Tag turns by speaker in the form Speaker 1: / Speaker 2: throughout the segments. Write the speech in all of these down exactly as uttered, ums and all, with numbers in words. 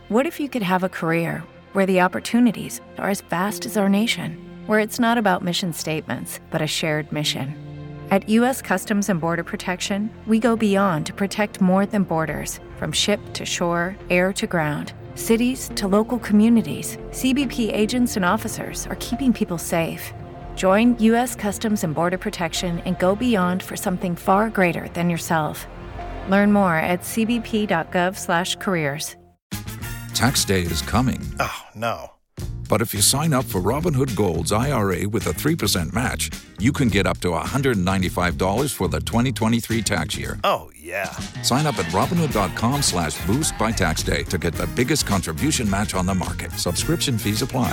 Speaker 1: What if you could have a career where the opportunities are as vast as our nation, where it's not about mission statements, but a shared mission? At U S Customs and Border Protection, we go beyond to protect more than borders. From ship to shore, air to ground, cities to local communities, C B P agents and officers are keeping people safe. Join U S Customs and Border Protection and go beyond for something far greater than yourself. Learn more at cbp.gov slash careers.
Speaker 2: Tax day is coming.
Speaker 3: Oh, no.
Speaker 2: But if you sign up for Robinhood Gold's I R A with a three percent match, you can get up to one hundred ninety-five dollars for the twenty twenty-three tax year.
Speaker 3: Oh, yeah.
Speaker 2: Sign up at Robinhood.com slash boost by tax day to get the biggest contribution match on the market. Subscription fees apply.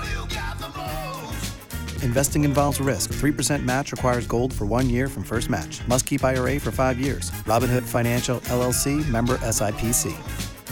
Speaker 4: Investing involves risk. three percent match requires gold for one year from first match. Must keep I R A for five years. Robinhood Financial L L C, member S I P C.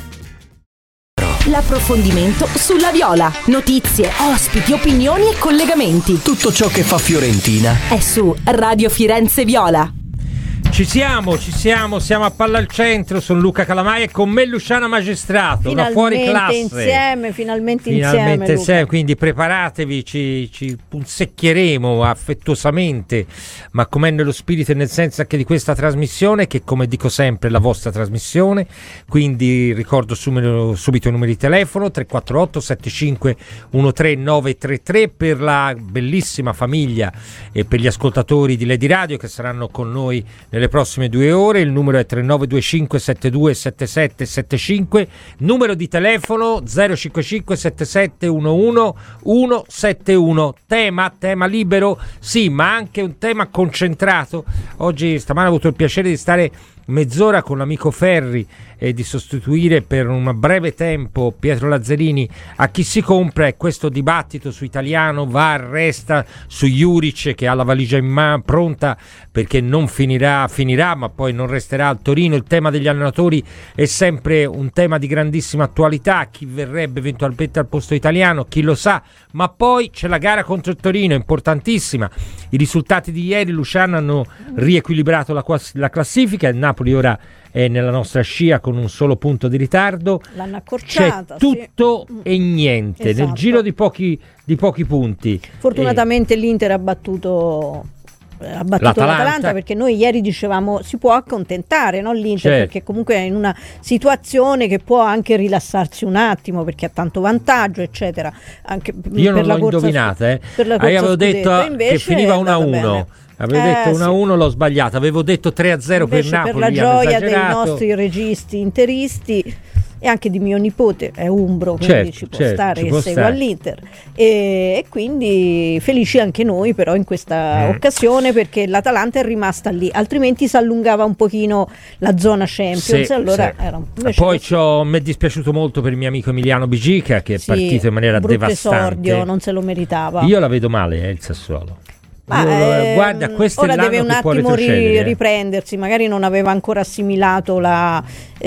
Speaker 5: L'approfondimento sulla Viola. Notizie, ospiti, opinioni e collegamenti.
Speaker 6: Tutto ciò che fa Fiorentina
Speaker 5: è su Radio Firenze Viola.
Speaker 7: Ci siamo, ci siamo, siamo a Palla al Centro, sono Luca Calamai e con me Luciana Magistrato,
Speaker 8: finalmente
Speaker 7: una fuori classe.
Speaker 8: Insieme, finalmente,
Speaker 7: finalmente
Speaker 8: insieme,
Speaker 7: insieme, quindi preparatevi, ci, ci punzecchieremo affettuosamente, ma com'è nello spirito e nel senso anche di questa trasmissione, che come dico sempre è la vostra trasmissione, quindi ricordo subito, subito i numeri di telefono tre quattro otto sette cinque uno tre nove tre tre per la bellissima famiglia e per gli ascoltatori di Lady Radio che saranno con noi nelle prossime due ore. Il numero è tre nove due cinque sette due sette sette sette cinque, numero di telefono zero cinque cinque sette sette uno uno uno sette uno. Tema, tema libero, sì, ma anche un tema concentrato. Oggi, stamane ho avuto il piacere di stare mezz'ora con l'amico Ferri e di sostituire per un breve tempo Pietro Lazzarini a Chi si compra, e questo dibattito su Italiano va, resta, su Juric che ha la valigia in mano pronta perché non finirà, finirà ma poi non resterà al Torino. Il tema degli allenatori è sempre un tema di grandissima attualità, chi verrebbe eventualmente al posto italiano, chi lo sa, ma poi c'è la gara contro il Torino, importantissima. I risultati di ieri, Luciano, hanno riequilibrato la, la classifica, il Napoli ora è nella nostra scia con un solo punto di ritardo,
Speaker 8: l'hanno accorciata,
Speaker 7: c'è tutto sì. e niente, esatto. Nel giro di pochi, di pochi punti.
Speaker 8: Fortunatamente e... l'Inter ha battuto ha battuto l'Atalanta. l'Atalanta, perché noi ieri dicevamo si può accontentare, no, l'Inter, certo. Perché comunque è in una situazione che può anche rilassarsi un attimo perché ha tanto vantaggio eccetera, anche
Speaker 7: io
Speaker 8: per
Speaker 7: non
Speaker 8: la
Speaker 7: l'ho
Speaker 8: corsa,
Speaker 7: indovinata eh.
Speaker 8: per la corsa
Speaker 7: avevo detto
Speaker 8: invece
Speaker 7: che finiva uno a uno. Avevo eh, detto uno a uno, sì. L'ho sbagliato, avevo detto tre a zero per Napoli.
Speaker 8: Per la gioia dei nostri registi interisti e anche di mio nipote, è umbro, quindi
Speaker 7: certo,
Speaker 8: ci può
Speaker 7: certo,
Speaker 8: stare
Speaker 7: ci
Speaker 8: che
Speaker 7: può
Speaker 8: segua
Speaker 7: stare.
Speaker 8: all'Inter e, e quindi felici anche noi però in questa mm. occasione, perché l'Atalanta è rimasta lì, altrimenti si allungava un pochino la zona Champions, sì, allora
Speaker 7: sì.
Speaker 8: era un
Speaker 7: poi mi è dispiaciuto molto per il mio amico Emiliano Bigica che è sì, partito in maniera devastante,
Speaker 8: esordio, non se lo meritava.
Speaker 7: Io la vedo male eh, il Sassuolo.
Speaker 8: Ma,
Speaker 7: eh, guarda, questo
Speaker 8: ora
Speaker 7: è l'anno
Speaker 8: deve un
Speaker 7: che può
Speaker 8: attimo ri-
Speaker 7: eh.
Speaker 8: riprendersi, magari non aveva ancora assimilato la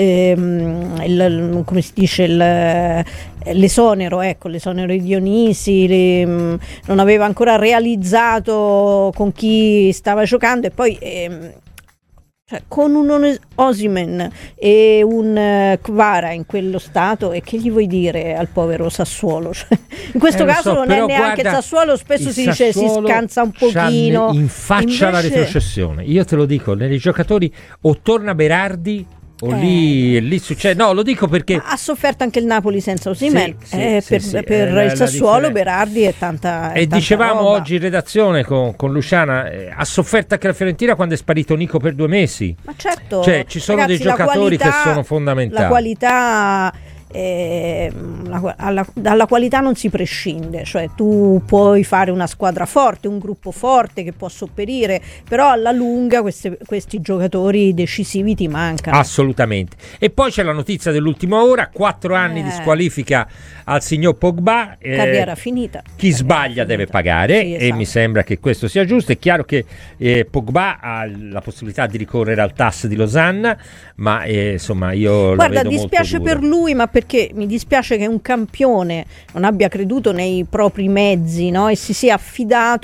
Speaker 8: ehm, il, come si dice il, l'esonero, ecco, l'esonero di Dionisi, le, non aveva ancora realizzato con chi stava giocando, e poi ehm, cioè, con un Osimhen e un uh, Kvara in quello stato, e che gli vuoi dire al povero Sassuolo? Cioè, in questo
Speaker 7: eh,
Speaker 8: caso
Speaker 7: so,
Speaker 8: non è neanche
Speaker 7: guarda,
Speaker 8: il Sassuolo, spesso si dice si scansa un pochino
Speaker 7: in faccia. Invece... la retrocessione, io te lo dico, nei giocatori o torna Berardi o eh. lì, lì succede, no, lo dico perché
Speaker 8: ma ha sofferto anche il Napoli senza Osimhen, sì,
Speaker 7: sì,
Speaker 8: eh,
Speaker 7: sì,
Speaker 8: per,
Speaker 7: sì,
Speaker 8: per
Speaker 7: eh,
Speaker 8: il Sassuolo Berardi è tanta è
Speaker 7: e
Speaker 8: tanta
Speaker 7: dicevamo
Speaker 8: roba.
Speaker 7: Oggi in redazione con, con Luciana, eh, ha sofferto anche la Fiorentina quando è sparito Nico per due mesi,
Speaker 8: ma certo,
Speaker 7: cioè ci sono
Speaker 8: ragazzi,
Speaker 7: dei giocatori
Speaker 8: qualità,
Speaker 7: che sono fondamentali,
Speaker 8: la qualità Eh, la, alla, dalla qualità non si prescinde, cioè tu puoi fare una squadra forte, un gruppo forte che può sopperire, però alla lunga queste, questi giocatori decisivi ti mancano
Speaker 7: assolutamente. E poi c'è la notizia dell'ultima ora, quattro anni eh. di squalifica al signor Pogba, eh,
Speaker 8: carriera finita,
Speaker 7: chi carriera sbaglia finita. Deve pagare, sì, esatto. E mi sembra che questo sia giusto. È chiaro che eh, Pogba ha la possibilità di ricorrere al T A S di Losanna, ma eh, insomma io
Speaker 8: guarda,
Speaker 7: la vedo
Speaker 8: dispiace
Speaker 7: molto dura.
Speaker 8: Per lui, ma perché mi dispiace che un campione non abbia creduto nei propri mezzi, no? E si sia affidato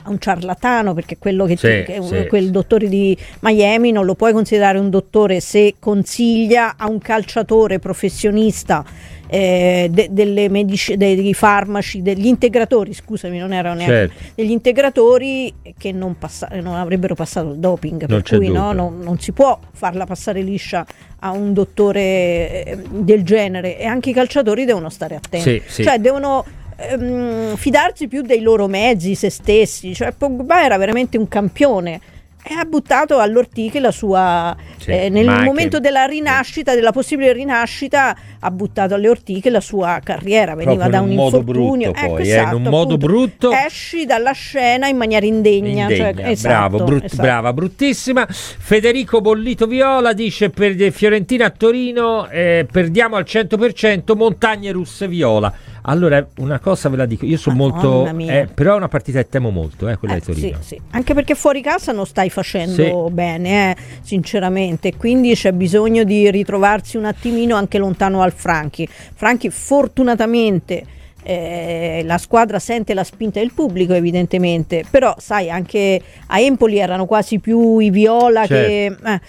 Speaker 8: a un ciarlatano, perché quello che,
Speaker 7: sì,
Speaker 8: ti, che
Speaker 7: sì.
Speaker 8: quel dottore di Miami non lo puoi considerare un dottore se consiglia a un calciatore professionista eh, de, delle medici, dei farmaci, degli integratori, scusami, non erano neanche
Speaker 7: certo.
Speaker 8: degli integratori che non, passa, non avrebbero passato il doping,
Speaker 7: non
Speaker 8: per cui no, non, non si può farla passare liscia a un dottore eh, del genere, e anche i calciatori devono stare attenti,
Speaker 7: sì, sì.
Speaker 8: cioè devono ehm, fidarsi più dei loro mezzi, se stessi. Cioè Pogba era veramente un campione e ha buttato all'ortiche la sua
Speaker 7: sì,
Speaker 8: eh, nel
Speaker 7: anche,
Speaker 8: momento della rinascita, della possibile rinascita, ha buttato alle ortiche la sua carriera, veniva
Speaker 7: proprio
Speaker 8: da un
Speaker 7: in un modo
Speaker 8: infortunio,
Speaker 7: brutto,
Speaker 8: ecco,
Speaker 7: poi,
Speaker 8: esatto,
Speaker 7: eh, in un modo
Speaker 8: appunto,
Speaker 7: brutto,
Speaker 8: esci dalla scena in maniera indegna,
Speaker 7: indegna.
Speaker 8: Cioè, esatto,
Speaker 7: bravo, brut-
Speaker 8: esatto.
Speaker 7: brava, bruttissima. Federico Bollito Viola dice: per Fiorentina a Torino eh, perdiamo al cento per cento, montagne russe viola. Allora, una cosa ve la dico, io sono molto eh, però è una partita che temo molto, eh, quella
Speaker 8: eh,
Speaker 7: di Torino.
Speaker 8: Sì, sì. Anche perché fuori casa non stai facendo
Speaker 7: sì.
Speaker 8: bene, eh, sinceramente, quindi c'è bisogno di ritrovarsi un attimino anche lontano al Franchi. Franchi fortunatamente eh, la squadra sente la spinta del pubblico, evidentemente, però sai, anche a Empoli erano quasi più i viola, certo. che eh,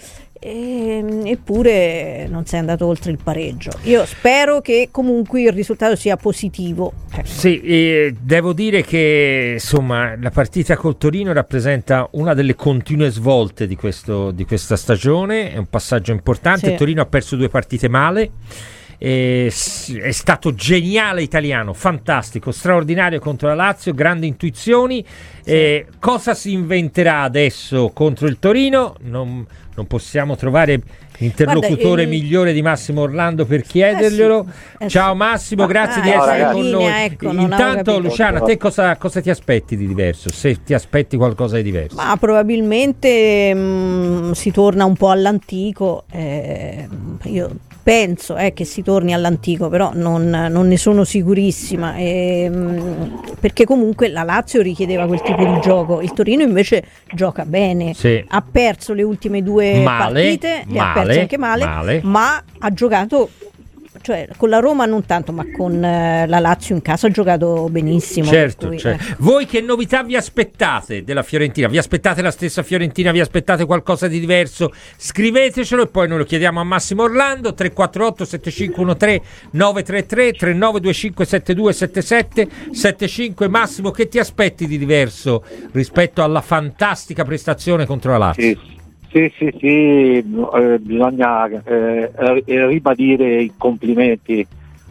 Speaker 8: E, eppure non sei andato oltre il pareggio. Io spero che comunque il risultato sia positivo. Ecco.
Speaker 7: Sì, eh, devo dire che insomma la partita col Torino rappresenta una delle continue svolte di, questo, di questa stagione, è un passaggio importante.
Speaker 8: Sì.
Speaker 7: Torino ha perso due partite male. Eh, è stato geniale italiano, fantastico, straordinario contro la Lazio, grandi intuizioni. Sì. Eh, cosa si inventerà adesso contro il Torino? Non, non possiamo trovare interlocutore Guarda, il... migliore di Massimo Orlando per chiederglielo. Eh sì, eh sì. Ciao Massimo, grazie ah, di essere
Speaker 8: no,
Speaker 7: con
Speaker 8: linea,
Speaker 7: noi.
Speaker 8: Ecco,
Speaker 7: Intanto Luciana, te cosa, cosa ti aspetti di diverso? Se ti aspetti qualcosa di diverso?
Speaker 8: Ma probabilmente mh, si torna un po' all'antico. Eh, io penso eh, che si torni all'antico, però non, non ne sono sicurissima, eh, perché comunque la Lazio richiedeva quel tipo di gioco, il Torino invece gioca bene,
Speaker 7: sì.
Speaker 8: ha perso le ultime due
Speaker 7: male,
Speaker 8: partite, le
Speaker 7: male,
Speaker 8: ha perse anche male,
Speaker 7: male,
Speaker 8: ma ha giocato, cioè con la Roma non tanto, ma con eh, la Lazio in casa ha giocato benissimo.
Speaker 7: Certo,
Speaker 8: cui,
Speaker 7: certo.
Speaker 8: Eh.
Speaker 7: Voi che novità vi aspettate della Fiorentina? Vi aspettate la stessa Fiorentina? Vi aspettate qualcosa di diverso? Scrivetecelo e poi noi lo chiediamo a Massimo Orlando. Tre quattro otto sette cinque uno tre nove tre tre tre nove due cinque sette due sette sette sette cinque. Massimo, che ti aspetti di diverso rispetto alla fantastica prestazione contro la Lazio?
Speaker 3: Sì. Sì, sì, sì, eh, bisogna eh, ribadire i complimenti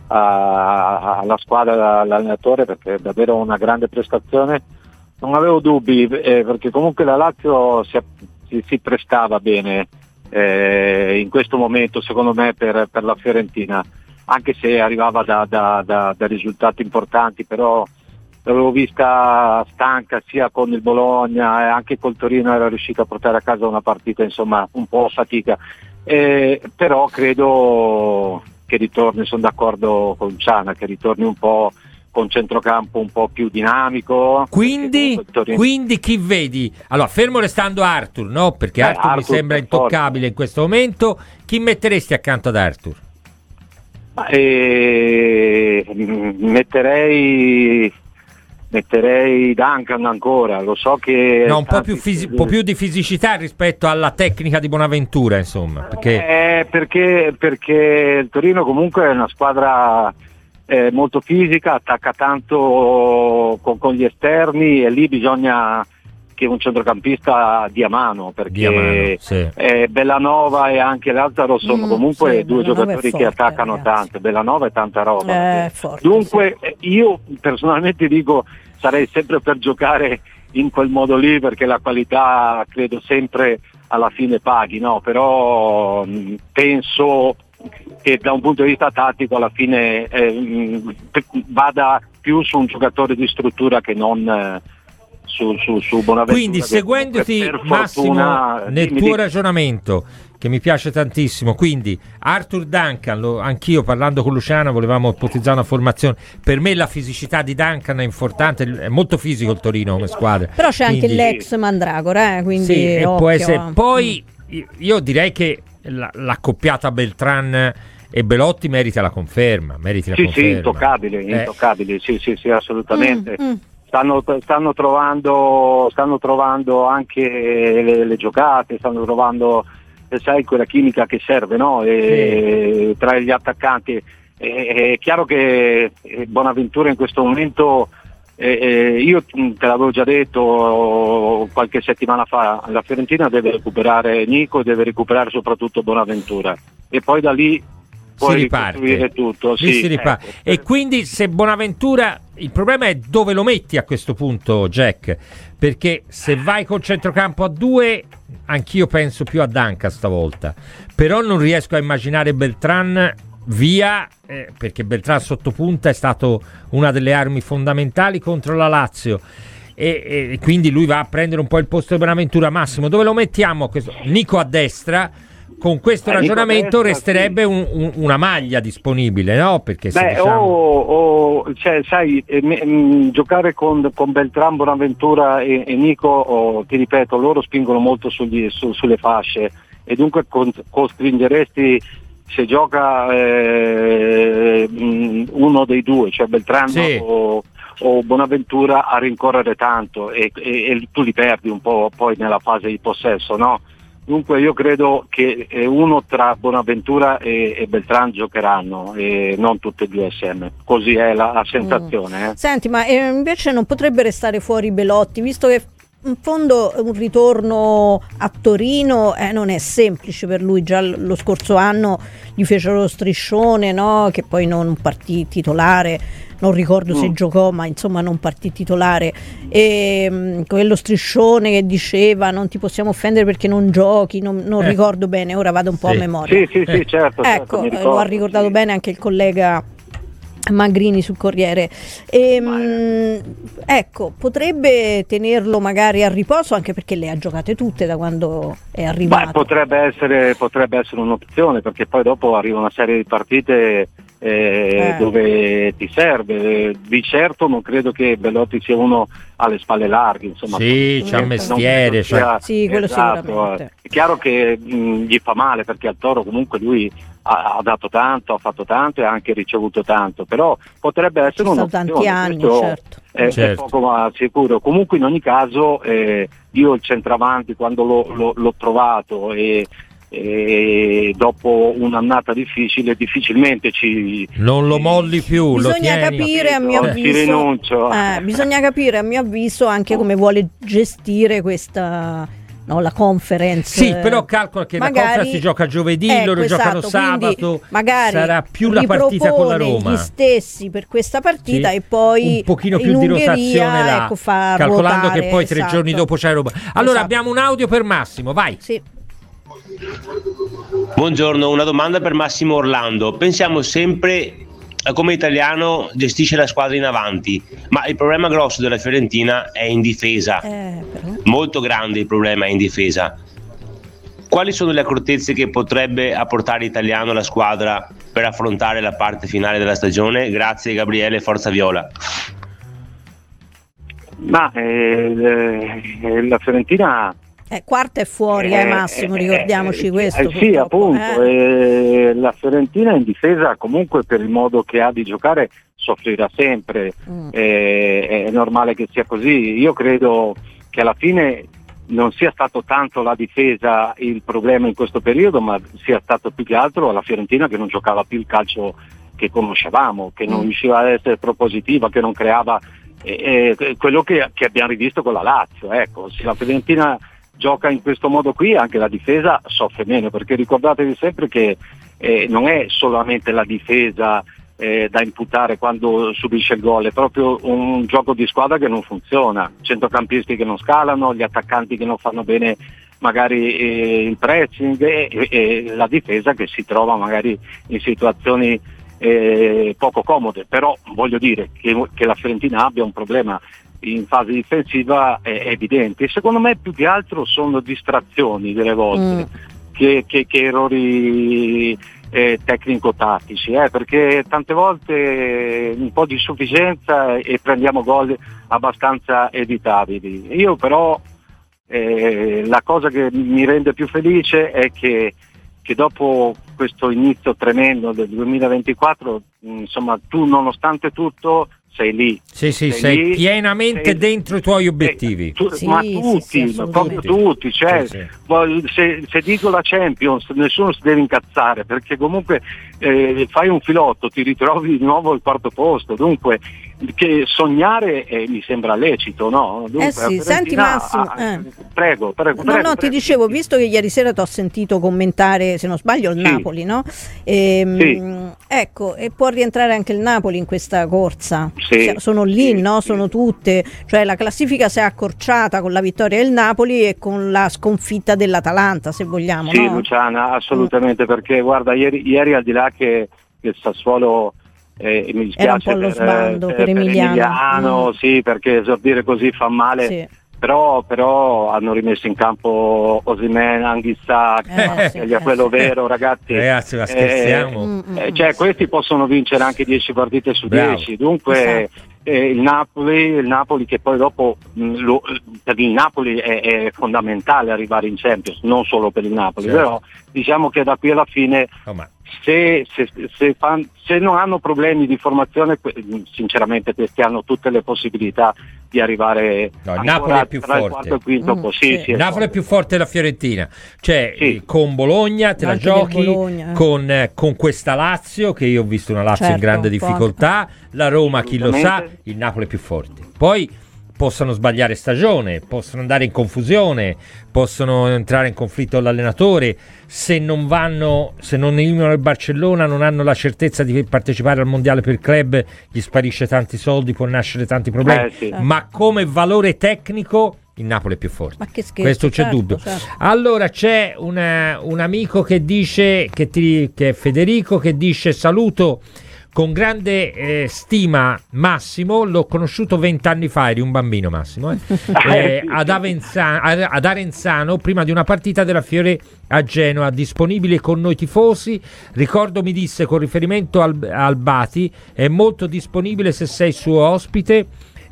Speaker 3: a, alla squadra, all'allenatore, perché è davvero una grande prestazione. Non avevo dubbi, eh, perché comunque la Lazio si, si, si prestava bene eh, in questo momento, secondo me, per, per la Fiorentina, anche se arrivava da, da, da, da risultati importanti, però l'avevo vista stanca sia con il Bologna e anche col Torino, era riuscita a portare a casa una partita insomma un po' fatica, eh, però credo che ritorni, sono d'accordo con Ciana, che ritorni un po' con centrocampo un po' più dinamico.
Speaker 7: Quindi, quindi chi vedi? Allora, fermo restando Arthur, no? Perché
Speaker 3: eh,
Speaker 7: Arthur, Arthur mi sembra intoccabile forte in questo momento. Chi metteresti accanto ad Arthur?
Speaker 3: Eh, metterei metterei Duncan ancora, lo so che
Speaker 7: no, un po' più, fisi- un po' più di fisicità rispetto alla tecnica di Bonaventura, insomma, perché
Speaker 3: eh, perché, perché il Torino comunque è una squadra eh, molto fisica, attacca tanto con, con gli esterni, e lì bisogna che un centrocampista dia mano, perché dia mano, sì. eh, Bellanova e anche Lazzaro sono mm, comunque sì, due Bellanova giocatori forte, che attaccano ragazzi. tanto. Bellanova è tanta roba.
Speaker 8: Eh, forte,
Speaker 3: Dunque
Speaker 8: sì.
Speaker 3: io personalmente dico sarei sempre per giocare in quel modo lì, perché la qualità credo sempre alla fine paghi, no? Però mh, penso che da un punto di vista tattico alla fine eh, mh, vada più su un giocatore di struttura che non eh, su, su, su Bonaventura.
Speaker 7: Quindi seguendoti Massimo fortuna, nel tuo dico... ragionamento, che mi piace tantissimo, quindi Arthur Duncan, lo, anch'io parlando con Luciana volevamo ipotizzare una formazione, per me la fisicità di Duncan è importante, è molto fisico il Torino come squadra,
Speaker 8: però c'è
Speaker 7: quindi,
Speaker 8: anche l'ex Mandragora, eh, quindi
Speaker 7: sì,
Speaker 8: occhio,
Speaker 7: può essere.
Speaker 8: eh.
Speaker 7: Poi io direi che la, l'accoppiata Beltran e Belotti merita la conferma, meriti la
Speaker 3: sì,
Speaker 7: conferma.
Speaker 3: Sì, intoccabili,
Speaker 7: eh.
Speaker 3: intoccabili, sì, sì, sì, assolutamente. Mm, mm. stanno, stanno trovando stanno trovando anche le, le giocate, stanno trovando, sai, quella chimica che serve, no? E, sì. Tra gli attaccanti è, è chiaro che Bonaventura in questo momento, eh, io te l'avevo già detto qualche settimana fa, la Fiorentina deve recuperare Nico e deve recuperare soprattutto Bonaventura, e poi da lì
Speaker 7: si riparte
Speaker 3: tutto.
Speaker 7: Sì, si riparte.
Speaker 3: Ecco.
Speaker 7: E quindi se Bonaventura, il problema è dove lo metti a questo punto, Jack, perché se vai col centrocampo a due, anch'io penso più a Danca stavolta, però non riesco a immaginare Beltran via, eh, perché Beltran sottopunta è stato una delle armi fondamentali contro la Lazio, e, e quindi lui va a prendere un po' il posto di Bonaventura. Massimo, dove lo mettiamo questo? Nico a destra. Con questo eh, ragionamento destra, resterebbe sì. un, un, una maglia disponibile, no? Perché se
Speaker 3: Beh,
Speaker 7: diciamo...
Speaker 3: o, o cioè, sai, eh, m- giocare con, con Beltran, Bonaventura e, e Nico, oh, ti ripeto, loro spingono molto sugli, su, sulle fasce, e dunque con, costringeresti, se gioca eh, uno dei due, cioè Beltran sì. o, o Bonaventura, a rincorrere tanto, e, e, e tu li perdi un po' poi nella fase di possesso, no? Dunque io credo che uno tra Bonaventura e, e Beltran giocheranno, e non tutte e due assieme, così è la, la sensazione. Eh.
Speaker 8: Senti, ma eh, invece non potrebbe restare fuori Belotti, visto che in fondo un ritorno a Torino eh, non è semplice per lui. Già lo scorso anno gli fecero lo striscione, no? Che poi non partì titolare, non ricordo mm. se giocò, ma insomma non partì titolare, e mh, quello striscione che diceva non ti possiamo offendere perché non giochi, non, non eh. ricordo bene, ora vado un po'
Speaker 3: sì.
Speaker 8: a memoria.
Speaker 3: Sì, sì, sì, certo.
Speaker 8: Ecco,
Speaker 3: certo, ricordo,
Speaker 8: lo ha ricordato
Speaker 3: sì.
Speaker 8: bene anche il collega Magrini sul Corriere. E, mh, ecco, potrebbe tenerlo magari a riposo, anche perché le ha giocate tutte da quando è arrivato.
Speaker 3: Beh, potrebbe essere, potrebbe essere un'opzione, perché poi dopo arriva una serie di partite eh, eh. dove ti serve. Di certo non credo che Belotti sia uno alle spalle larghe, insomma.
Speaker 7: Sì, c'ha un mestiere,
Speaker 8: sia, sì, quello
Speaker 3: esatto.
Speaker 8: sicuramente.
Speaker 3: È chiaro che mh, gli fa male, perché al Toro comunque lui ha, ha dato tanto, ha fatto tanto e ha anche ricevuto tanto, però potrebbe essere
Speaker 8: un'opzione.
Speaker 3: Ci sono tanti anni,
Speaker 8: Questo certo.
Speaker 3: È,
Speaker 7: certo.
Speaker 3: è poco ma sicuro. Comunque in ogni caso eh, io il centravanti, quando l'ho, l'ho, l'ho trovato e e dopo un'annata difficile, difficilmente ci
Speaker 7: non lo molli più,
Speaker 8: bisogna
Speaker 7: lo tieni,
Speaker 8: capire a mio avviso eh, bisogna capire a mio avviso anche come vuole gestire questa, no, la conference.
Speaker 7: Sì, però calcola che magari, la conference si gioca giovedì, ecco, loro esatto, giocano sabato,
Speaker 8: magari
Speaker 7: sarà più la partita con la Roma,
Speaker 8: gli stessi per questa partita, sì, e poi
Speaker 7: un pochino più
Speaker 8: in
Speaker 7: di
Speaker 8: Ungheria,
Speaker 7: rotazione là,
Speaker 8: ecco, fa
Speaker 7: calcolando
Speaker 8: ruotare,
Speaker 7: che poi tre
Speaker 8: esatto.
Speaker 7: giorni dopo c'è Roma. Allora
Speaker 8: esatto.
Speaker 7: abbiamo un audio per Massimo, vai.
Speaker 8: Sì.
Speaker 9: Buongiorno, una domanda per Massimo Orlando. Pensiamo sempre a come Italiano gestisce la squadra in avanti, ma il problema grosso della Fiorentina è in difesa,
Speaker 8: eh, però...
Speaker 9: molto grande il problema è in difesa. Quali sono le accortezze che potrebbe apportare Italiano alla squadra per affrontare la parte finale della stagione? Grazie Gabriele, Forza Viola.
Speaker 3: Ma eh, la Fiorentina
Speaker 8: Eh, quarta è fuori, eh, Massimo, ricordiamoci
Speaker 3: eh,
Speaker 8: questo.
Speaker 3: Eh, sì, appunto,
Speaker 8: eh.
Speaker 3: eh, la Fiorentina in difesa comunque, per il modo che ha di giocare, soffrirà sempre, mm. eh, è normale che sia così. Io credo che alla fine non sia stato tanto la difesa il problema in questo periodo, ma sia stato più che altro la Fiorentina che non giocava più il calcio che conoscevamo, che non mm. riusciva ad essere propositiva, che non creava eh, eh, quello che, che abbiamo rivisto con la Lazio. Ecco, se la Fiorentina gioca in questo modo qui, anche la difesa soffre meno, perché ricordatevi sempre che eh, non è solamente la difesa eh, da imputare quando subisce il gol, è proprio un gioco di squadra che non funziona, centrocampisti che non scalano, gli attaccanti che non fanno bene magari eh, il pressing e, e, e la difesa che si trova magari in situazioni eh, poco comode. Però voglio dire che, che la Fiorentina abbia un problema in fase difensiva è evidente. Secondo me più che altro sono distrazioni delle volte mm. che, che, che errori eh, tecnico-tattici, eh, perché tante volte un po' di sufficienza e prendiamo gol abbastanza evitabili. Io però eh, la cosa che mi rende più felice è che, che dopo questo inizio tremendo del duemilaventiquattro, insomma, tu nonostante tutto sei lì.
Speaker 7: Sì, sì,
Speaker 3: sei,
Speaker 7: sei
Speaker 3: lì,
Speaker 7: pienamente
Speaker 3: sei,
Speaker 7: dentro i tuoi obiettivi.
Speaker 3: Eh, tu,
Speaker 8: sì,
Speaker 3: ma
Speaker 8: sì,
Speaker 3: tutti,
Speaker 8: sì,
Speaker 3: ma proprio tutti. Cioè,
Speaker 7: sì, sì.
Speaker 3: Se, se dico la Champions, nessuno si deve incazzare, perché comunque eh, fai un filotto, ti ritrovi di nuovo al quarto posto. Dunque, che sognare eh, mi sembra lecito, no? Dunque,
Speaker 8: eh sì, senti Massimo,
Speaker 3: ah,
Speaker 8: eh.
Speaker 3: prego, prego,
Speaker 8: no,
Speaker 3: prego,
Speaker 8: no,
Speaker 3: prego.
Speaker 8: ti dicevo, visto che ieri sera ti ho sentito commentare, se non sbaglio, il
Speaker 3: Sì.
Speaker 8: Napoli, no? Ehm,
Speaker 3: Sì.
Speaker 8: Ecco, e può rientrare anche il Napoli in questa corsa?
Speaker 3: Sì.
Speaker 8: Sono lì,
Speaker 3: Sì,
Speaker 8: no?
Speaker 3: sì.
Speaker 8: Sono tutte, cioè la classifica si è accorciata con la vittoria del Napoli e con la sconfitta dell'Atalanta, se vogliamo,
Speaker 3: Sì,
Speaker 8: no?
Speaker 3: Luciana, assolutamente, perché guarda, ieri, ieri al di là che, che il Sassuolo eh, mi dispiace
Speaker 8: Era un po' allo
Speaker 3: per,
Speaker 8: sbando,
Speaker 3: eh,
Speaker 8: per Emiliano.
Speaker 3: Emiliano,
Speaker 8: Mm.
Speaker 3: sì, perché esordire così fa male.
Speaker 8: Sì.
Speaker 3: Però, però hanno rimesso in campo Osimhen, Anghissà,
Speaker 8: Eh, sì,
Speaker 3: eh,
Speaker 8: eh,
Speaker 3: quello
Speaker 8: sì.
Speaker 3: vero, ragazzi.
Speaker 7: Ragazzi, ma
Speaker 3: Eh,
Speaker 7: scherziamo?
Speaker 8: Mm, mm,
Speaker 3: eh, cioè, questi possono vincere anche dieci partite su
Speaker 7: Bravo.
Speaker 3: dieci, dunque
Speaker 8: Esatto.
Speaker 3: eh, il Napoli, il Napoli che poi dopo mh, lo, per il Napoli è, è fondamentale arrivare in Champions, non solo per il Napoli,
Speaker 7: Certo.
Speaker 3: però diciamo che da qui alla fine
Speaker 7: Oh, ma
Speaker 3: se, se, se, fan, se non hanno problemi di formazione, que- sinceramente questi hanno tutte le possibilità di arrivare
Speaker 7: No, il
Speaker 3: ancora
Speaker 7: Napoli è più
Speaker 3: tra il
Speaker 7: forte.
Speaker 3: quarto e il quinto
Speaker 8: Mm,
Speaker 3: posto.
Speaker 8: sì.
Speaker 3: Sì, sì,
Speaker 7: il Napoli è più forte della Fiorentina, cioè
Speaker 3: Sì.
Speaker 7: eh, con Bologna te la
Speaker 8: Anche del
Speaker 7: giochi,
Speaker 8: Bologna, eh.
Speaker 7: con, eh, con questa Lazio, che io ho visto una Lazio in
Speaker 8: Certo,
Speaker 7: grande
Speaker 8: un po'.
Speaker 7: difficoltà, la Roma chi lo sa,
Speaker 3: Assolutamente.
Speaker 7: il Napoli è più forte. Poi possono sbagliare stagione, possono andare in confusione, possono entrare in conflitto con l'allenatore, se non vanno, se non eliminano il Barcellona, non hanno la certezza di partecipare al mondiale per club, gli sparisce tanti soldi, può nascere tanti problemi,
Speaker 3: Eh, sì.
Speaker 7: ma come valore tecnico il Napoli è più forte.
Speaker 8: Ma che scherzo,
Speaker 7: Questo c'è
Speaker 8: certo,
Speaker 7: dubbio.
Speaker 8: certo.
Speaker 7: Allora c'è una- un amico che dice, che, ti, che è Federico, che dice: saluto con grande eh, stima Massimo, l'ho conosciuto vent'anni fa, eri un bambino Massimo, eh? Eh, ad, Avenza- ad Arenzano, prima di una partita della Fiore a Genoa, disponibile con noi tifosi. Ricordo mi disse, con riferimento al, al Bati, è molto disponibile se sei suo ospite.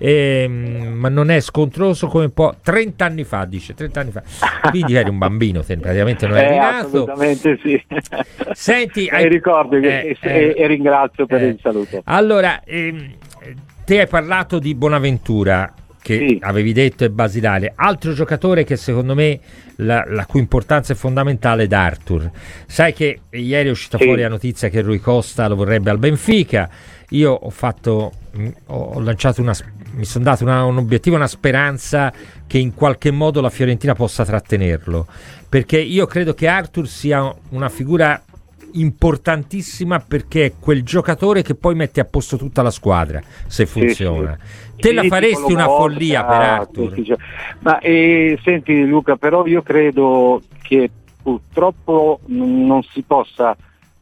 Speaker 7: Ehm, ma non è scontroso come può. trenta anni fa, dice trenta anni fa, quindi eri un bambino, te, praticamente non eri
Speaker 3: Eh,
Speaker 7: nato.
Speaker 3: assolutamente sì.
Speaker 7: Senti,
Speaker 3: e ricordo che,
Speaker 7: eh,
Speaker 3: e,
Speaker 7: eh,
Speaker 3: e ringrazio per
Speaker 7: eh.
Speaker 3: il saluto.
Speaker 7: Allora, ehm, te hai parlato di Bonaventura, che
Speaker 3: Sì.
Speaker 7: avevi detto è basilare. Altro giocatore che secondo me la, la cui importanza è fondamentale è Arthur. Sai che ieri è uscita
Speaker 3: Sì.
Speaker 7: fuori la notizia che Rui Costa lo vorrebbe al Benfica. Io ho fatto mh, ho lanciato una mi sono dato una, un obiettivo, una speranza che in qualche modo la Fiorentina possa trattenerlo, perché io credo che Arthur sia una figura importantissima, perché è quel giocatore che poi mette a posto tutta la squadra se funziona.
Speaker 3: Sì.
Speaker 7: Te
Speaker 3: Sì,
Speaker 7: la faresti
Speaker 3: tipo
Speaker 7: una
Speaker 3: Lobotka,
Speaker 7: follia per Arthur?
Speaker 3: sì, sì. Ma eh, senti Luca, però io credo che purtroppo n- non si possa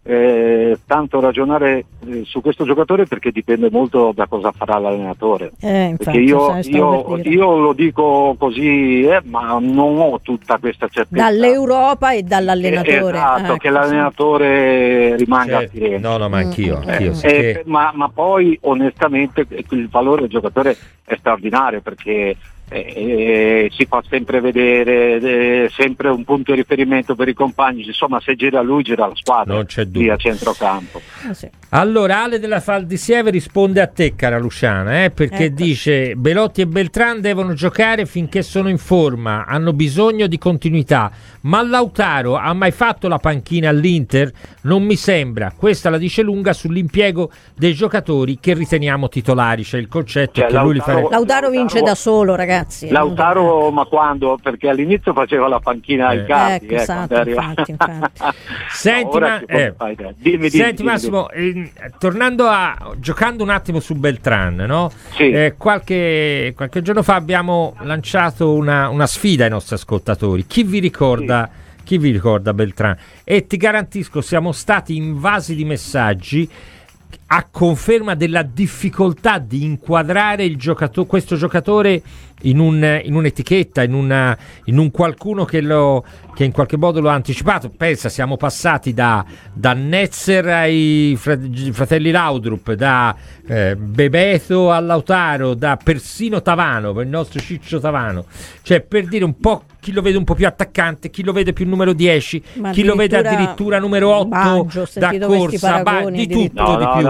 Speaker 3: eh, tanto ragionare eh, su questo giocatore, perché dipende molto da cosa farà l'allenatore.
Speaker 8: Eh, infatti,
Speaker 3: Perché io,
Speaker 8: sai, stavo
Speaker 3: io,
Speaker 8: per dire.
Speaker 3: io lo dico così, eh, ma non ho tutta questa certezza.
Speaker 8: Dall'Europa e dall'allenatore.
Speaker 3: Esatto,
Speaker 8: Ecco,
Speaker 3: che l'allenatore rimanga a
Speaker 7: Certo.
Speaker 3: Firenze.
Speaker 7: No, no, ma anch'io,
Speaker 8: Mm.
Speaker 7: anch'io
Speaker 3: Eh,
Speaker 7: sì,
Speaker 3: eh,
Speaker 7: che-
Speaker 3: ma, ma poi onestamente il valore del giocatore è straordinario, perché eh, eh, si fa sempre vedere, eh, sempre un punto di riferimento per i compagni, insomma se gira lui gira la squadra,
Speaker 7: Non c'è
Speaker 3: lì
Speaker 7: dubbio.
Speaker 3: a centrocampo.
Speaker 8: eh, sì.
Speaker 7: Allora Ale della Val di Sieve risponde a te, cara Luciana, eh, perché
Speaker 8: Ecco.
Speaker 7: dice: Belotti e Beltran devono giocare finché sono in forma, hanno bisogno di continuità, ma Lautaro ha mai fatto la panchina all'Inter? Non mi sembra. Questa la dice lunga sull'impiego dei giocatori che riteniamo titolari, c'è il concetto
Speaker 3: Cioè,
Speaker 7: che lui li
Speaker 3: Lautaro-
Speaker 7: farebbe.
Speaker 8: Lautaro vince da solo, ragazzi.
Speaker 3: Lautaro, ma quando? Perché all'inizio faceva la panchina
Speaker 7: Eh.
Speaker 3: ai Cardi,
Speaker 8: Ecco,
Speaker 3: eh,
Speaker 8: esatto,
Speaker 3: quando è arrivato.
Speaker 8: infatti, infatti.
Speaker 7: Senti,
Speaker 3: Ora
Speaker 7: ma-
Speaker 3: che come
Speaker 7: eh,
Speaker 3: fai? Dimmi, dimmi,
Speaker 7: Senti
Speaker 3: dimmi,
Speaker 7: Massimo, eh, tornando a giocando un attimo su Beltran, no?
Speaker 3: Sì.
Speaker 7: Eh, qualche, qualche giorno fa abbiamo lanciato una, una sfida ai nostri ascoltatori. Chi vi ricorda, chi vi ricorda Beltran? E ti garantisco, siamo stati invasi di messaggi a conferma della difficoltà di inquadrare il giocato- questo giocatore in, un, in un'etichetta, in, una, in un qualcuno che, lo, che in qualche modo lo ha anticipato. Pensa, siamo passati da, da Netzer ai fra- fratelli Laudrup, da eh, Bebeto a Lautaro, da persino Tavano, il nostro Ciccio Tavano, cioè per dire un po' chi lo vede un po' più attaccante, chi lo vede più numero dieci,
Speaker 8: Ma
Speaker 7: chi lo vede
Speaker 8: addirittura
Speaker 7: addirittura numero otto
Speaker 8: Baggio, se
Speaker 7: da
Speaker 8: ti dovessi
Speaker 7: corsa, ba-
Speaker 8: paragoni,
Speaker 7: di tutto
Speaker 3: No,
Speaker 7: di
Speaker 3: no,
Speaker 7: più.
Speaker 3: no,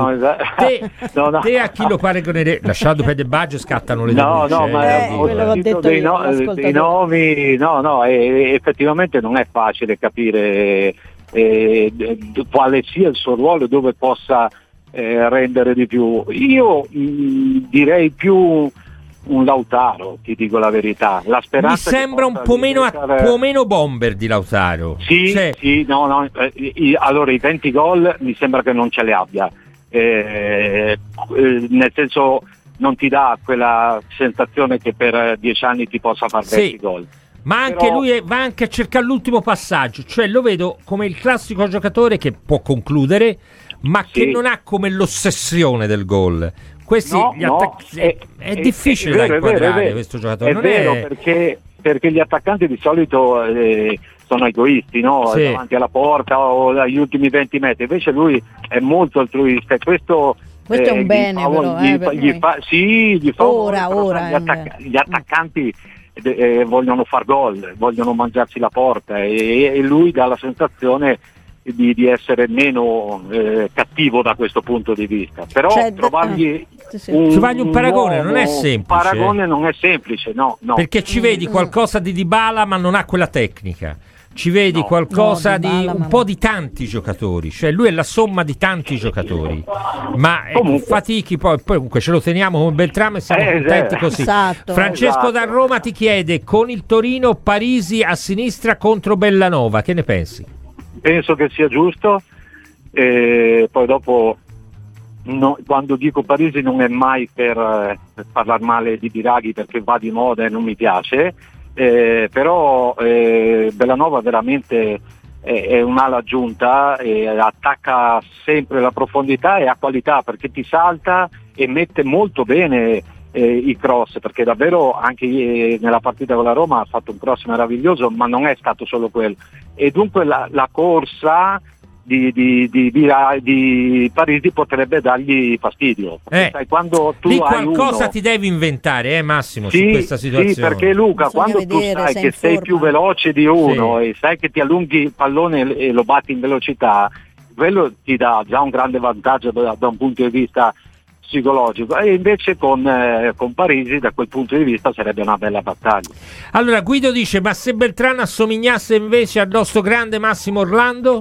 Speaker 3: no, no,
Speaker 7: te,
Speaker 3: no, no.
Speaker 7: te a chi lo paragoneresti? Lasciando per De Baggio scattano le
Speaker 3: no,
Speaker 7: denuncia,
Speaker 3: no,
Speaker 7: eh,
Speaker 3: ma
Speaker 8: eh,
Speaker 3: ho
Speaker 8: quello che ho
Speaker 3: sentito
Speaker 8: detto
Speaker 3: dei,
Speaker 8: io,
Speaker 3: no,
Speaker 8: l'ascoltatore.
Speaker 3: dei nomi, no, no, e, effettivamente non è facile capire eh, d- quale sia il suo ruolo e dove possa eh, rendere di più. Io mh, direi più un Lautaro, ti dico la verità. La speranza
Speaker 7: mi sembra un po' meno, a, po' meno bomber di Lautaro.
Speaker 3: Sì,
Speaker 7: cioè...
Speaker 3: sì, no, no. Eh, i, allora i venti gol mi sembra che non ce li abbia. Eh, eh, nel senso non ti dà quella sensazione che per dieci anni ti possa fare
Speaker 7: sì,
Speaker 3: venti gol.
Speaker 7: Ma anche
Speaker 3: Però...
Speaker 7: lui è, va anche a cercare l'ultimo passaggio, cioè lo vedo come il classico giocatore che può concludere, ma sì, che non ha come l'ossessione del gol. Questi
Speaker 3: no,
Speaker 7: gli attac-
Speaker 3: no, è,
Speaker 7: è, è difficile
Speaker 3: è vero,
Speaker 7: da inquadrare
Speaker 3: è vero, è vero.
Speaker 7: questo giocatore.
Speaker 3: È
Speaker 7: non
Speaker 3: vero
Speaker 7: è...
Speaker 3: perché, perché gli attaccanti di solito eh, sono egoisti, no?
Speaker 7: Sì.
Speaker 3: Davanti alla porta o agli ultimi venti metri, invece lui è molto altruista e questo
Speaker 8: Questo
Speaker 3: eh,
Speaker 8: è un bene,
Speaker 3: fa,
Speaker 8: però,
Speaker 3: gli,
Speaker 8: eh,
Speaker 3: fa,
Speaker 8: per
Speaker 3: gli
Speaker 8: noi.
Speaker 3: fa, sì, gli fa
Speaker 8: ora,
Speaker 3: un,
Speaker 8: ora
Speaker 3: gli, attacc- gli attaccanti eh, vogliono far gol, vogliono mangiarsi la porta e, e lui dà la sensazione di, di essere meno eh, cattivo da questo punto di vista. Però
Speaker 8: cioè,
Speaker 3: trovargli
Speaker 8: sì, sì.
Speaker 3: un,
Speaker 7: trovargli un paragone
Speaker 3: uomo,
Speaker 7: non è semplice.
Speaker 3: paragone non è semplice, no, no.
Speaker 7: Perché ci vedi qualcosa di Dybala ma non ha quella tecnica. Ci vedi
Speaker 3: no,
Speaker 7: qualcosa
Speaker 8: no,
Speaker 7: di
Speaker 8: Dybala,
Speaker 7: un
Speaker 8: ma...
Speaker 7: po' di tanti giocatori, cioè lui è la somma di tanti giocatori, ma eh, fatichi poi, poi comunque ce lo teniamo come Beltrame e siamo
Speaker 3: eh,
Speaker 7: contenti
Speaker 3: eh.
Speaker 7: così.
Speaker 8: Esatto.
Speaker 7: Francesco
Speaker 3: esatto.
Speaker 7: da Roma ti chiede: con il Torino Parisi a sinistra contro Bellanova, che ne pensi?
Speaker 3: Penso che sia giusto, e poi dopo no, quando dico Parisi non è mai per, eh, per parlare male di Biraghi perché va di moda e non mi piace. Eh, però eh, Bellanova veramente è, è un'ala aggiunta e attacca sempre la profondità e ha qualità perché ti salta e mette molto bene eh, i cross, perché davvero anche eh, nella partita con la Roma ha fatto un cross meraviglioso, ma non è stato solo quello, e dunque la, la corsa Di, di, di, di, di Parisi potrebbe dargli fastidio.
Speaker 7: Eh,
Speaker 3: sai, quando tu
Speaker 7: lì
Speaker 3: hai
Speaker 7: qualcosa
Speaker 3: uno...
Speaker 7: ti devi inventare, eh Massimo,
Speaker 3: sì,
Speaker 7: su questa situazione.
Speaker 3: Sì, perché Luca,
Speaker 8: bisogna
Speaker 3: quando
Speaker 8: vedere,
Speaker 3: tu sai
Speaker 8: sei
Speaker 3: che
Speaker 8: in
Speaker 3: sei
Speaker 8: forma.
Speaker 3: più veloce di uno
Speaker 7: Sì.
Speaker 3: e sai che ti allunghi il pallone e lo batti in velocità, quello ti dà già un grande vantaggio da, da un punto di vista psicologico, e invece con, eh, con Parisi da quel punto di vista sarebbe una bella battaglia.
Speaker 7: Allora Guido dice: ma se Beltrán assomigliasse invece al nostro grande Massimo Orlando?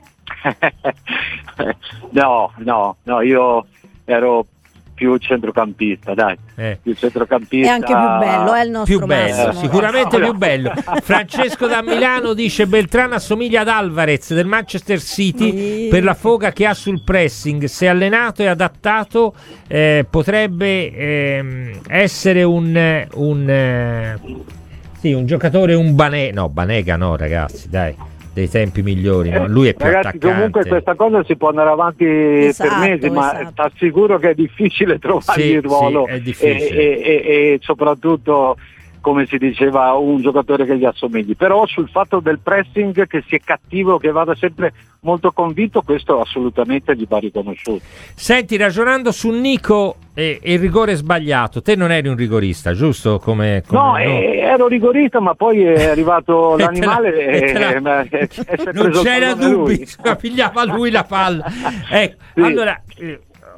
Speaker 3: no, no, no, io ero più centrocampista, dai,
Speaker 7: Eh.
Speaker 3: più centrocampista.
Speaker 8: È anche più bello, è il nostro
Speaker 7: Più bello,
Speaker 8: Massimo.
Speaker 7: sicuramente
Speaker 3: No, no.
Speaker 7: più bello. Francesco da Milano dice: Beltrán assomiglia ad Alvarez del Manchester City
Speaker 8: Sì.
Speaker 7: per la foga che ha sul pressing. Se allenato e adattato eh, potrebbe ehm, essere un un, eh, sì, un giocatore, un Banega. No, Banega no, ragazzi, dai, dei tempi migliori, no? Lui è più
Speaker 3: Ragazzi,
Speaker 7: attaccante.
Speaker 3: comunque questa cosa si può andare avanti
Speaker 8: Esatto,
Speaker 3: per mesi, ma
Speaker 8: esatto.
Speaker 3: ti assicuro che è difficile trovargli
Speaker 7: Sì,
Speaker 3: il ruolo,
Speaker 7: sì, è difficile.
Speaker 3: E, e, e, e soprattutto, come si diceva, un giocatore che gli assomigli. Però sul fatto del pressing, che sia cattivo, che vada sempre molto convinto, questo assolutamente gli va riconosciuto.
Speaker 7: Senti, ragionando su Nico e, e il rigore sbagliato, te non eri un rigorista, giusto? Come, come
Speaker 3: No, eh, ero rigorista, ma poi è arrivato
Speaker 7: E te
Speaker 3: l'animale
Speaker 7: la- e
Speaker 3: e,
Speaker 7: te la-
Speaker 3: e, ma- e si è
Speaker 7: non
Speaker 3: preso il
Speaker 7: c'era
Speaker 3: pallone lui.
Speaker 7: dubbi, cioè, pigliava lui la palla. Ecco,
Speaker 3: Sì.
Speaker 7: allora eh,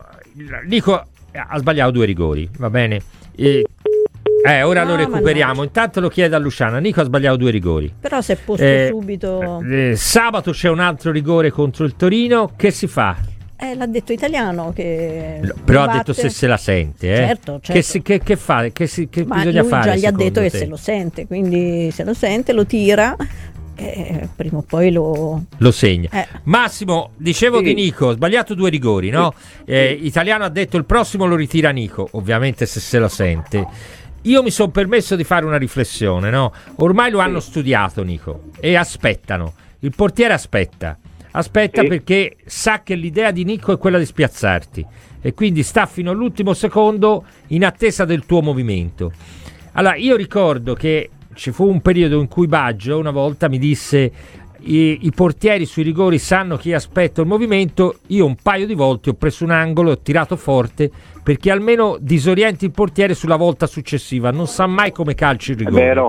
Speaker 7: Nico ha sbagliato due rigori, va bene? Eh, eh, ora
Speaker 8: No,
Speaker 7: lo
Speaker 8: ma
Speaker 7: recuperiamo. Intanto lo chiede a Luciana. Nico ha sbagliato due rigori.
Speaker 8: Però si è posto
Speaker 7: Eh,
Speaker 8: subito.
Speaker 7: eh, sabato c'è un altro rigore contro il Torino. Che si fa?
Speaker 8: Eh, l'ha detto Italiano che
Speaker 7: No, però ha
Speaker 8: batte.
Speaker 7: detto se se la sente, eh?
Speaker 8: Certo, certo.
Speaker 7: Che, si- che- che fa? Che, si- che
Speaker 8: Ma
Speaker 7: bisogna
Speaker 8: lui
Speaker 7: fare?
Speaker 8: già gli ha
Speaker 7: secondo
Speaker 8: detto che
Speaker 7: te?
Speaker 8: se lo sente, quindi se lo sente lo tira, eh, prima o poi lo...
Speaker 7: Lo segna.
Speaker 8: Eh.
Speaker 7: Massimo, dicevo
Speaker 3: Sì.
Speaker 7: di Nico, ho sbagliato due rigori, no? Eh, Italiano ha detto il prossimo lo ritira Nico, ovviamente se se lo sente. Io mi sono permesso di fare una riflessione, no? Ormai lo hanno studiato Nico e aspettano. Il portiere aspetta. Aspetta
Speaker 3: Sì.
Speaker 7: perché sa che l'idea di Nico è quella di spiazzarti e quindi sta fino all'ultimo secondo in attesa del tuo movimento. Allora, io ricordo che ci fu un periodo in cui Baggio una volta mi disse: i, i portieri sui rigori sanno che io aspetto il movimento. Io un paio di volte ho preso un angolo e ho tirato forte perché almeno disorienti il portiere sulla volta successiva, non sa mai come calci il
Speaker 3: È
Speaker 7: rigore.
Speaker 3: vero.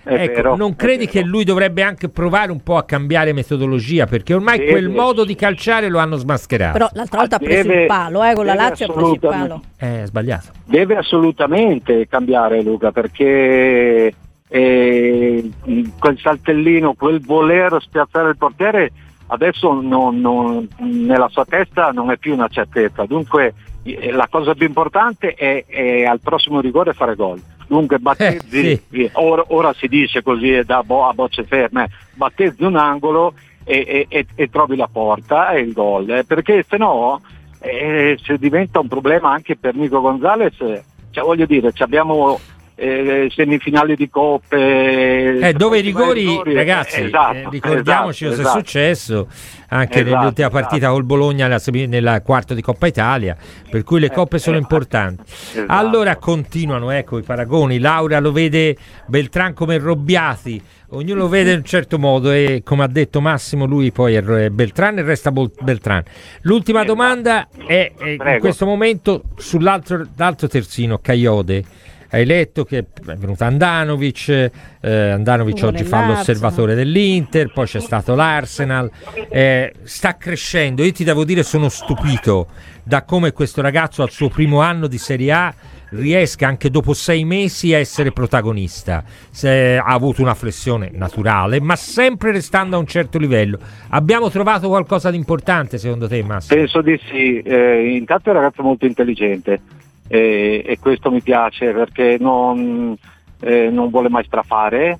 Speaker 3: È
Speaker 7: ecco,
Speaker 3: vero,
Speaker 7: non credi che lui dovrebbe anche provare un po' a cambiare metodologia, perché ormai
Speaker 3: Deve,
Speaker 7: quel modo di calciare lo hanno smascherato.
Speaker 8: Però l'altra volta ha preso
Speaker 3: Deve-
Speaker 8: il palo, eh, con la
Speaker 3: deve
Speaker 8: Lazio ha preso il palo.
Speaker 3: assolutamente-
Speaker 7: È sbagliato.
Speaker 3: Deve assolutamente cambiare, Luca, perché eh, quel saltellino, quel voler spiazzare il portiere adesso non- non- nella sua testa non è più una certezza. Dunque eh, la cosa più importante è, è al prossimo rigore fare gol. Dunque battezzi,
Speaker 7: Eh,
Speaker 3: ora, ora si dice così da bo- a bocce ferme, battezzi un angolo e, e- e- e trovi la porta e il gol, eh, perché se no eh, se diventa un problema anche per Nico Gonzalez, eh, cioè, voglio dire, ci abbiamo eh, semifinali di coppe
Speaker 7: Eh, dove i rigori,
Speaker 3: rigori,
Speaker 7: ragazzi,
Speaker 3: eh, esatto,
Speaker 7: eh, ricordiamoci
Speaker 3: esatto,
Speaker 7: cosa
Speaker 3: esatto.
Speaker 7: è successo anche
Speaker 3: Esatto,
Speaker 7: nell'ultima
Speaker 3: esatto.
Speaker 7: partita col Bologna nella, semi- nella quarto di Coppa Italia, per cui le coppe sono
Speaker 3: eh,
Speaker 7: importanti.
Speaker 3: esatto.
Speaker 7: Allora continuano, ecco, i paragoni. Laura lo vede Beltran come Robbiati, ognuno lo vede in un certo modo e come ha detto Massimo lui poi è Beltran e resta Bol- Beltran. L'ultima domanda è, è in
Speaker 3: Prego.
Speaker 7: questo momento sull'altro l'altro terzino, Caiode. Hai letto che è venuto Andanovic, eh, Andanovic
Speaker 8: Vuole
Speaker 7: oggi fa
Speaker 8: l'Arsenal.
Speaker 7: l'osservatore dell'Inter, poi c'è stato l'Arsenal, eh, sta crescendo. Io ti devo dire sono stupito da come questo ragazzo al suo primo anno di Serie A riesca anche dopo sei mesi a essere protagonista. Se ha avuto una flessione naturale, ma sempre restando a un certo livello. Abbiamo trovato qualcosa di importante secondo te, Massimo?
Speaker 3: Penso di sì, eh, intanto è un ragazzo molto intelligente eh, e questo mi piace perché non, eh, non vuole mai strafare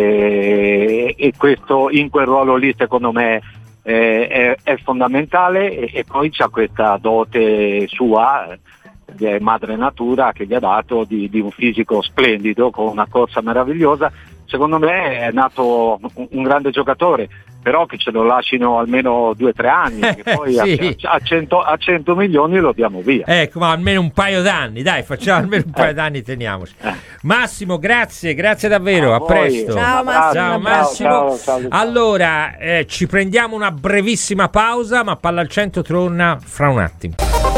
Speaker 3: eh, e questo in quel ruolo lì secondo me eh, è, è fondamentale e, e poi c'ha questa dote sua di madre natura che gli ha dato di, di un fisico splendido con una corsa meravigliosa. Secondo me è nato un, un grande giocatore, però che ce lo lasciano almeno due o tre anni, che poi
Speaker 7: Sì.
Speaker 3: a, a, cento, a cento milioni lo diamo via.
Speaker 7: Ecco, ma almeno un paio d'anni, dai, facciamo almeno un paio d'anni, teniamoci. Massimo, grazie, grazie davvero,
Speaker 3: A
Speaker 7: a,
Speaker 3: voi.
Speaker 7: presto.
Speaker 8: Ciao,
Speaker 3: Un abbraccio.
Speaker 8: Massimo,
Speaker 7: Ciao
Speaker 8: un abbraccio.
Speaker 7: Massimo.
Speaker 3: Ciao, ciao, ciao.
Speaker 7: Allora, eh, ci prendiamo una brevissima pausa, ma Palla al Centro torna fra un attimo.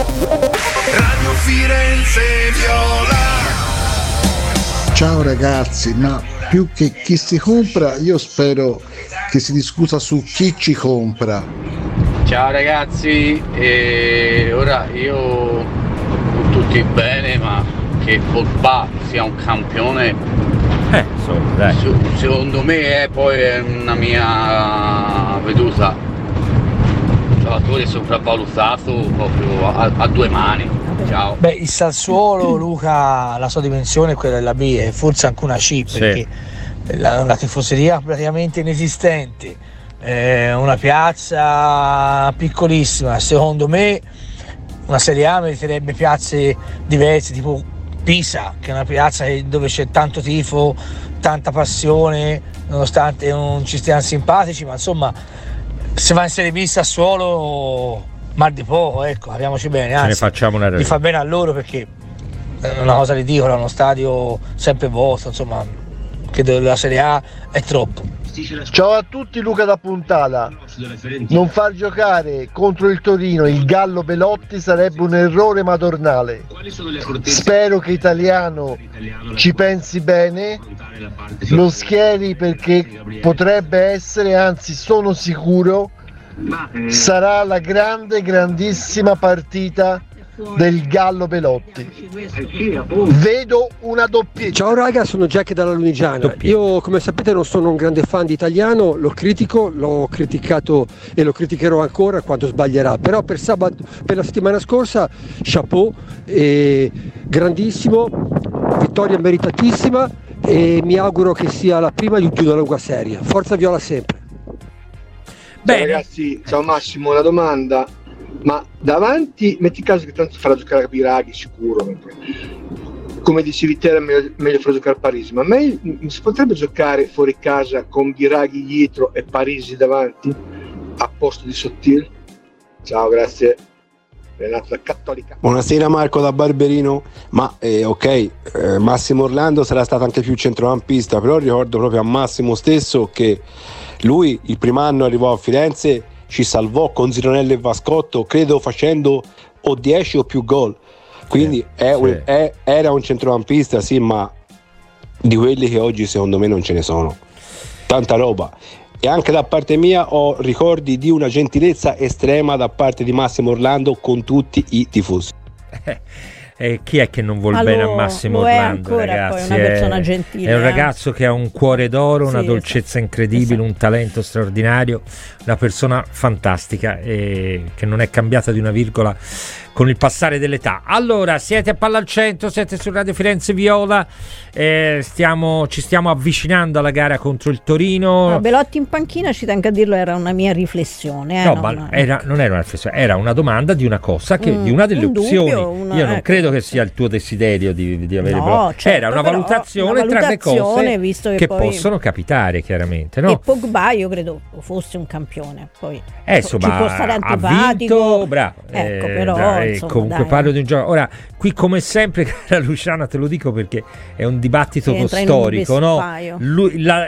Speaker 10: Radio Firenze Viola.
Speaker 11: Ciao ragazzi, ma più che chi si compra, io spero che si discuta su chi ci compra.
Speaker 12: Ciao ragazzi, e ora io tutti bene, ma che Pogba sia un campione,
Speaker 7: Eh, insomma, dai.
Speaker 12: se- secondo me è poi è una mia veduta. Giocatore sopravvalutato proprio a, a due mani. Ciao.
Speaker 13: Beh, il Sassuolo, Luca, la sua dimensione è quella della B e forse anche una C,
Speaker 7: Sì.
Speaker 13: perché la, la tifoseria praticamente inesistente, eh, una piazza piccolissima. Secondo me una Serie A meriterebbe piazze diverse, tipo Pisa, che è una piazza dove c'è tanto tifo, tanta passione, nonostante non ci stiano simpatici, ma insomma se va in Serie B Sassuolo mal di poco, ecco, capiamoci bene,
Speaker 7: Ce ne
Speaker 13: anzi
Speaker 7: facciamo una
Speaker 13: gli fa bene a loro perché è una cosa ridicola, uno stadio sempre vuoto, insomma, credo che la Serie A è troppo.
Speaker 14: Ciao a tutti, Luca da Puntata. Non far giocare contro il Torino il Gallo Belotti sarebbe un errore madornale. Spero che Italiano ci pensi bene, lo schieri perché potrebbe essere, anzi sono sicuro, sarà la grande, grandissima partita del Gallo Belotti. Vedo una doppietta.
Speaker 15: Ciao raga, sono Jack dalla Lunigiana. Io come sapete non sono un grande fan di Italiano, lo critico, l'ho criticato e lo criticherò ancora quando sbaglierà, però per sabato, per la settimana scorsa, chapeau, eh, grandissimo, vittoria meritatissima e mi auguro che sia la prima di una lunga serie. Forza Viola sempre.
Speaker 14: Ciao ragazzi, ciao Massimo, una domanda. Ma davanti, metti caso che tanto farà giocare Biraghi sicuro, perché, come dicevi te, era meglio, meglio far giocare Parisi, ma meglio, si potrebbe giocare fuori casa con Biraghi dietro e Parisi davanti a posto di Sottil? Ciao, grazie. Renato da Cattolica.
Speaker 16: Buonasera Marco da Barberino, ma eh, ok, eh, Massimo Orlando sarà stato anche più centrocampista, però ricordo proprio a Massimo stesso che lui il primo anno arrivò a Firenze, ci salvò con Zironello e Vascotto, credo facendo o dieci o più gol, quindi
Speaker 7: sì,
Speaker 16: è,
Speaker 7: sì.
Speaker 16: È, era un centrocampista sì, ma di quelli che oggi secondo me non ce ne sono. Tanta roba. E anche da parte mia ho ricordi di una gentilezza estrema da parte di Massimo Orlando con tutti i tifosi.
Speaker 7: Eh, chi è che non vuol
Speaker 8: Ma
Speaker 7: bene
Speaker 8: lo-
Speaker 7: a Massimo
Speaker 8: lo è
Speaker 7: Orlando,
Speaker 8: ancora,
Speaker 7: ragazzi?
Speaker 8: poi, una
Speaker 7: è,
Speaker 8: persona gentile,
Speaker 7: è un
Speaker 8: eh.
Speaker 7: ragazzo che ha un cuore d'oro, una
Speaker 8: Sì,
Speaker 7: dolcezza incredibile, un talento straordinario, una persona fantastica e che non è cambiata di una virgola con il passare dell'età. Allora, siete a Palla al Centro, siete su Radio Firenze Viola, eh, stiamo, ci stiamo avvicinando alla gara contro il Torino.
Speaker 8: No, Belotti in panchina, ci tengo a dirlo, era una mia riflessione. Eh,
Speaker 7: No,
Speaker 8: no,
Speaker 7: ma
Speaker 8: no.
Speaker 7: era- non era una riflessione, era una domanda di una cosa, che,
Speaker 8: Mm,
Speaker 7: di una delle
Speaker 8: un
Speaker 7: opzioni.
Speaker 8: dubbio, una-
Speaker 7: Io non
Speaker 8: ecco.
Speaker 7: credo che sia il tuo desiderio di, di avere.
Speaker 8: No,
Speaker 7: però-
Speaker 8: certo,
Speaker 7: era una
Speaker 8: però
Speaker 7: valutazione,
Speaker 8: una
Speaker 7: tra le cose
Speaker 8: valutazione, visto che
Speaker 7: che
Speaker 8: poi-
Speaker 7: possono capitare, chiaramente.
Speaker 8: E
Speaker 7: No?
Speaker 8: Pogba io credo fosse un campione, poi
Speaker 7: Eh,
Speaker 8: ci
Speaker 7: insomma,
Speaker 8: può stare
Speaker 7: ha
Speaker 8: antipatico,
Speaker 7: vinto, bravo.
Speaker 8: ecco,
Speaker 7: eh,
Speaker 8: però
Speaker 7: dai,
Speaker 8: insomma,
Speaker 7: comunque
Speaker 8: dai.
Speaker 7: parlo di un gioco. Ora, qui come sempre, cara Luciana, te lo dico perché è un dibattito
Speaker 8: Sì, entra in un
Speaker 7: storico, no?
Speaker 8: vespaio.
Speaker 7: Lui- la,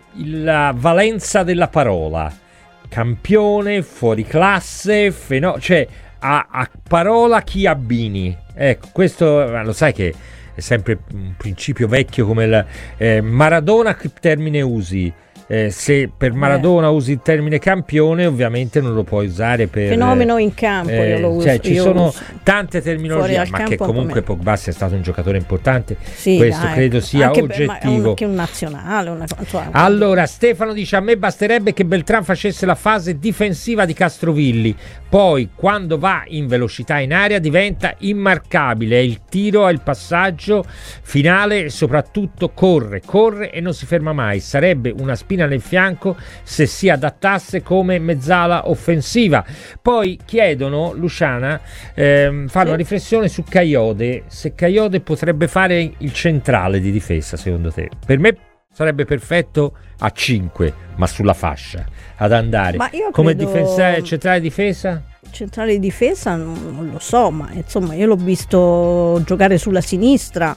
Speaker 7: la valenza della parola, campione, fuori classe, feno- cioè a, a parola chi abbini. Ecco, questo eh, lo sai che è sempre un principio vecchio come il eh, Maradona, che termine usi? Eh, se per Maradona usi il termine campione, ovviamente non lo puoi usare per
Speaker 8: Fenomeno in campo, io lo uso,
Speaker 7: cioè, ci
Speaker 8: io
Speaker 7: sono
Speaker 8: uso.
Speaker 7: tante
Speaker 8: Fuori
Speaker 7: terminologie,
Speaker 8: dal
Speaker 7: ma che
Speaker 8: campo
Speaker 7: comunque
Speaker 8: come-
Speaker 7: Pogba sia stato un giocatore importante,
Speaker 8: Sì,
Speaker 7: questo
Speaker 8: dai,
Speaker 7: credo sia
Speaker 8: anche per- ma è
Speaker 7: oggettivo.
Speaker 8: un- anche un nazionale, una, insomma,
Speaker 7: Allora, Stefano dice: a me basterebbe che Beltran facesse la fase difensiva di Castrovilli, poi quando va in velocità in aria diventa immarcabile, è il tiro, è il passaggio finale e soprattutto corre, corre e non si ferma mai, sarebbe una spina nel fianco se si adattasse come mezzala offensiva. Poi chiedono, Luciana, ehm, fanno una riflessione su Kayode, se Kayode potrebbe fare il centrale di difesa, secondo te? Per me sarebbe perfetto a cinque, ma sulla fascia ad andare
Speaker 8: Ma io
Speaker 7: come
Speaker 8: credo-
Speaker 7: difensa, centrale difesa.
Speaker 8: centrale di difesa non, non lo so, ma insomma io l'ho visto giocare sulla sinistra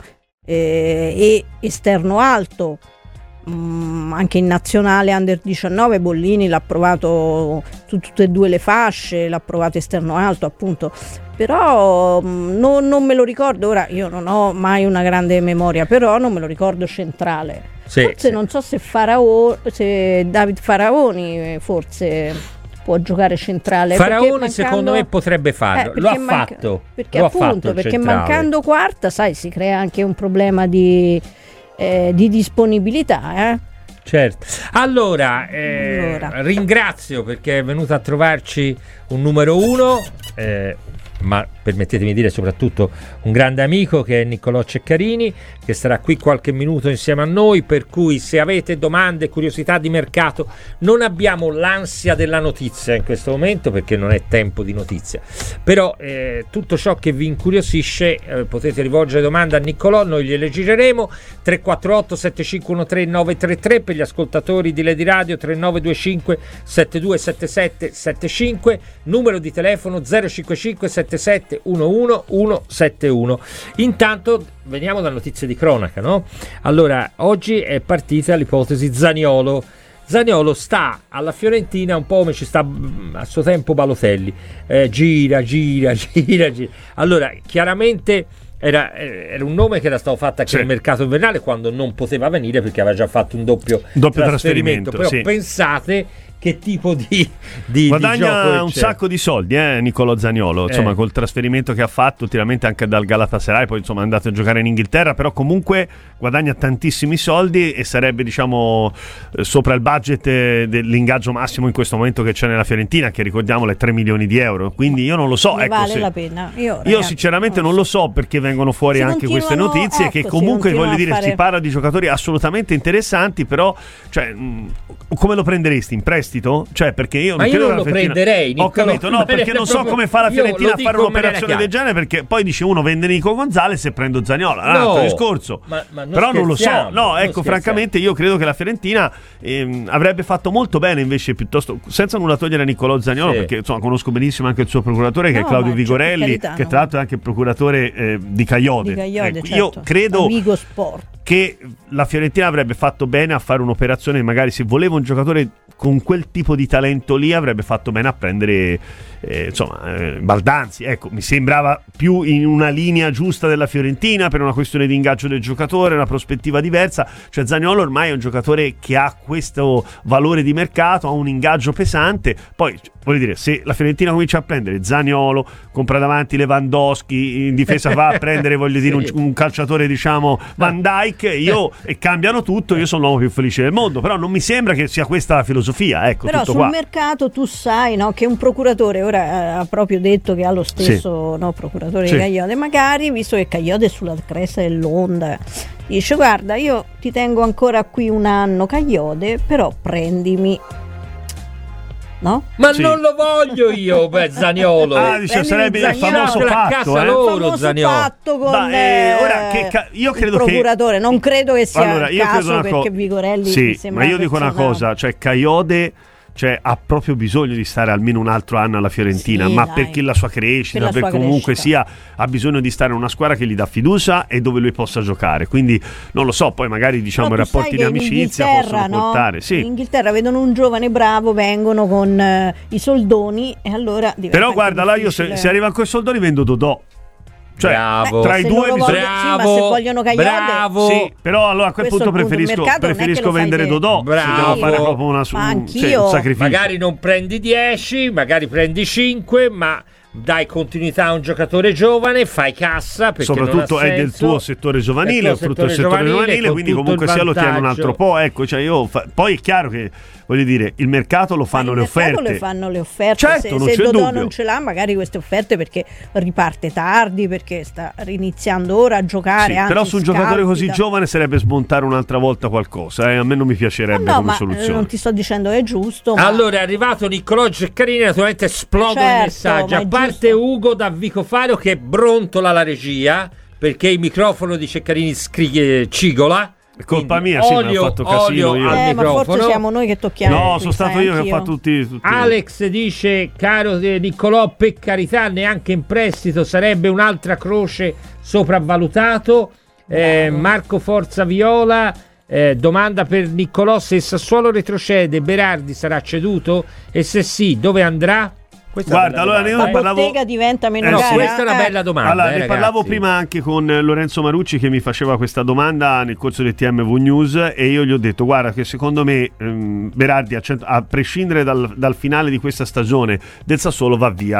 Speaker 8: eh, e esterno alto. Mm, anche in nazionale under diciannove Bollini l'ha provato su tutte e due le fasce, l'ha provato esterno alto appunto, però mm, non, non me lo ricordo. Ora io non ho mai una grande memoria, però non me lo ricordo centrale.
Speaker 7: Sì,
Speaker 8: Forse
Speaker 7: sì.
Speaker 8: non so se, Farao- se David Faraoni eh, forse può giocare centrale. perché
Speaker 7: Faraoni
Speaker 8: mancando-
Speaker 7: secondo me potrebbe farlo,
Speaker 8: Eh,
Speaker 7: lo ha
Speaker 8: perché manca-
Speaker 7: fatto,
Speaker 8: perché
Speaker 7: lo ha
Speaker 8: appunto
Speaker 7: fatto il
Speaker 8: perché
Speaker 7: centrale.
Speaker 8: mancando quarta, sai, si crea anche un problema di, eh, di disponibilità, eh?
Speaker 7: Certo. Allora, eh,
Speaker 8: Allora.
Speaker 7: ringrazio perché è venuto a trovarci un numero uno, eh, ma permettetemi di dire soprattutto un grande amico che è Niccolò Ceccarini, che starà qui qualche minuto insieme a noi, per cui se avete domande, curiosità di mercato, non abbiamo l'ansia della notizia in questo momento perché non è tempo di notizia, però eh, tutto ciò che vi incuriosisce eh, potete rivolgere domande a Niccolò, noi gliele gireremo. Tre quattro otto sette cinque uno tre nove tre tre per gli ascoltatori di Lady Radio, tre nove due cinque sette due sette sette sette cinque, numero di telefono zero cinque cinque sette sette uno uno uno sette uno. Intanto veniamo da notizie di cronaca, no? Allora, oggi è partita l'ipotesi Zaniolo. Zaniolo sta alla Fiorentina un po' come ci sta mm, a suo tempo Balotelli, eh, gira, gira, gira, gira. Allora, chiaramente era, era un nome che era stato fatto anche
Speaker 17: Sì.
Speaker 7: nel mercato invernale, quando non poteva venire perché aveva già fatto un doppio,
Speaker 17: Doppio
Speaker 7: trasferimento.
Speaker 17: trasferimento,
Speaker 7: Però
Speaker 17: sì.
Speaker 7: pensate che tipo di, di, di
Speaker 17: Guadagna
Speaker 7: gioco
Speaker 17: un
Speaker 7: c'è.
Speaker 17: sacco di soldi, eh, Niccolò Zaniolo, insomma,
Speaker 7: Eh.
Speaker 17: col trasferimento che ha fatto ultimamente anche dal Galatasaray, poi insomma è andato a giocare in Inghilterra, però comunque guadagna tantissimi soldi e sarebbe, diciamo, eh, sopra il budget eh, dell'ingaggio massimo in questo momento che c'è nella Fiorentina, che ricordiamolo è tre milioni di euro, quindi io non lo so,
Speaker 8: Ne
Speaker 17: ecco,
Speaker 8: vale
Speaker 17: se-
Speaker 8: la pena. Io,
Speaker 17: Io
Speaker 8: ragazzi,
Speaker 17: sinceramente non lo so perché vengono fuori
Speaker 8: Si
Speaker 17: anche queste
Speaker 8: continuano-
Speaker 17: notizie,
Speaker 8: ecco,
Speaker 17: che
Speaker 8: si
Speaker 17: comunque
Speaker 8: continuano
Speaker 17: voglio
Speaker 8: a
Speaker 17: dire
Speaker 8: fare-
Speaker 17: si parla di giocatori assolutamente interessanti, però cioè, mh, come lo prenderesti? In prestito? Cioè, perché io
Speaker 7: Ma io
Speaker 17: credo
Speaker 7: non
Speaker 17: che
Speaker 7: lo
Speaker 17: la Fiorentina-
Speaker 7: prenderei,
Speaker 17: Ho
Speaker 7: Niccolò.
Speaker 17: capito, no, perché non so
Speaker 7: Proprio-
Speaker 17: come fa la
Speaker 7: io
Speaker 17: Fiorentina
Speaker 7: lo
Speaker 17: a
Speaker 7: dico
Speaker 17: fare
Speaker 7: in maniera
Speaker 17: un'operazione del
Speaker 7: chiara.
Speaker 17: genere, perché poi dice uno vende Nico Gonzalez e prendo Zaniolo, è un altro
Speaker 7: No,
Speaker 17: discorso.
Speaker 7: ma- ma non
Speaker 17: però non lo so,
Speaker 7: scherziamo,
Speaker 17: no,
Speaker 7: non
Speaker 17: ecco,
Speaker 7: scherziamo.
Speaker 17: francamente io credo che la Fiorentina ehm, avrebbe fatto molto bene invece, piuttosto, senza nulla togliere a Niccolò Zaniolo,
Speaker 7: Sì.
Speaker 17: perché insomma conosco benissimo anche il suo procuratore, che
Speaker 8: No,
Speaker 17: è Claudio
Speaker 8: ma c'è-
Speaker 17: Vigorelli,
Speaker 8: per carità,
Speaker 17: che
Speaker 8: no.
Speaker 17: tra l'altro è anche il procuratore eh, di Kayode.
Speaker 8: Di Kayode,
Speaker 17: Ecco,
Speaker 8: certo.
Speaker 17: Io credo
Speaker 8: Amigo Sport.
Speaker 17: che la Fiorentina avrebbe fatto bene a fare un'operazione, magari se voleva un giocatore con quel tipo di talento lì avrebbe fatto bene a prendere eh, insomma eh, Baldanzi, ecco, mi sembrava più in una linea giusta della Fiorentina per una questione di ingaggio del giocatore, una prospettiva diversa. Cioè Zaniolo ormai è un giocatore che ha questo valore di mercato, ha un ingaggio pesante. Poi voglio dire, se la Fiorentina comincia a prendere Zaniolo, compra davanti Lewandowski, in difesa va a prendere voglio dire un, un calciatore diciamo Van Dijk, io e cambiano tutto, io sono l'uomo più felice del mondo. Però non mi sembra che sia questa la filosofia, ecco.
Speaker 8: Però
Speaker 17: tutto
Speaker 8: sul
Speaker 17: qua.
Speaker 8: mercato tu sai, no, che un procuratore ora ha proprio detto che ha lo stesso sì. no, procuratore
Speaker 17: sì.
Speaker 8: di Cagliode, magari visto che Cagliode è sulla cresta dell'onda, dice guarda io ti tengo ancora qui un anno Cagliode, però prendimi. No?
Speaker 7: Ma
Speaker 17: sì.
Speaker 7: non lo voglio io, beh, Zaniolo.
Speaker 17: Ah, dice, sarebbe il famoso patto,
Speaker 7: casa
Speaker 17: eh?
Speaker 7: loro,
Speaker 8: il famoso
Speaker 7: Zaniolo.
Speaker 8: patto con
Speaker 17: Ma, eh, ora che ca- io credo
Speaker 8: il procuratore,
Speaker 17: che...
Speaker 8: non credo che sia
Speaker 17: allora, io
Speaker 8: caso
Speaker 17: credo
Speaker 8: perché
Speaker 17: co-
Speaker 8: Vigorelli
Speaker 17: sì,
Speaker 8: mi sembra
Speaker 17: ma io dico una cosa, cioè Cagliode cioè, ha proprio bisogno di stare almeno un altro anno alla Fiorentina,
Speaker 8: sì,
Speaker 17: ma
Speaker 8: dai.
Speaker 17: perché la sua crescita,
Speaker 8: Per la
Speaker 17: per
Speaker 8: sua
Speaker 17: comunque
Speaker 8: crescita.
Speaker 17: sia, ha bisogno di stare in una squadra che gli dà fiducia e dove lui possa giocare. Quindi non lo so, poi magari diciamo
Speaker 8: Però
Speaker 17: i
Speaker 8: tu sai
Speaker 17: rapporti di
Speaker 8: che in
Speaker 17: amicizia
Speaker 8: Inghilterra,
Speaker 17: possono
Speaker 8: no?
Speaker 17: portare. Sì.
Speaker 8: In Inghilterra vedono un giovane bravo, vengono con eh, i soldoni e allora diventa
Speaker 17: Però
Speaker 8: anche
Speaker 17: guarda, là io se,
Speaker 8: difficile.
Speaker 17: se arriva con i soldoni vendo Dodò. Cioè,
Speaker 7: Bravo.
Speaker 17: tra
Speaker 8: Beh,
Speaker 17: i
Speaker 8: se
Speaker 17: due
Speaker 8: loro
Speaker 17: bisogna...
Speaker 8: vogliono- sì, ma se vogliono Cagliode,
Speaker 7: bravo.
Speaker 17: Sì, però allora a quel
Speaker 8: Questo
Speaker 17: punto
Speaker 8: è il punto, il
Speaker 17: preferisco,
Speaker 8: mercato non è che
Speaker 17: preferisco
Speaker 8: lo fai
Speaker 17: vendere
Speaker 8: te.
Speaker 17: Dodò.
Speaker 7: Bravo.
Speaker 17: Se devo fare proprio una,
Speaker 8: Ma
Speaker 17: un,
Speaker 8: anch'io.
Speaker 17: sì, un sacrificio.
Speaker 7: Magari non prendi dieci, magari prendi cinque, ma dai continuità a un giocatore giovane, fai cassa perché
Speaker 17: Soprattutto
Speaker 7: non ha
Speaker 17: è del
Speaker 7: senso.
Speaker 17: tuo settore giovanile,
Speaker 7: È
Speaker 17: è
Speaker 7: il tuo
Speaker 17: frutto del
Speaker 7: settore
Speaker 17: settore
Speaker 7: giovanile,
Speaker 17: giovanile,
Speaker 7: con
Speaker 17: quindi
Speaker 7: tutto
Speaker 17: comunque
Speaker 7: il
Speaker 17: sia lo tiene un
Speaker 7: vantaggio.
Speaker 17: altro po'. Ecco, cioè io fa... poi è chiaro che voglio dire, il mercato lo fanno
Speaker 8: Ma
Speaker 17: le
Speaker 8: il mercato
Speaker 17: offerte.
Speaker 8: le fanno le offerte.
Speaker 17: Certo,
Speaker 8: se
Speaker 17: non
Speaker 8: se
Speaker 17: c'è
Speaker 8: Dodò
Speaker 17: dubbio.
Speaker 8: non ce l'ha, magari queste offerte perché riparte tardi, perché sta riniziando ora a giocare.
Speaker 17: Sì,
Speaker 8: anzi,
Speaker 17: però su un giocatore così
Speaker 8: scalpita.
Speaker 17: giovane sarebbe smontare un'altra volta qualcosa, eh? A me non mi piacerebbe
Speaker 8: No, no,
Speaker 17: come
Speaker 8: ma eh,
Speaker 17: soluzione.
Speaker 8: non ti sto dicendo che è giusto. Ma...
Speaker 7: Allora è arrivato Niccolò Ceccarini, naturalmente esplodono
Speaker 8: Certo,
Speaker 7: i messaggi.
Speaker 8: ma
Speaker 7: A
Speaker 8: è
Speaker 7: parte
Speaker 8: giusto.
Speaker 7: Ugo da Vico Faro che brontola la regia perché il microfono di Ceccarini scri- cigola.
Speaker 17: È colpa
Speaker 7: Quindi
Speaker 17: mia, sì, ma ho
Speaker 7: olio-
Speaker 17: fatto casino
Speaker 7: olio
Speaker 17: io.
Speaker 7: al
Speaker 8: Eh, ma forse
Speaker 7: microfono.
Speaker 8: siamo noi che tocchiamo.
Speaker 17: No,
Speaker 8: qui,
Speaker 17: sono stato
Speaker 8: sai,
Speaker 17: io che ho
Speaker 8: anch'io.
Speaker 17: fatto tutti, tutti.
Speaker 7: Alex dice: caro eh, Niccolò, per carità, neanche in prestito, sarebbe un'altra croce sopravvalutato. Eh, Marco Forza Viola eh, domanda per Niccolò: se il Sassuolo retrocede, Berardi sarà ceduto? E se sì, dove andrà? Questa
Speaker 17: Guarda,
Speaker 7: è una
Speaker 17: allora
Speaker 7: bella
Speaker 17: io
Speaker 8: La
Speaker 17: parlavo...
Speaker 8: bottega diventa meno
Speaker 17: Eh,
Speaker 7: No,
Speaker 8: cara.
Speaker 7: questa è una
Speaker 8: Eh.
Speaker 7: bella domanda.
Speaker 17: Allora,
Speaker 7: eh,
Speaker 17: ne parlavo
Speaker 7: ragazzi.
Speaker 17: prima anche con Lorenzo Marucci che mi faceva questa domanda nel corso del T M V News e io gli ho detto guarda che secondo me ehm, Berardi a, cent- a prescindere dal, dal finale di questa stagione del Sassuolo va via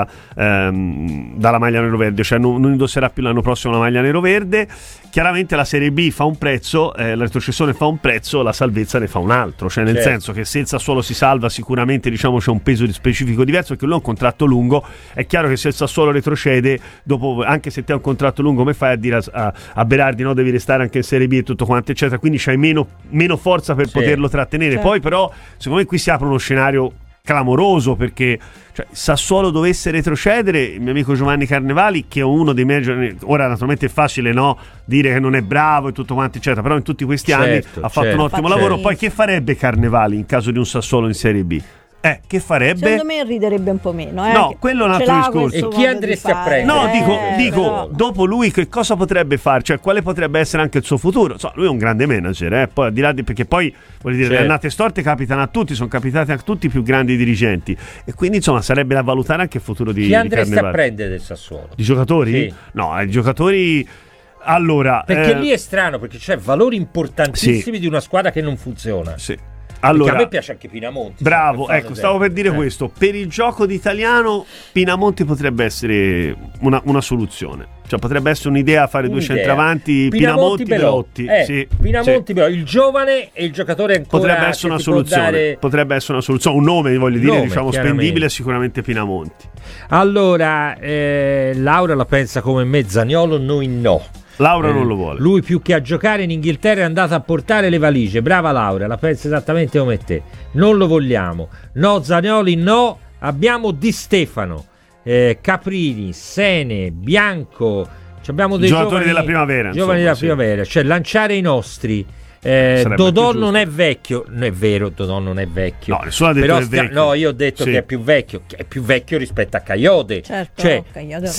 Speaker 17: ehm, dalla maglia nero-verde, cioè non, non indosserà più l'anno prossimo la maglia nero-verde. Chiaramente la Serie B fa un prezzo, eh, la retrocessione fa un prezzo, la salvezza ne fa un altro, cioè nel
Speaker 7: Certo.
Speaker 17: senso che se il Sassuolo si salva sicuramente diciamo c'è un peso di specifico diverso perché lui ha un contratto lungo. È chiaro che se il Sassuolo retrocede, dopo, anche se te hai un contratto lungo, come fai a dire a, a, a Berardi no, devi restare anche in Serie B e tutto quanto, eccetera? Quindi c'hai meno, meno forza per
Speaker 7: Sì.
Speaker 17: poterlo trattenere.
Speaker 8: Certo.
Speaker 17: Poi, però, secondo me qui si apre uno scenario clamoroso perché cioè, Sassuolo dovesse retrocedere, il mio amico Giovanni Carnevali, che è uno dei miei, ora naturalmente è facile no dire che non è bravo e tutto quanto eccetera, però in tutti questi
Speaker 7: Certo,
Speaker 17: anni ha fatto
Speaker 7: certo.
Speaker 17: un ottimo
Speaker 8: Faccia
Speaker 17: lavoro.
Speaker 8: lì.
Speaker 17: Poi che farebbe Carnevali in caso di un Sassuolo in Serie B? Eh, che farebbe?
Speaker 8: Secondo me riderebbe un po' meno. Eh,
Speaker 17: No,
Speaker 8: che
Speaker 17: quello è un
Speaker 8: ce
Speaker 17: altro
Speaker 8: l'ha
Speaker 17: discorso.
Speaker 8: questo
Speaker 7: E chi
Speaker 8: modo di
Speaker 7: andresti a
Speaker 8: fare.
Speaker 7: prendere?
Speaker 17: No,
Speaker 8: Eh,
Speaker 17: dico, dico
Speaker 8: però-
Speaker 17: dopo lui che cosa potrebbe fare? Cioè, quale potrebbe essere anche il suo futuro? So, lui è un grande manager, eh? Poi al di là di, perché poi voglio dire,
Speaker 7: Certo.
Speaker 17: le annate storte capitano a tutti, sono capitate a tutti i più grandi dirigenti. E quindi, insomma, sarebbe da valutare anche il futuro di,
Speaker 7: Chi
Speaker 17: di
Speaker 7: andresti a
Speaker 17: Carnevali.
Speaker 7: prendere del Sassuolo?
Speaker 17: Di giocatori?
Speaker 7: Sì.
Speaker 17: No, i giocatori. Allora.
Speaker 7: Perché
Speaker 17: eh,
Speaker 7: lì è strano, perché c'è valori importantissimi
Speaker 17: Sì.
Speaker 7: di una squadra che non funziona.
Speaker 17: Sì.
Speaker 7: Perché
Speaker 17: Allora,
Speaker 7: a me piace anche Pinamonti.
Speaker 17: bravo,
Speaker 7: sempre,
Speaker 17: ecco,
Speaker 7: fate
Speaker 17: stavo per dire
Speaker 7: Eh.
Speaker 17: questo. Per il gioco d'italiano, Pinamonti potrebbe essere una, una soluzione. Cioè, potrebbe essere un'idea fare due
Speaker 7: Un'idea.
Speaker 17: centravanti, Pinamonti, Belotti.
Speaker 7: Eh,
Speaker 17: Sì,
Speaker 7: Pinamonti,
Speaker 17: sì.
Speaker 7: Belotti, il giovane e il giocatore ancora
Speaker 17: Potrebbe
Speaker 7: che
Speaker 17: essere una
Speaker 7: ti può
Speaker 17: soluzione.
Speaker 7: dare-
Speaker 17: Potrebbe essere una soluzione. Un nome, voglio dire,
Speaker 7: Nome,
Speaker 17: diciamo,
Speaker 7: chiaramente.
Speaker 17: spendibile è sicuramente Pinamonti.
Speaker 7: Allora, eh, Laura la pensa come me, Zaniolo noi no.
Speaker 17: Laura
Speaker 7: Eh,
Speaker 17: non lo vuole.
Speaker 7: Lui più che a giocare in Inghilterra è andato a portare le valigie. Brava Laura, la pensa esattamente come te. Non lo vogliamo. No, Zanioli no. Abbiamo Di Stefano, eh, Caprini, Sene, Bianco. Ci abbiamo dei
Speaker 17: Giocatori
Speaker 7: giovani,
Speaker 17: della primavera,
Speaker 7: Giovani
Speaker 17: insomma,
Speaker 7: della
Speaker 17: sì.
Speaker 7: primavera. Cioè lanciare i nostri. Eh,
Speaker 17: Sarebbe
Speaker 7: Dodò
Speaker 17: più
Speaker 7: non
Speaker 17: giusto.
Speaker 7: è vecchio. Non è vero, Dodò non è vecchio.
Speaker 17: No, nessuno ha detto
Speaker 7: Però
Speaker 17: che è
Speaker 7: stia-
Speaker 17: vecchio.
Speaker 7: no, io ho detto
Speaker 17: Sì.
Speaker 7: che è più vecchio, che è più vecchio rispetto a Cagliode.
Speaker 8: Certo,
Speaker 7: Cioè,
Speaker 8: Cagliode è
Speaker 7: se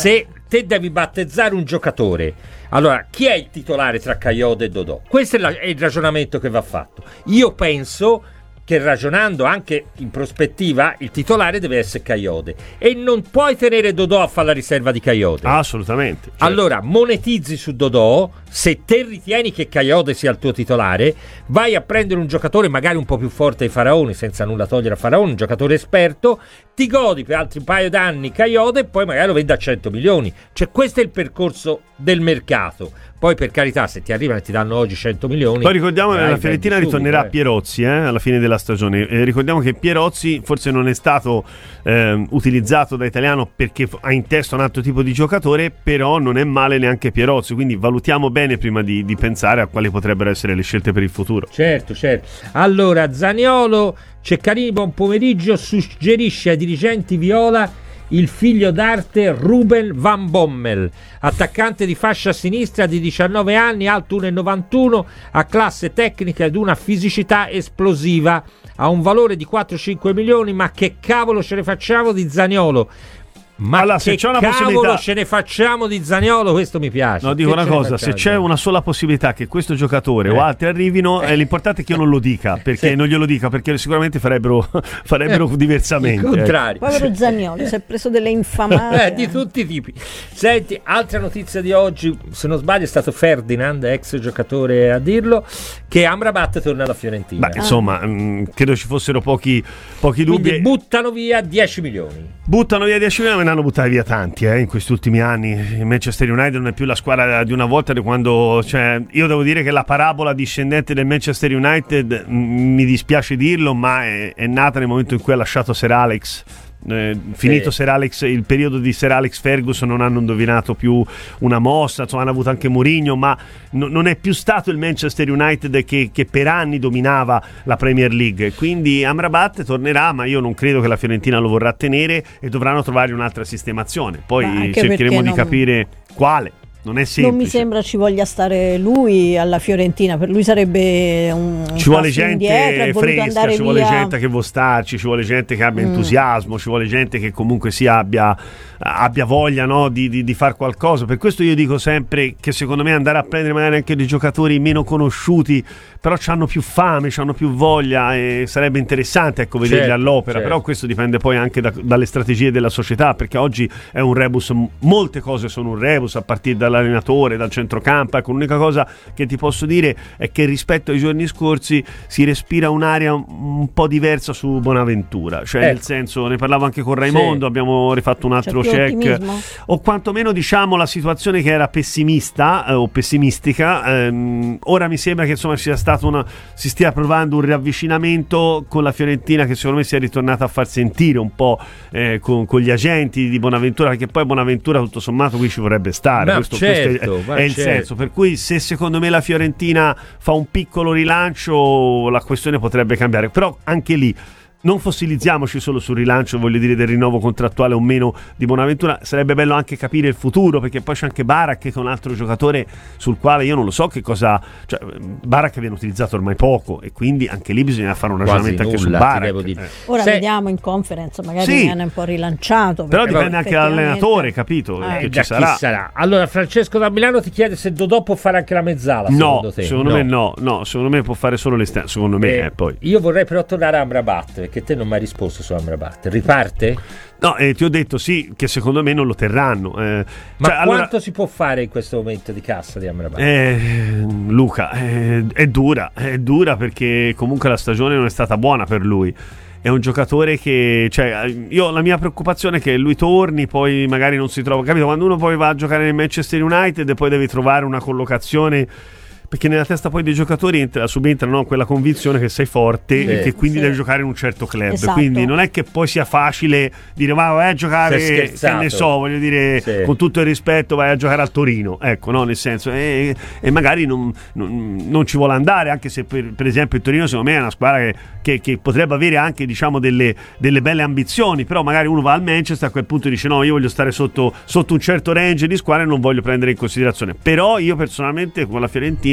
Speaker 7: te devi battezzare un giocatore. Allora, chi è il titolare tra Kayode e Dodò? Questo è, la, è il ragionamento che va fatto. Io penso che, ragionando anche in prospettiva, il titolare deve essere Kayode e non puoi tenere Dodò a fare la riserva di Kayode.
Speaker 17: Assolutamente. Certo.
Speaker 7: Allora monetizzi su Dodò. Se te ritieni che Kayode sia il tuo titolare, vai a prendere un giocatore magari un po' più forte dei Faraoni, senza nulla togliere a Faraoni, un giocatore esperto, ti godi per altri paio d'anni Kayode e poi magari lo vendi a cento milioni. Cioè questo è il percorso del mercato. Poi per carità, se ti arrivano e ti danno oggi cento milioni,
Speaker 17: poi ricordiamo che la Fiorentina
Speaker 7: subito,
Speaker 17: ritornerà
Speaker 7: eh.
Speaker 17: Pierozzi eh, alla fine della stagione. Eh, ricordiamo che Pierozzi forse non è stato eh, utilizzato da Italiano perché ha in testa un altro tipo di giocatore, però non è male neanche Pierozzi, quindi valutiamo bene prima di, di pensare a quali potrebbero essere le scelte per il futuro.
Speaker 7: Certo, certo. Allora Zaniolo, Ceccarini, buon pomeriggio, suggerisce ai dirigenti viola il figlio d'arte Ruben Van Bommel, attaccante di fascia sinistra di diciannove anni, alto uno virgola novantuno, ha classe tecnica ed una fisicità esplosiva, ha un valore di quattro cinque milioni, ma che cavolo ce ne facciamo di Zaniolo? Ma
Speaker 17: allora,
Speaker 7: che
Speaker 17: se c'è una
Speaker 7: cavolo
Speaker 17: possibilità...
Speaker 7: ce ne facciamo di Zaniolo? Questo mi piace.
Speaker 17: No, dico
Speaker 7: che
Speaker 17: una cosa, se c'è una sola possibilità che questo giocatore eh. o altri arrivino, eh. l'importante è che io non lo dica, perché sì. non glielo dica, perché sicuramente farebbero, farebbero eh. diversamente.
Speaker 7: Il contrario.
Speaker 8: Povero eh. Zaniolo, si è preso delle infamate.
Speaker 7: Eh, di tutti i tipi. Senti, altra notizia di oggi, se non sbaglio è stato Ferdinand, ex giocatore, a dirlo, che Amrabat torna alla Fiorentina.
Speaker 17: Beh, ah. insomma, mh, credo ci fossero pochi, pochi dubbi.
Speaker 7: Quindi buttano via dieci milioni.
Speaker 17: Buttano via dieci milioni, ma ne hanno buttati via tanti eh, in questi ultimi anni. Il Manchester United non è più la squadra di una volta, di quando, cioè, io devo dire che la parabola discendente del Manchester United, m- mi dispiace dirlo, ma è, è nata nel momento in cui ha lasciato Sir Alex. Eh, finito
Speaker 7: sì.
Speaker 17: Sir Alex, il periodo di Sir Alex Ferguson, non hanno indovinato più una mossa, insomma hanno avuto anche Mourinho, ma no, non è più stato il Manchester United che, che per anni dominava la Premier League. Quindi Amrabat tornerà, ma io non credo che la Fiorentina lo vorrà tenere e dovranno trovare un'altra sistemazione. Poi cercheremo di
Speaker 8: non...
Speaker 17: capire quale. Non è semplice.
Speaker 8: Non mi sembra ci voglia stare lui alla Fiorentina, per lui sarebbe un
Speaker 17: ci vuole gente
Speaker 8: indietro,
Speaker 17: fresca, ci
Speaker 8: via.
Speaker 17: vuole gente che vuole starci, ci vuole gente che abbia mm. entusiasmo, ci vuole gente che comunque sia abbia, abbia voglia, no, di, di, di fare qualcosa. Per questo io dico sempre che secondo me andare a prendere magari anche dei giocatori meno conosciuti, però hanno più fame, hanno più voglia, e sarebbe interessante, ecco, vederli certo, all'opera. Certo. Però questo dipende poi anche da, dalle strategie della società, perché oggi è un rebus, molte cose sono un rebus, a partire dall'allenatore, dal centrocampo. Ecco, l'unica cosa che ti posso dire è che rispetto ai giorni scorsi si respira un'area un po' diversa su Bonaventura, cioè ecco. nel senso, ne parlavo anche con Raimondo, sì. abbiamo rifatto un altro check, ottimismo. O quantomeno diciamo la situazione che era pessimista eh, o pessimistica, ehm, ora mi sembra che insomma sia stato una, si stia provando un riavvicinamento con la Fiorentina, che secondo me si è ritornata a far sentire un po' eh, con, con gli agenti di Bonaventura, perché poi Bonaventura tutto sommato qui ci vorrebbe stare. Questo,
Speaker 7: certo,
Speaker 17: questo è, è il certo. senso, per cui se secondo me la Fiorentina fa un piccolo rilancio la questione potrebbe cambiare, però anche lì non fossilizziamoci solo sul rilancio, voglio dire, del rinnovo contrattuale o meno di Bonaventura. Sarebbe bello anche capire il futuro, perché poi c'è anche Barak, che è un altro giocatore sul quale io non lo so che cosa, cioè Barak viene utilizzato ormai poco, e quindi anche lì bisogna fare un ragionamento anche su Barak.
Speaker 8: Eh. Ora Se... vediamo in conference, magari
Speaker 17: sì.
Speaker 8: mi hanno un po' rilanciato,
Speaker 17: però dipende anche dall'allenatore, capito?
Speaker 8: Eh.
Speaker 17: Che
Speaker 7: da
Speaker 17: ci sarà.
Speaker 7: Chi sarà. Allora Francesco da Milano ti chiede se Dodò può fare anche la mezzala.
Speaker 17: No,
Speaker 7: secondo te?
Speaker 17: secondo
Speaker 7: no.
Speaker 17: me no, no, secondo me può fare solo l'esterno, secondo me
Speaker 7: eh,
Speaker 17: eh, poi.
Speaker 7: Io vorrei però tornare a Amrabat, perché te non mi hai risposto su Amrabat. Riparte?
Speaker 17: No, eh, ti ho detto sì, che secondo me non lo terranno. Eh,
Speaker 7: Ma
Speaker 17: cioè,
Speaker 7: quanto
Speaker 17: allora,
Speaker 7: si può fare in questo momento di cassa di Amrabat?
Speaker 17: Eh, Luca, eh, è dura, è dura perché comunque la stagione non è stata buona per lui. È un giocatore che, cioè, io la mia preoccupazione è che lui torni, poi magari non si trova, capito? Quando uno poi va a giocare nel Manchester United e poi devi trovare una collocazione, perché nella testa poi dei giocatori entra, subentra, no, quella convinzione che sei forte sì, e che quindi sì. devi giocare in un certo club, esatto. Quindi non è che poi sia facile dire ma vai a giocare, che ne so, voglio dire, sì. con tutto il rispetto, vai a giocare al Torino, ecco, no, nel senso, e, e magari non, non, non ci vuole andare, anche se per, per esempio il Torino secondo me è una squadra che, che, che potrebbe avere anche, diciamo, delle, delle belle ambizioni, però magari uno va al Manchester, a quel punto dice no, io voglio stare sotto, sotto un certo range di squadra e non voglio prendere in considerazione. Però io personalmente con la Fiorentina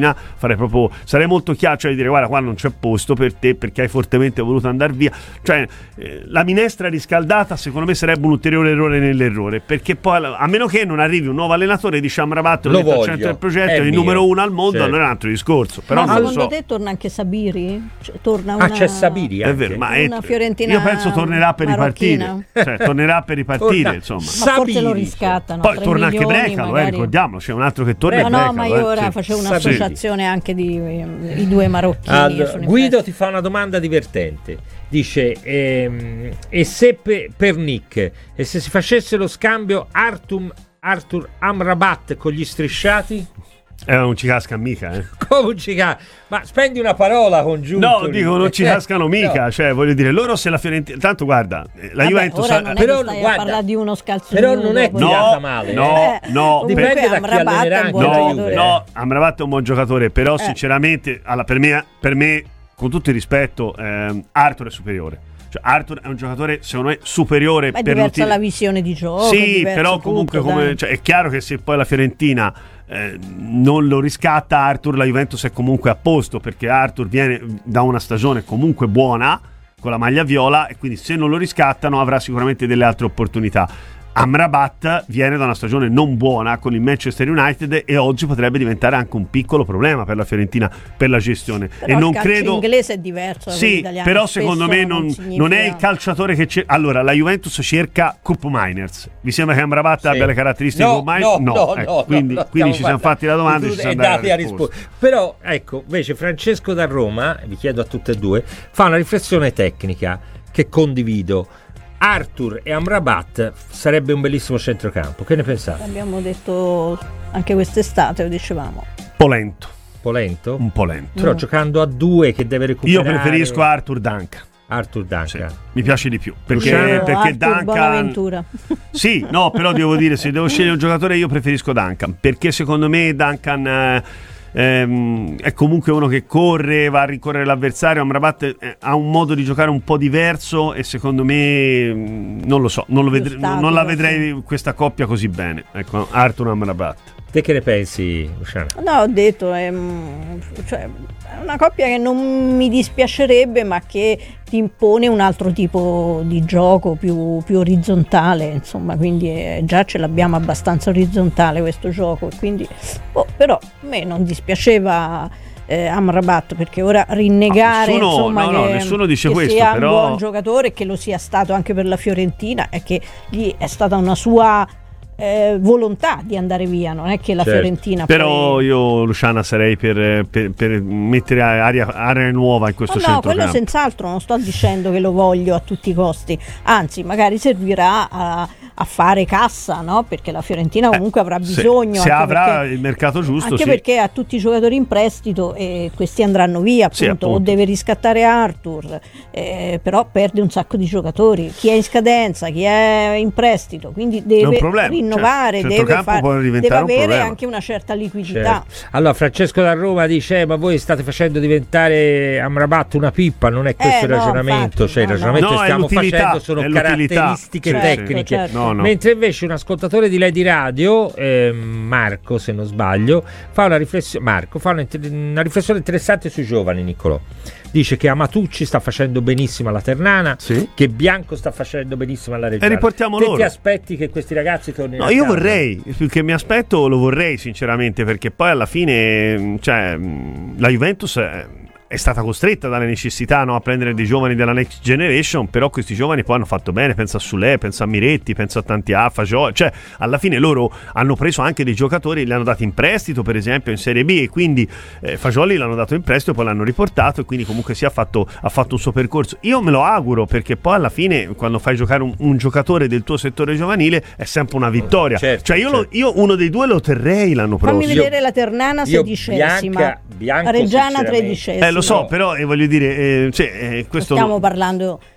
Speaker 17: Fiorentina, farei proprio, sarei molto chiaro, cioè di dire guarda qua non c'è posto per te perché hai fortemente voluto andare via, cioè eh, la minestra riscaldata secondo me sarebbe un ulteriore errore nell'errore, perché poi a meno che non arrivi un nuovo allenatore e dice Amrabat lo al centro del progetto, il, il numero uno al mondo, certo. Non è un altro discorso, però
Speaker 8: ma
Speaker 17: non
Speaker 8: secondo
Speaker 17: so.
Speaker 8: te torna anche Sabiri? Cioè, torna una,
Speaker 7: ah c'è Sabiri anche.
Speaker 17: È vero, ma
Speaker 8: una
Speaker 17: è,
Speaker 8: Fiorentina
Speaker 17: io penso tornerà per
Speaker 8: marocchina.
Speaker 17: ripartire, cioè tornerà per ripartire
Speaker 7: Torna.
Speaker 17: insomma.
Speaker 8: Ma forse lo riscattano.
Speaker 17: Poi torna anche Brecalo, eh, ricordiamolo, c'è un altro che torna.
Speaker 8: No,
Speaker 17: Brecalo,
Speaker 8: no, ma io
Speaker 17: eh,
Speaker 8: ora
Speaker 17: sì.
Speaker 8: facevo un'associazione sì. anche di eh, i due marocchini.
Speaker 7: Allora, Guido ti fa una domanda divertente. Dice: ehm, e se pe- per Nick, e se si facesse lo scambio Artur, Artur Amrabat con gli strisciati?
Speaker 17: Eh, non ci casca mica, eh.
Speaker 7: Come ci casca? Ma spendi una parola congiunta.
Speaker 17: No, dico, non ci cascano mica. No. Cioè, voglio dire, loro se la Fiorentina. Tanto guarda, la
Speaker 8: Vabbè,
Speaker 17: Juventus.
Speaker 8: Ora non è
Speaker 7: però,
Speaker 8: che stai
Speaker 7: guarda,
Speaker 8: a parlare di uno scalzo.
Speaker 7: Però non è tirata male.
Speaker 17: No,
Speaker 8: eh.
Speaker 17: no,
Speaker 7: dipende da chi allenerà anche
Speaker 17: no,
Speaker 7: la Juve.
Speaker 17: No, Amrabat è un buon giocatore, però
Speaker 8: eh.
Speaker 17: sinceramente, alla, per, me, per me, con tutto il rispetto, ehm, Arthur è superiore. Cioè, Arthur è un giocatore, secondo me, superiore.
Speaker 8: Ma è
Speaker 17: per
Speaker 8: diversa
Speaker 17: l'util-
Speaker 8: la visione di gioco.
Speaker 17: Sì, però comunque
Speaker 8: tutto,
Speaker 17: come, cioè, è chiaro che se poi la Fiorentina eh, non lo riscatta Arthur, la Juventus è comunque a posto, perché Arthur viene da una stagione comunque buona con la maglia viola e quindi se non lo riscattano avrà sicuramente delle altre opportunità. Amrabat viene da una stagione non buona con il Manchester United e oggi potrebbe diventare anche un piccolo problema per la Fiorentina per la gestione.
Speaker 8: Però
Speaker 17: e non
Speaker 8: il calcio
Speaker 17: credo
Speaker 8: inglese è diverso da quello
Speaker 17: sì,
Speaker 8: italiano.
Speaker 17: però
Speaker 8: Spesso
Speaker 17: secondo me non,
Speaker 8: significa...
Speaker 17: non è il calciatore che c'è. Allora, la Juventus cerca Cup Miners. Vi sembra che Amrabat sì. abbia le caratteristiche
Speaker 7: no,
Speaker 17: Cup Miners?
Speaker 7: No, no,
Speaker 17: ecco,
Speaker 7: no,
Speaker 17: quindi,
Speaker 7: no,
Speaker 17: quindi ci siamo fatti la domanda e ci siamo dati la risposta.
Speaker 7: risposta. Però, ecco, invece Francesco da Roma, vi chiedo a tutte e due, fa una riflessione tecnica che condivido. Arthur e Amrabat sarebbe un bellissimo centrocampo. Che ne pensate?
Speaker 8: Abbiamo detto anche quest'estate, lo dicevamo.
Speaker 17: Polento.
Speaker 7: Polento?
Speaker 17: Un po' lento.
Speaker 7: Però
Speaker 8: Mm.
Speaker 7: giocando a due che deve recuperare.
Speaker 17: Io preferisco Arthur Duncan.
Speaker 7: Arthur Duncan.
Speaker 17: Sì, mi piace di più. Perché,
Speaker 8: Luciano,
Speaker 17: perché
Speaker 8: Arthur,
Speaker 17: Duncan.
Speaker 8: Buonaventura.
Speaker 17: Sì, no, però devo dire, se devo scegliere un giocatore io preferisco Duncan. Perché secondo me Duncan. Eh, Ehm, è comunque uno che corre, va a rincorrere l'avversario. Amrabat eh, ha un modo di giocare un po' diverso e secondo me mh, non lo so, non, lo vedrei,
Speaker 8: statico,
Speaker 17: non la vedrei sì. questa coppia così bene. Ecco, Arthur Amrabat.
Speaker 7: Te che ne pensi, Luciano?
Speaker 8: No, ho detto è, cioè, è una coppia che non mi dispiacerebbe, ma che ti impone un altro tipo di gioco più, più orizzontale, insomma, quindi eh, già ce l'abbiamo abbastanza orizzontale questo gioco, quindi oh, però a me non dispiaceva eh, Amrabat, perché ora rinnegare
Speaker 17: nessuno,
Speaker 8: insomma
Speaker 17: no,
Speaker 8: che,
Speaker 17: no, nessuno dice
Speaker 8: che
Speaker 17: questo,
Speaker 8: sia
Speaker 17: però...
Speaker 8: un buon giocatore e che lo sia stato anche per la Fiorentina, è che lì è stata una sua Eh, volontà di andare via, non è che la
Speaker 17: certo.
Speaker 8: Fiorentina
Speaker 17: però
Speaker 8: poi...
Speaker 17: io Luciana sarei per, per, per mettere aria, aria nuova in questo
Speaker 8: no,
Speaker 17: centrocampo.
Speaker 8: No, quello senz'altro, non sto dicendo che lo voglio a tutti i costi, anzi magari servirà a, a fare cassa, no? Perché la Fiorentina comunque eh, avrà bisogno,
Speaker 17: se, se avrà
Speaker 8: perché,
Speaker 17: il mercato giusto,
Speaker 8: anche
Speaker 17: sì.
Speaker 8: perché ha tutti i giocatori in prestito e questi andranno via, appunto,
Speaker 17: sì, appunto.
Speaker 8: o deve riscattare Arthur, eh, però perde un sacco di giocatori, chi è in scadenza, chi è in prestito, quindi deve rinnovare,
Speaker 17: cioè,
Speaker 8: deve, far, deve avere
Speaker 17: un
Speaker 8: anche una certa liquidità.
Speaker 7: Certo. Allora Francesco da Roma dice eh, ma voi state facendo diventare Amrabat una pippa, non è questo
Speaker 8: eh,
Speaker 7: il
Speaker 8: no,
Speaker 7: ragionamento,
Speaker 8: infatti,
Speaker 7: cioè
Speaker 8: no,
Speaker 7: il ragionamento
Speaker 17: no.
Speaker 7: che stiamo
Speaker 17: no,
Speaker 7: facendo sono caratteristiche
Speaker 8: certo,
Speaker 7: tecniche,
Speaker 8: certo.
Speaker 17: No, no.
Speaker 7: mentre invece un ascoltatore di Lei di Radio, eh, Marco se non sbaglio, fa una riflessione Marco fa una, una riflessione interessante sui giovani, Niccolò. Dice che Amatucci sta facendo benissimo alla Ternana,
Speaker 17: sì.
Speaker 7: che Bianco sta facendo benissimo alla Reggiana.
Speaker 17: E riportiamo
Speaker 7: Te
Speaker 17: loro.
Speaker 7: ti aspetti che questi ragazzi tornino?
Speaker 17: No, io vorrei, più che mi aspetto lo vorrei sinceramente, perché poi alla fine cioè, la Juventus è, è stata costretta dalle necessità, no, a prendere dei giovani della next generation, però questi giovani poi hanno fatto bene, pensa a Sule, pensa a Miretti, pensa a tanti A, Fagioli, cioè alla fine loro hanno preso anche dei giocatori, li hanno dati in prestito per esempio in Serie B e quindi eh, Fagioli l'hanno dato in prestito e poi l'hanno riportato e quindi comunque si ha fatto, ha fatto un suo percorso. Io me lo auguro, perché poi alla fine quando fai giocare un, un giocatore del tuo settore giovanile è sempre una vittoria,
Speaker 7: certo,
Speaker 17: cioè io,
Speaker 7: certo.
Speaker 17: lo, io uno dei due lo terrei l'anno prossimo.
Speaker 8: Fammi vedere la Ternana sedicesima,
Speaker 7: Bianca, Bianco,
Speaker 8: Reggiana tredicesima.
Speaker 17: Eh, lo so, però eh, voglio dire, eh, cioè, eh, questo
Speaker 8: stiamo parlando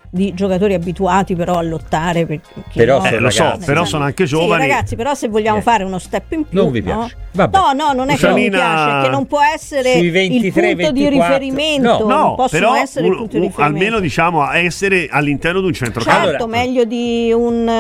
Speaker 8: di giocatori abituati però a lottare per,
Speaker 17: però eh, lo so, però sono anche giovani.
Speaker 8: Sì, ragazzi, però se vogliamo eh. fare uno step in più,
Speaker 7: non vi piace.
Speaker 8: No,
Speaker 7: Vabbè.
Speaker 8: no, no, non è Usanina... che non mi piace, è che non può essere ventitré, il punto ventiquattro di riferimento,
Speaker 17: no, no,
Speaker 8: non possono
Speaker 17: però
Speaker 8: essere
Speaker 17: un,
Speaker 8: il punto di
Speaker 17: un,
Speaker 8: riferimento.
Speaker 17: almeno diciamo essere all'interno di un centrocampo.
Speaker 8: Certo, allora, meglio di un,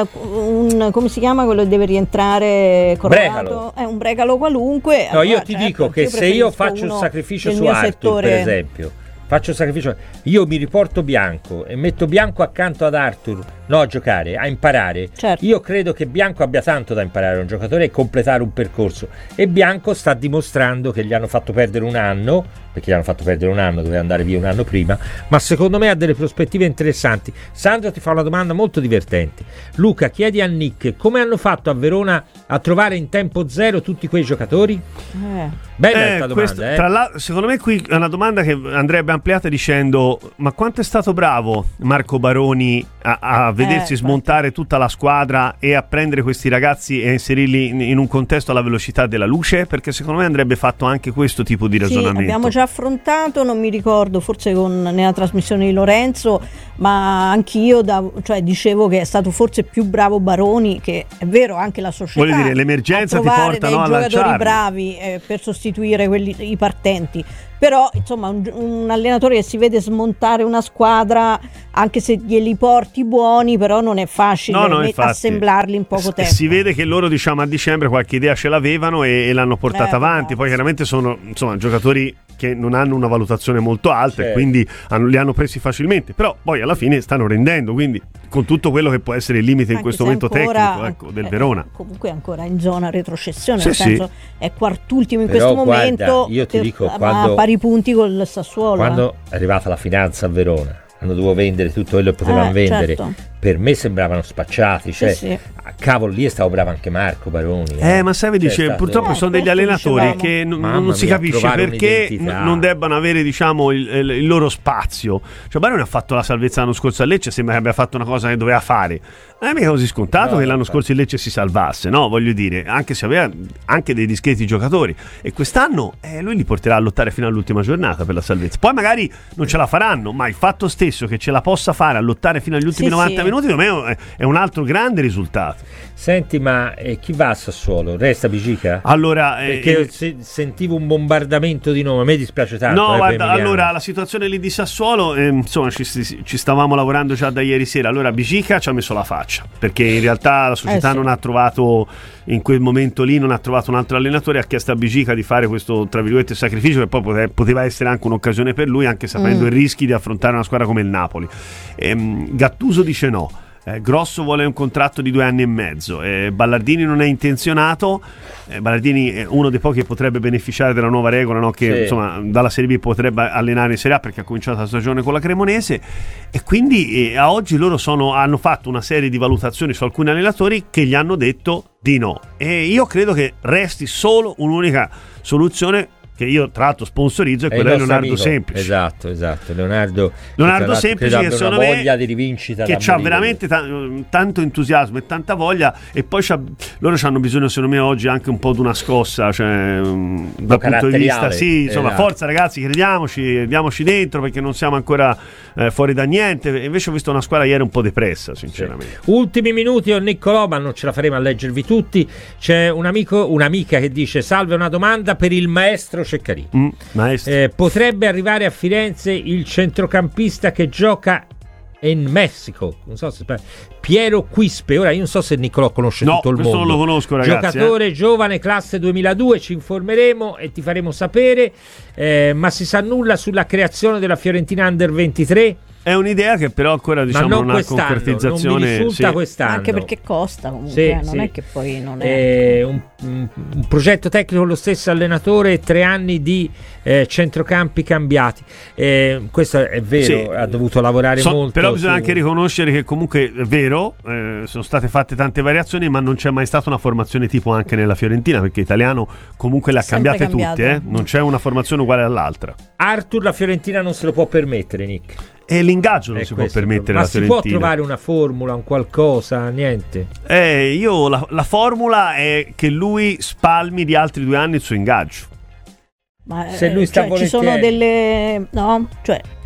Speaker 8: un come si chiama quello che deve rientrare Corrado, è un Bregalo qualunque.
Speaker 7: No,
Speaker 8: allora,
Speaker 7: io ti
Speaker 8: certo,
Speaker 7: dico che se io faccio un sacrificio su Arthur, settore... per esempio, faccio un sacrificio, io mi riporto Bianco e metto Bianco accanto ad Arthur, no a giocare, a imparare.
Speaker 8: Certo.
Speaker 7: Io credo che Bianco abbia tanto da imparare a un giocatore e completare un percorso, e Bianco sta dimostrando che gli hanno fatto perdere un anno, perché gli hanno fatto perdere un anno, doveva andare via un anno prima, ma secondo me ha delle prospettive interessanti. Sandro ti fa una domanda molto divertente. Luca, chiedi a Nick come hanno fatto a Verona a trovare in tempo zero tutti quei giocatori?
Speaker 8: Eh.
Speaker 7: Bella
Speaker 17: eh,
Speaker 7: questa
Speaker 17: questo,
Speaker 7: domanda, eh.
Speaker 17: Tra l'altro, secondo me qui è una domanda che andrebbe ampliata dicendo: ma quanto è stato bravo Marco Baroni a, a vedersi eh, smontare tutta la squadra e a prendere questi ragazzi e inserirli in, in un contesto alla velocità della luce? Perché secondo me andrebbe fatto anche questo tipo di ragionamento.
Speaker 8: Sì, abbiamo già affrontato, non mi ricordo, forse con, nella trasmissione di Lorenzo, ma anch'io da, cioè, dicevo che è stato forse più bravo Baroni, che è vero anche la società.
Speaker 17: Voglio dire, l'emergenza
Speaker 8: a
Speaker 17: ti porta, no, a
Speaker 8: giocatori
Speaker 17: lanciarli.
Speaker 8: bravi eh, per sostituire quelli, i partenti. Però insomma un, un allenatore che si vede smontare una squadra, anche se glieli porti buoni, però non è facile
Speaker 17: no, no,
Speaker 8: met-
Speaker 17: infatti,
Speaker 8: assemblarli in poco tempo.
Speaker 17: Si vede che loro, diciamo, a dicembre qualche idea ce l'avevano e, e l'hanno portata
Speaker 8: eh,
Speaker 17: avanti. Poi chiaramente sono, insomma, giocatori che non hanno una valutazione molto alta, certo, e quindi hanno, li hanno presi facilmente, però poi alla fine stanno rendendo, quindi con tutto quello che può essere il limite anche in questo momento ancora, tecnico, ecco, del
Speaker 8: eh,
Speaker 17: Verona.
Speaker 8: Comunque è ancora in zona retrocessione,
Speaker 17: sì,
Speaker 8: nel senso
Speaker 17: sì,
Speaker 8: è quartultimo in
Speaker 7: però
Speaker 8: questo
Speaker 7: guarda,
Speaker 8: momento,
Speaker 7: io ti
Speaker 8: per,
Speaker 7: dico,
Speaker 8: a
Speaker 7: quando,
Speaker 8: pari punti col Sassuolo.
Speaker 7: Quando è arrivata la finanza a Verona, hanno dovuto vendere tutto quello che potevano
Speaker 8: eh,
Speaker 7: vendere,
Speaker 8: certo,
Speaker 7: per me sembravano spacciati, cioè
Speaker 8: sì, sì.
Speaker 7: cavolo, lì stavo bravo anche Marco Baroni.
Speaker 17: Eh, eh ma sai, dice,
Speaker 7: stato...
Speaker 17: purtroppo
Speaker 8: eh,
Speaker 17: sono degli allenatori dicevamo. che n- non si
Speaker 7: mia,
Speaker 17: capisce perché n- non debbano avere, diciamo, il, il, il loro spazio. Cioè Baroni ha fatto la salvezza l'anno scorso a Lecce, sembra che abbia fatto una cosa che doveva fare. Non è mica così scontato no, che l'anno scorso il Lecce si salvasse, no? Voglio dire, anche se aveva anche dei discreti giocatori, e quest'anno eh, lui li porterà a lottare fino all'ultima giornata per la salvezza. Poi magari non ce la faranno, ma il fatto stesso che ce la possa fare a lottare fino agli ultimi sì, novanta sì. minuti, per me è, è un altro grande risultato.
Speaker 7: Senti, ma eh, chi va a Sassuolo? Resta Bigica?
Speaker 17: Allora,
Speaker 7: perché eh, se, sentivo un bombardamento di nome, a me dispiace tanto.
Speaker 17: No,
Speaker 7: eh,
Speaker 17: guarda, allora la situazione lì di Sassuolo, eh, insomma, ci, ci stavamo lavorando già da ieri sera. Allora Bigica ci ha messo la faccia, perché in realtà la società eh, sì. non ha trovato, in quel momento lì non ha trovato un altro allenatore, ha chiesto a Bigica di fare questo, tra virgolette, sacrificio, che poi pote, poteva essere anche un'occasione per lui, anche sapendo mm. i rischi di affrontare una squadra come il Napoli. ehm, Gattuso dice no, eh, Grosso vuole un contratto di due anni e mezzo, eh, Ballardini non è intenzionato, eh, Ballardini è uno dei pochi che potrebbe beneficiare della nuova regola, no? Che sì. insomma dalla Serie B potrebbe allenare in Serie A, perché ha cominciato la stagione con la Cremonese, e quindi eh, a oggi loro sono, hanno fatto una serie di valutazioni su alcuni allenatori che gli hanno detto di no, e io credo che resti solo un'unica soluzione, che io tra l'altro sponsorizzo, è quella di Leonardo amico. Semplice.
Speaker 7: Esatto, esatto. Leonardo,
Speaker 17: Leonardo Semplice, che sono
Speaker 7: una voglia di rivincita,
Speaker 17: che ha veramente ta- tanto entusiasmo e tanta voglia, e poi c'ha, loro hanno bisogno, secondo me, oggi anche un po' di una scossa, cioè um, dal punto di vista, sì, insomma, esatto. Forza ragazzi, crediamoci, diamoci dentro, perché non siamo ancora eh, fuori da niente. Invece ho visto una squadra ieri un po' depressa, sinceramente.
Speaker 7: Sì. Ultimi minuti con Niccolò, ma non ce la faremo a leggervi tutti. C'è un amico, un'amica che dice: salve, una domanda per il maestro Ceccarini.
Speaker 17: Mm, maestro.
Speaker 7: Eh, potrebbe arrivare a Firenze il centrocampista che gioca in Messico, non so se Piero Quispe. Ora io non so se Niccolò conosce
Speaker 17: no,
Speaker 7: tutto il mondo.
Speaker 17: No, non lo conosco, ragazzi.
Speaker 7: Giocatore
Speaker 17: eh.
Speaker 7: giovane, classe duemiladue, ci informeremo e ti faremo sapere. Eh, ma si sa nulla sulla creazione della Fiorentina Under ventitré?
Speaker 17: È un'idea che però ancora, diciamo, non, non ha concretizzazione.
Speaker 7: Non mi risulta
Speaker 17: sì.
Speaker 7: quest'anno.
Speaker 8: Anche perché costa comunque,
Speaker 7: sì,
Speaker 8: eh, non
Speaker 7: sì.
Speaker 8: è che poi non è.
Speaker 7: Eh, un, un, un progetto tecnico con lo stesso allenatore, tre anni di eh, centrocampi cambiati. Eh, questo è vero, sì. ha dovuto lavorare
Speaker 17: so,
Speaker 7: molto.
Speaker 17: Però bisogna
Speaker 7: su...
Speaker 17: anche riconoscere che comunque è vero, eh, sono state fatte tante variazioni, ma non c'è mai stata una formazione tipo anche nella Fiorentina, perché Italiano comunque le ha
Speaker 8: Sempre
Speaker 17: cambiate
Speaker 8: cambiato.
Speaker 17: tutte, eh? Non c'è una formazione uguale all'altra.
Speaker 7: Arthur la Fiorentina non se lo può permettere, Nick.
Speaker 17: E l'ingaggio non è si può permettere
Speaker 7: ma
Speaker 17: la
Speaker 7: si
Speaker 17: Fiorentina.
Speaker 7: può trovare una formula, un qualcosa, niente?
Speaker 17: Eh, io la, la formula è che lui spalmi di altri due anni il suo ingaggio.
Speaker 8: Ma
Speaker 7: se lui sta
Speaker 8: cioè, ci sono delle no, cioè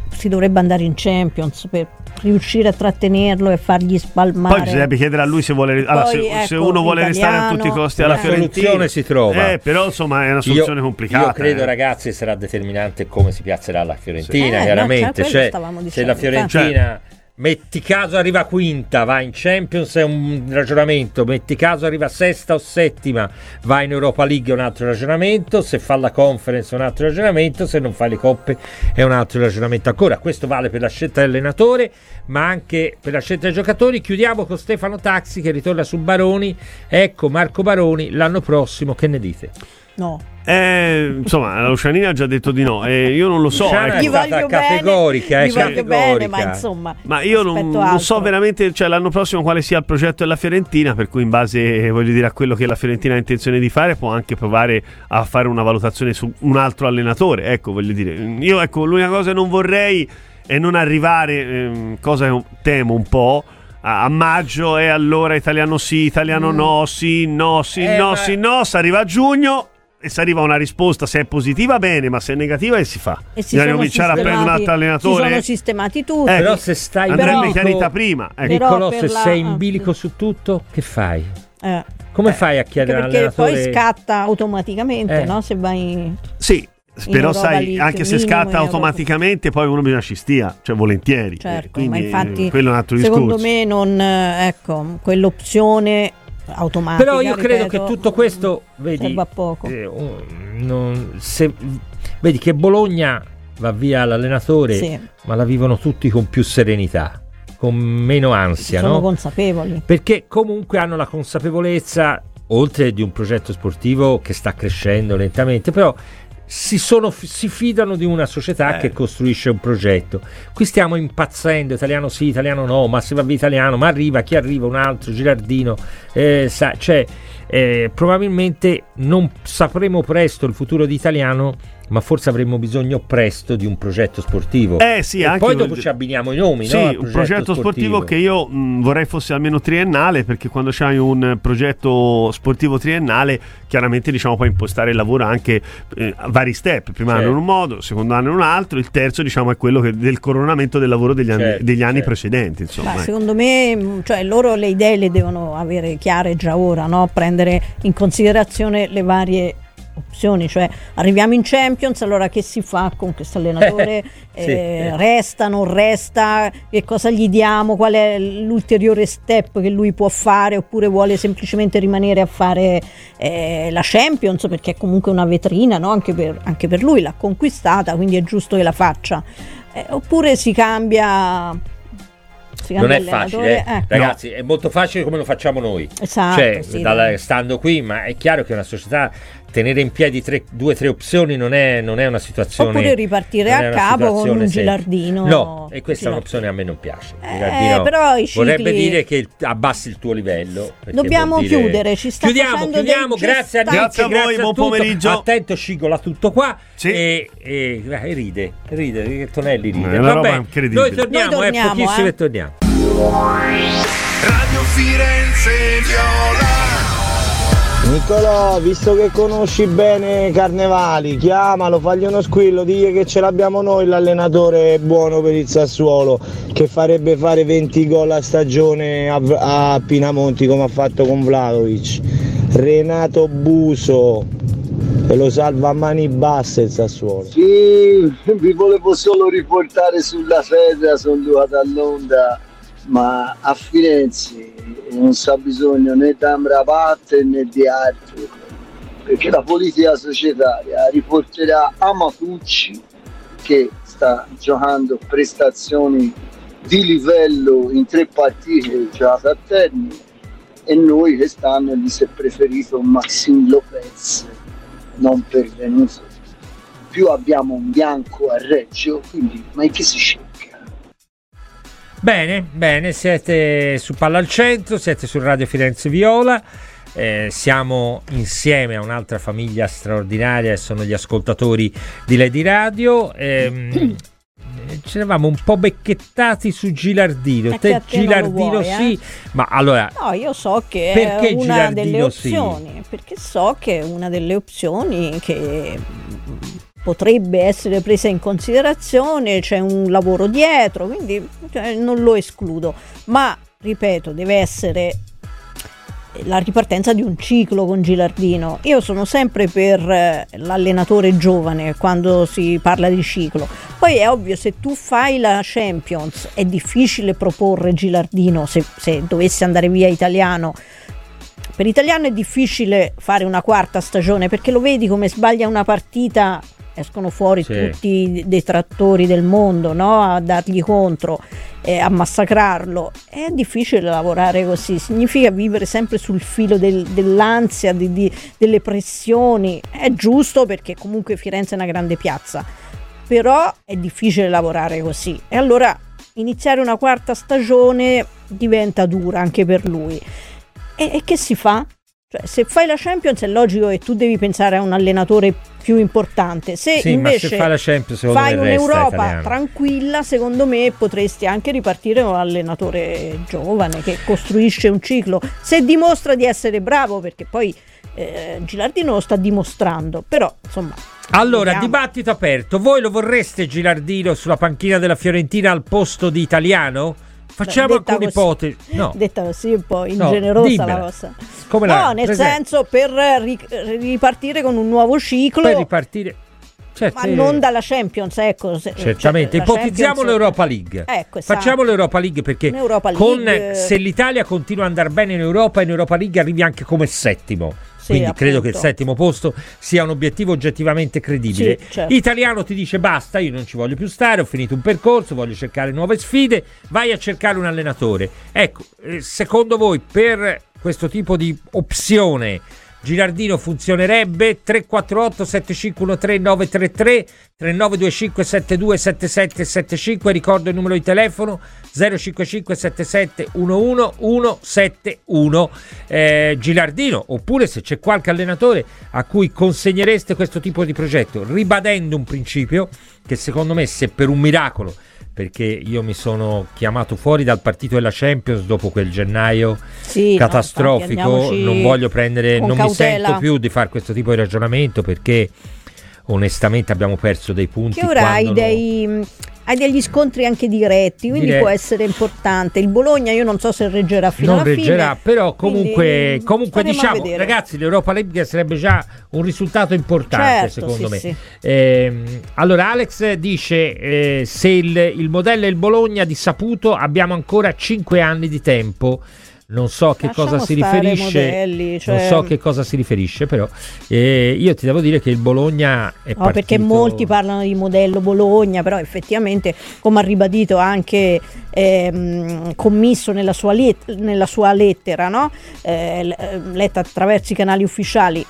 Speaker 8: si dovrebbe andare in Champions per riuscire a trattenerlo e fargli spalmare.
Speaker 17: Poi bisognerebbe chiedere a lui se vuole allora,
Speaker 8: Poi,
Speaker 17: se,
Speaker 8: ecco,
Speaker 17: se uno vuole
Speaker 8: l'italiano,
Speaker 17: restare a tutti i costi alla
Speaker 7: la
Speaker 17: Fiorentina,
Speaker 7: soluzione si trova.
Speaker 17: Eh, però insomma è una soluzione
Speaker 7: io,
Speaker 17: complicata.
Speaker 7: Io credo
Speaker 17: eh.
Speaker 7: ragazzi sarà determinante come si piazzerà la Fiorentina,
Speaker 8: sì. eh,
Speaker 7: chiaramente,
Speaker 8: no, cioè,
Speaker 7: cioè,
Speaker 8: stavamo
Speaker 7: se la
Speaker 8: dicendo,
Speaker 7: Fiorentina metti caso arriva quinta, va in Champions è un ragionamento, metti caso arriva sesta o settima, va in Europa League è un altro ragionamento, se fa la Conference è un altro ragionamento, se non fa le coppe è un altro ragionamento ancora. Questo vale per la scelta dell'allenatore ma anche per la scelta dei giocatori. Chiudiamo con Stefano Taxi che ritorna su Baroni. Ecco Marco Baroni l'anno prossimo, che ne dite?
Speaker 8: No.
Speaker 17: Eh, insomma, la Lucianina ha già detto di no. Eh, io non lo so.
Speaker 7: Luciana
Speaker 17: ecco.
Speaker 7: è stata categorica,
Speaker 8: gli
Speaker 7: è
Speaker 8: voglio
Speaker 7: categorica.
Speaker 8: bene, ma insomma.
Speaker 17: Ma io non, non so veramente, cioè l'anno prossimo quale sia il progetto della Fiorentina, per cui in base, eh, voglio dire, a quello che la Fiorentina ha intenzione di fare, può anche provare a fare una valutazione su un altro allenatore. Ecco, voglio dire, io ecco, l'unica cosa che non vorrei è non arrivare, ehm, cosa che temo un po'. A maggio e allora italiano sì, italiano mm. no, sì, no, sì,
Speaker 7: eh,
Speaker 17: no,
Speaker 7: ma...
Speaker 17: sì, no, si arriva a giugno e si arriva una risposta, se è positiva bene, ma se è negativa che si fa?
Speaker 8: E si
Speaker 17: bisogna cominciare a prendere un altro allenatore.
Speaker 8: Si sono sistemati tutti.
Speaker 17: Eh,
Speaker 7: però se stai
Speaker 17: andrebbe
Speaker 7: bilico,
Speaker 17: chiarita prima. Ecco.
Speaker 7: Niccolò, se
Speaker 8: la...
Speaker 7: sei in bilico su tutto, che fai?
Speaker 8: Eh.
Speaker 7: Come
Speaker 8: eh.
Speaker 7: fai a chiedere
Speaker 8: all'allenatore? Perché
Speaker 7: all'allenatore?
Speaker 8: poi scatta automaticamente,
Speaker 7: eh.
Speaker 8: no? Se vai...
Speaker 17: Sì. Però sai,
Speaker 8: League,
Speaker 17: anche se scatta automaticamente poi uno bisogna ci stia, cioè volentieri.
Speaker 8: Certo,
Speaker 17: quindi,
Speaker 8: ma infatti
Speaker 17: quello è un altro
Speaker 8: secondo
Speaker 17: discorso.
Speaker 8: me non, ecco, quell'opzione automatica.
Speaker 7: Però io credo
Speaker 8: ripeto,
Speaker 7: che tutto questo, vedi,
Speaker 8: serve a poco.
Speaker 7: Eh, non, se, vedi che Bologna va via l'allenatore,
Speaker 8: sì.
Speaker 7: ma la vivono tutti con più serenità, con meno ansia,
Speaker 8: sono
Speaker 7: no?
Speaker 8: consapevoli.
Speaker 7: Perché comunque hanno la consapevolezza, oltre di un progetto sportivo che sta crescendo lentamente, però si, sono, si fidano di una società eh. che costruisce un progetto. Qui stiamo impazzendo, italiano sì, italiano no, ma se va via italiano, ma arriva, chi arriva? Un altro, Girardino, eh, sa, cioè eh, probabilmente non sapremo presto il futuro di Italiano, ma forse avremmo bisogno presto di un progetto sportivo.
Speaker 17: Eh sì,
Speaker 7: e
Speaker 17: anche
Speaker 7: poi dopo ci abbiniamo i nomi,
Speaker 17: sì,
Speaker 7: no?
Speaker 17: un progetto, progetto sportivo, sportivo che io mh, vorrei fosse almeno triennale, perché quando c'hai un progetto sportivo triennale chiaramente diciamo puoi impostare il lavoro anche eh, a vari step, primo certo. anno in un modo, secondo anno in un altro, il terzo diciamo è quello che, del coronamento del lavoro degli anni,
Speaker 7: certo,
Speaker 17: degli anni
Speaker 7: certo.
Speaker 17: precedenti, insomma.
Speaker 8: Beh, secondo me, cioè, loro le idee le devono avere chiare già ora, no? Prendere in considerazione le varie opzioni, cioè arriviamo in Champions, allora che si fa con questo allenatore?
Speaker 7: sì.
Speaker 8: eh, resta, non resta, che cosa gli diamo, qual è l'ulteriore step che lui può fare, oppure vuole semplicemente rimanere a fare eh, la Champions, perché è comunque una vetrina, no? anche, per, anche per lui l'ha conquistata, quindi è giusto che la faccia, eh, oppure si cambia.
Speaker 7: Non è facile, eh.
Speaker 8: ecco.
Speaker 7: ragazzi, è molto facile come lo facciamo noi,
Speaker 8: esatto,
Speaker 7: cioè,
Speaker 8: sì,
Speaker 7: dalla, stando qui, ma è chiaro che una società tenere in piedi tre, due o tre opzioni non è, non è una situazione,
Speaker 8: oppure ripartire a capo con un Gilardino.
Speaker 7: No, e questa
Speaker 8: Gilardino.
Speaker 7: è un'opzione a me non piace.
Speaker 8: Eh, però i cicli...
Speaker 7: vorrebbe dire che abbassi il tuo livello.
Speaker 8: Dobbiamo
Speaker 7: dire...
Speaker 8: chiudere, ci sta
Speaker 7: chiudiamo, chiudiamo, grazie a Nick,
Speaker 17: grazie a voi,
Speaker 7: grazie
Speaker 17: buon
Speaker 7: a
Speaker 17: pomeriggio.
Speaker 7: Attento, Scigola tutto qua
Speaker 17: sì.
Speaker 7: e, e, e ride, ride, che Tonelli ride.
Speaker 17: È una
Speaker 7: Vabbè,
Speaker 17: roba incredibile.
Speaker 7: noi torniamo,
Speaker 8: noi torniamo
Speaker 7: eh, pochissimo
Speaker 8: eh.
Speaker 7: e torniamo.
Speaker 10: Radio Firenze Viola.
Speaker 13: Niccolò, visto che conosci bene Carnevali, chiamalo, fagli uno squillo, digli che ce l'abbiamo noi l'allenatore buono per il Sassuolo, che farebbe fare venti gol a stagione a, a Pinamonti come ha fatto con Vlahovic. Renato Buso, e lo salva a mani basse il Sassuolo.
Speaker 18: Sì, vi volevo solo riportare sulla ferra, sono andato all'Onda, ma a Firenze non sa bisogno né di Amrabat né di altro, perché la politica societaria riporterà Amatucci, che sta giocando prestazioni di livello in tre partite giocate a termine, e noi quest'anno gli si è preferito Maxime Lopez non pervenuto. Più abbiamo un bianco a Reggio, quindi ma che si cerca?
Speaker 7: Bene, bene, siete su Palla al Centro, siete su Radio Firenze Viola, eh, siamo insieme a un'altra famiglia straordinaria, sono gli ascoltatori di Lady Radio. ehm, ci eravamo un po' becchettati su Gilardino, te, te Gilardino vuoi, sì, eh? Ma allora
Speaker 8: no, io so che
Speaker 7: perché
Speaker 8: è una
Speaker 7: Gilardino
Speaker 8: delle opzioni,
Speaker 7: sì?
Speaker 8: perché so che è una delle opzioni che potrebbe essere presa in considerazione, c'è un lavoro dietro, quindi cioè, non lo escludo, ma ripeto, deve essere la ripartenza di un ciclo con Gilardino. Io sono sempre per eh, l'allenatore giovane quando si parla di ciclo. Poi è ovvio, se tu fai la Champions è difficile proporre Gilardino, se, se dovesse andare via Italiano. Per Italiano è difficile fare una quarta stagione, perché lo vedi come sbaglia una partita, escono fuori sì. tutti i detrattori del mondo, no? A dargli contro, eh, a massacrarlo. È difficile lavorare così, significa vivere sempre sul filo del, dell'ansia, di, di, delle pressioni. È giusto, perché comunque Firenze è una grande piazza, però è difficile lavorare così, e allora iniziare una quarta stagione diventa dura anche per lui. E, e che si fa? Cioè, se fai la Champions è logico che tu devi pensare a un allenatore più importante. Se
Speaker 7: sì,
Speaker 8: invece
Speaker 7: ma se fai la Champions,
Speaker 8: fai un'Europa
Speaker 7: italiano.
Speaker 8: tranquilla, secondo me potresti anche ripartire con un allenatore giovane che costruisce un ciclo, se dimostra di essere bravo, perché poi eh, Gilardino lo sta dimostrando, però insomma.
Speaker 7: Allora,
Speaker 8: vediamo.
Speaker 7: Dibattito aperto. Voi lo vorreste Gilardino sulla panchina della Fiorentina al posto di Italiano? Facciamo
Speaker 8: Detta
Speaker 7: alcune
Speaker 8: così,
Speaker 7: ipotesi. No.
Speaker 8: Detta così un po' ingenerosa
Speaker 7: no,
Speaker 8: la cosa.
Speaker 7: Come
Speaker 8: no,
Speaker 7: la
Speaker 8: nel
Speaker 7: presente?
Speaker 8: senso per ri- ripartire con un nuovo ciclo.
Speaker 7: Per ripartire. Cioè,
Speaker 8: ma
Speaker 7: te...
Speaker 8: non dalla Champions, ecco. Se,
Speaker 7: certamente,
Speaker 8: cioè,
Speaker 7: ipotizziamo
Speaker 8: Champions...
Speaker 7: l'Europa League.
Speaker 8: Ecco, esatto.
Speaker 7: Facciamo l'Europa League, perché con,
Speaker 8: League...
Speaker 7: se l'Italia continua ad andare bene in Europa, in Europa League arrivi anche come settimo.
Speaker 8: Sì,
Speaker 7: quindi
Speaker 8: appunto.
Speaker 7: credo che il settimo posto sia un obiettivo oggettivamente credibile.
Speaker 8: Sì, certo.
Speaker 7: Italiano ti dice basta, io non ci voglio più stare, ho finito un percorso, voglio cercare nuove sfide, vai a cercare un allenatore. Ecco, eh, secondo voi per questo tipo di opzione Gilardino funzionerebbe? Tre quattro otto sette cinque uno tre nove tre tre, tre nove due cinque sette due sette sette sette cinque, ricordo il numero di telefono zero cinque cinque sette sette uno uno uno sette uno. eh, Gilardino, oppure se c'è qualche allenatore a cui consegnereste questo tipo di progetto, ribadendo un principio che secondo me, se per un miracolo, perché io mi sono chiamato fuori dal partito della Champions dopo quel gennaio
Speaker 8: sì,
Speaker 7: catastrofico,
Speaker 8: no,
Speaker 7: non voglio prendere, non
Speaker 8: cautela.
Speaker 7: mi sento più di fare questo tipo di ragionamento, perché onestamente abbiamo perso dei punti.
Speaker 8: Che ora hai
Speaker 7: non...
Speaker 8: dei hai degli scontri anche diretti, quindi
Speaker 7: Direi.
Speaker 8: può essere importante. Il Bologna io non so se reggerà fino
Speaker 7: non
Speaker 8: alla
Speaker 7: reggerà,
Speaker 8: fine,
Speaker 7: però comunque, comunque diciamo,
Speaker 8: a
Speaker 7: ragazzi, l'Europa League sarebbe già un risultato importante,
Speaker 8: certo,
Speaker 7: secondo
Speaker 8: sì,
Speaker 7: me.
Speaker 8: Sì.
Speaker 7: Eh, allora Alex dice eh, se il, il modello è il Bologna di Saputo abbiamo ancora cinque anni di tempo. Non so che
Speaker 8: Lasciamo
Speaker 7: cosa si
Speaker 8: stare
Speaker 7: riferisce,
Speaker 8: modelli, cioè...
Speaker 7: non so che cosa si riferisce, però eh, io ti devo dire che il Bologna è
Speaker 8: no,
Speaker 7: partito...
Speaker 8: perché molti parlano di modello Bologna, però effettivamente, come ha ribadito anche ehm, Commisso nella sua, let- nella sua lettera, no? eh, letta attraverso i canali ufficiali,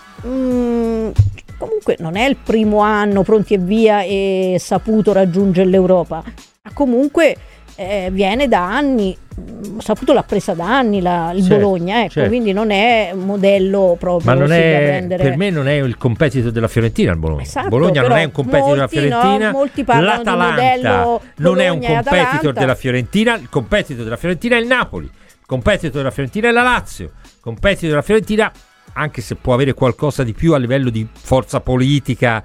Speaker 8: mm, comunque non è il primo anno pronti e via e Saputo raggiunge l'Europa, ma comunque eh, viene da anni. Saputo l'ha presa da anni la, il
Speaker 7: certo,
Speaker 8: Bologna, ecco,
Speaker 7: certo.
Speaker 8: quindi non è un modello proprio.
Speaker 7: Ma non
Speaker 8: sì,
Speaker 7: è,
Speaker 8: da prendere...
Speaker 7: per me non è il competitor della Fiorentina il Bologna.
Speaker 8: Esatto,
Speaker 7: Bologna non è un competitor
Speaker 8: molti,
Speaker 7: della Fiorentina.
Speaker 8: No, molti parlano
Speaker 7: L'Atalanta
Speaker 8: di modello
Speaker 7: non è un competitor
Speaker 8: Atalanta.
Speaker 7: della Fiorentina. Il competitor della Fiorentina è il Napoli. Il competitor della Fiorentina è la Lazio. Il competitor della Fiorentina, anche se può avere qualcosa di più a livello di forza politica,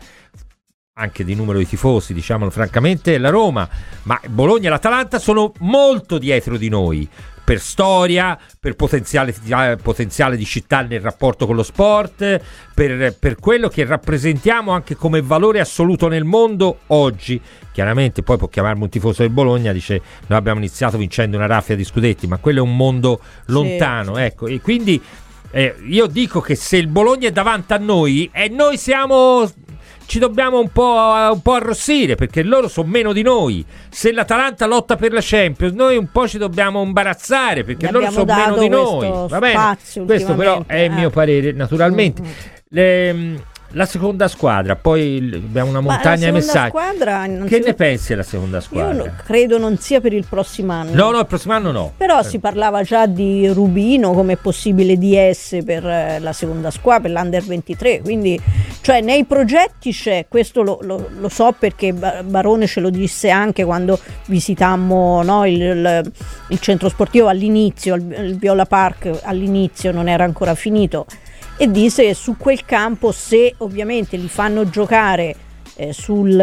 Speaker 7: anche di numero di tifosi, diciamolo francamente, la Roma, ma Bologna e l'Atalanta sono molto dietro di noi per storia, per potenziale, potenziale di città nel rapporto con lo sport, per, per quello che rappresentiamo anche come valore assoluto nel mondo oggi. Chiaramente poi può chiamarmi un tifoso del Bologna, dice noi abbiamo iniziato vincendo una raffia di scudetti, ma quello è un mondo lontano, sì. Ecco, e quindi eh, io dico che se il Bologna è davanti a noi e eh, noi siamo... ci dobbiamo un po', un po' arrossire, perché loro sono meno di noi. Se l'Atalanta lotta per la Champions, noi un po' ci dobbiamo imbarazzare, perché loro sono meno di noi. Va bene? Questo però è il mio parere, naturalmente. Mm-hmm. Le, la seconda squadra, poi abbiamo una montagna di messaggi.
Speaker 8: Squadra,
Speaker 7: che ne pensi della seconda squadra?
Speaker 8: Io credo non sia per il prossimo anno.
Speaker 7: No, no, il prossimo anno no.
Speaker 8: Però
Speaker 7: eh.
Speaker 8: si parlava già di Rubino come possibile D S per la seconda squadra, per l'Under ventitré, quindi cioè nei progetti c'è, questo lo, lo, lo so perché Barone ce lo disse anche quando visitammo, no, il, il, il centro sportivo all'inizio, il, il Viola Park all'inizio non era ancora finito, e disse che su quel campo, se ovviamente li fanno giocare eh, sul,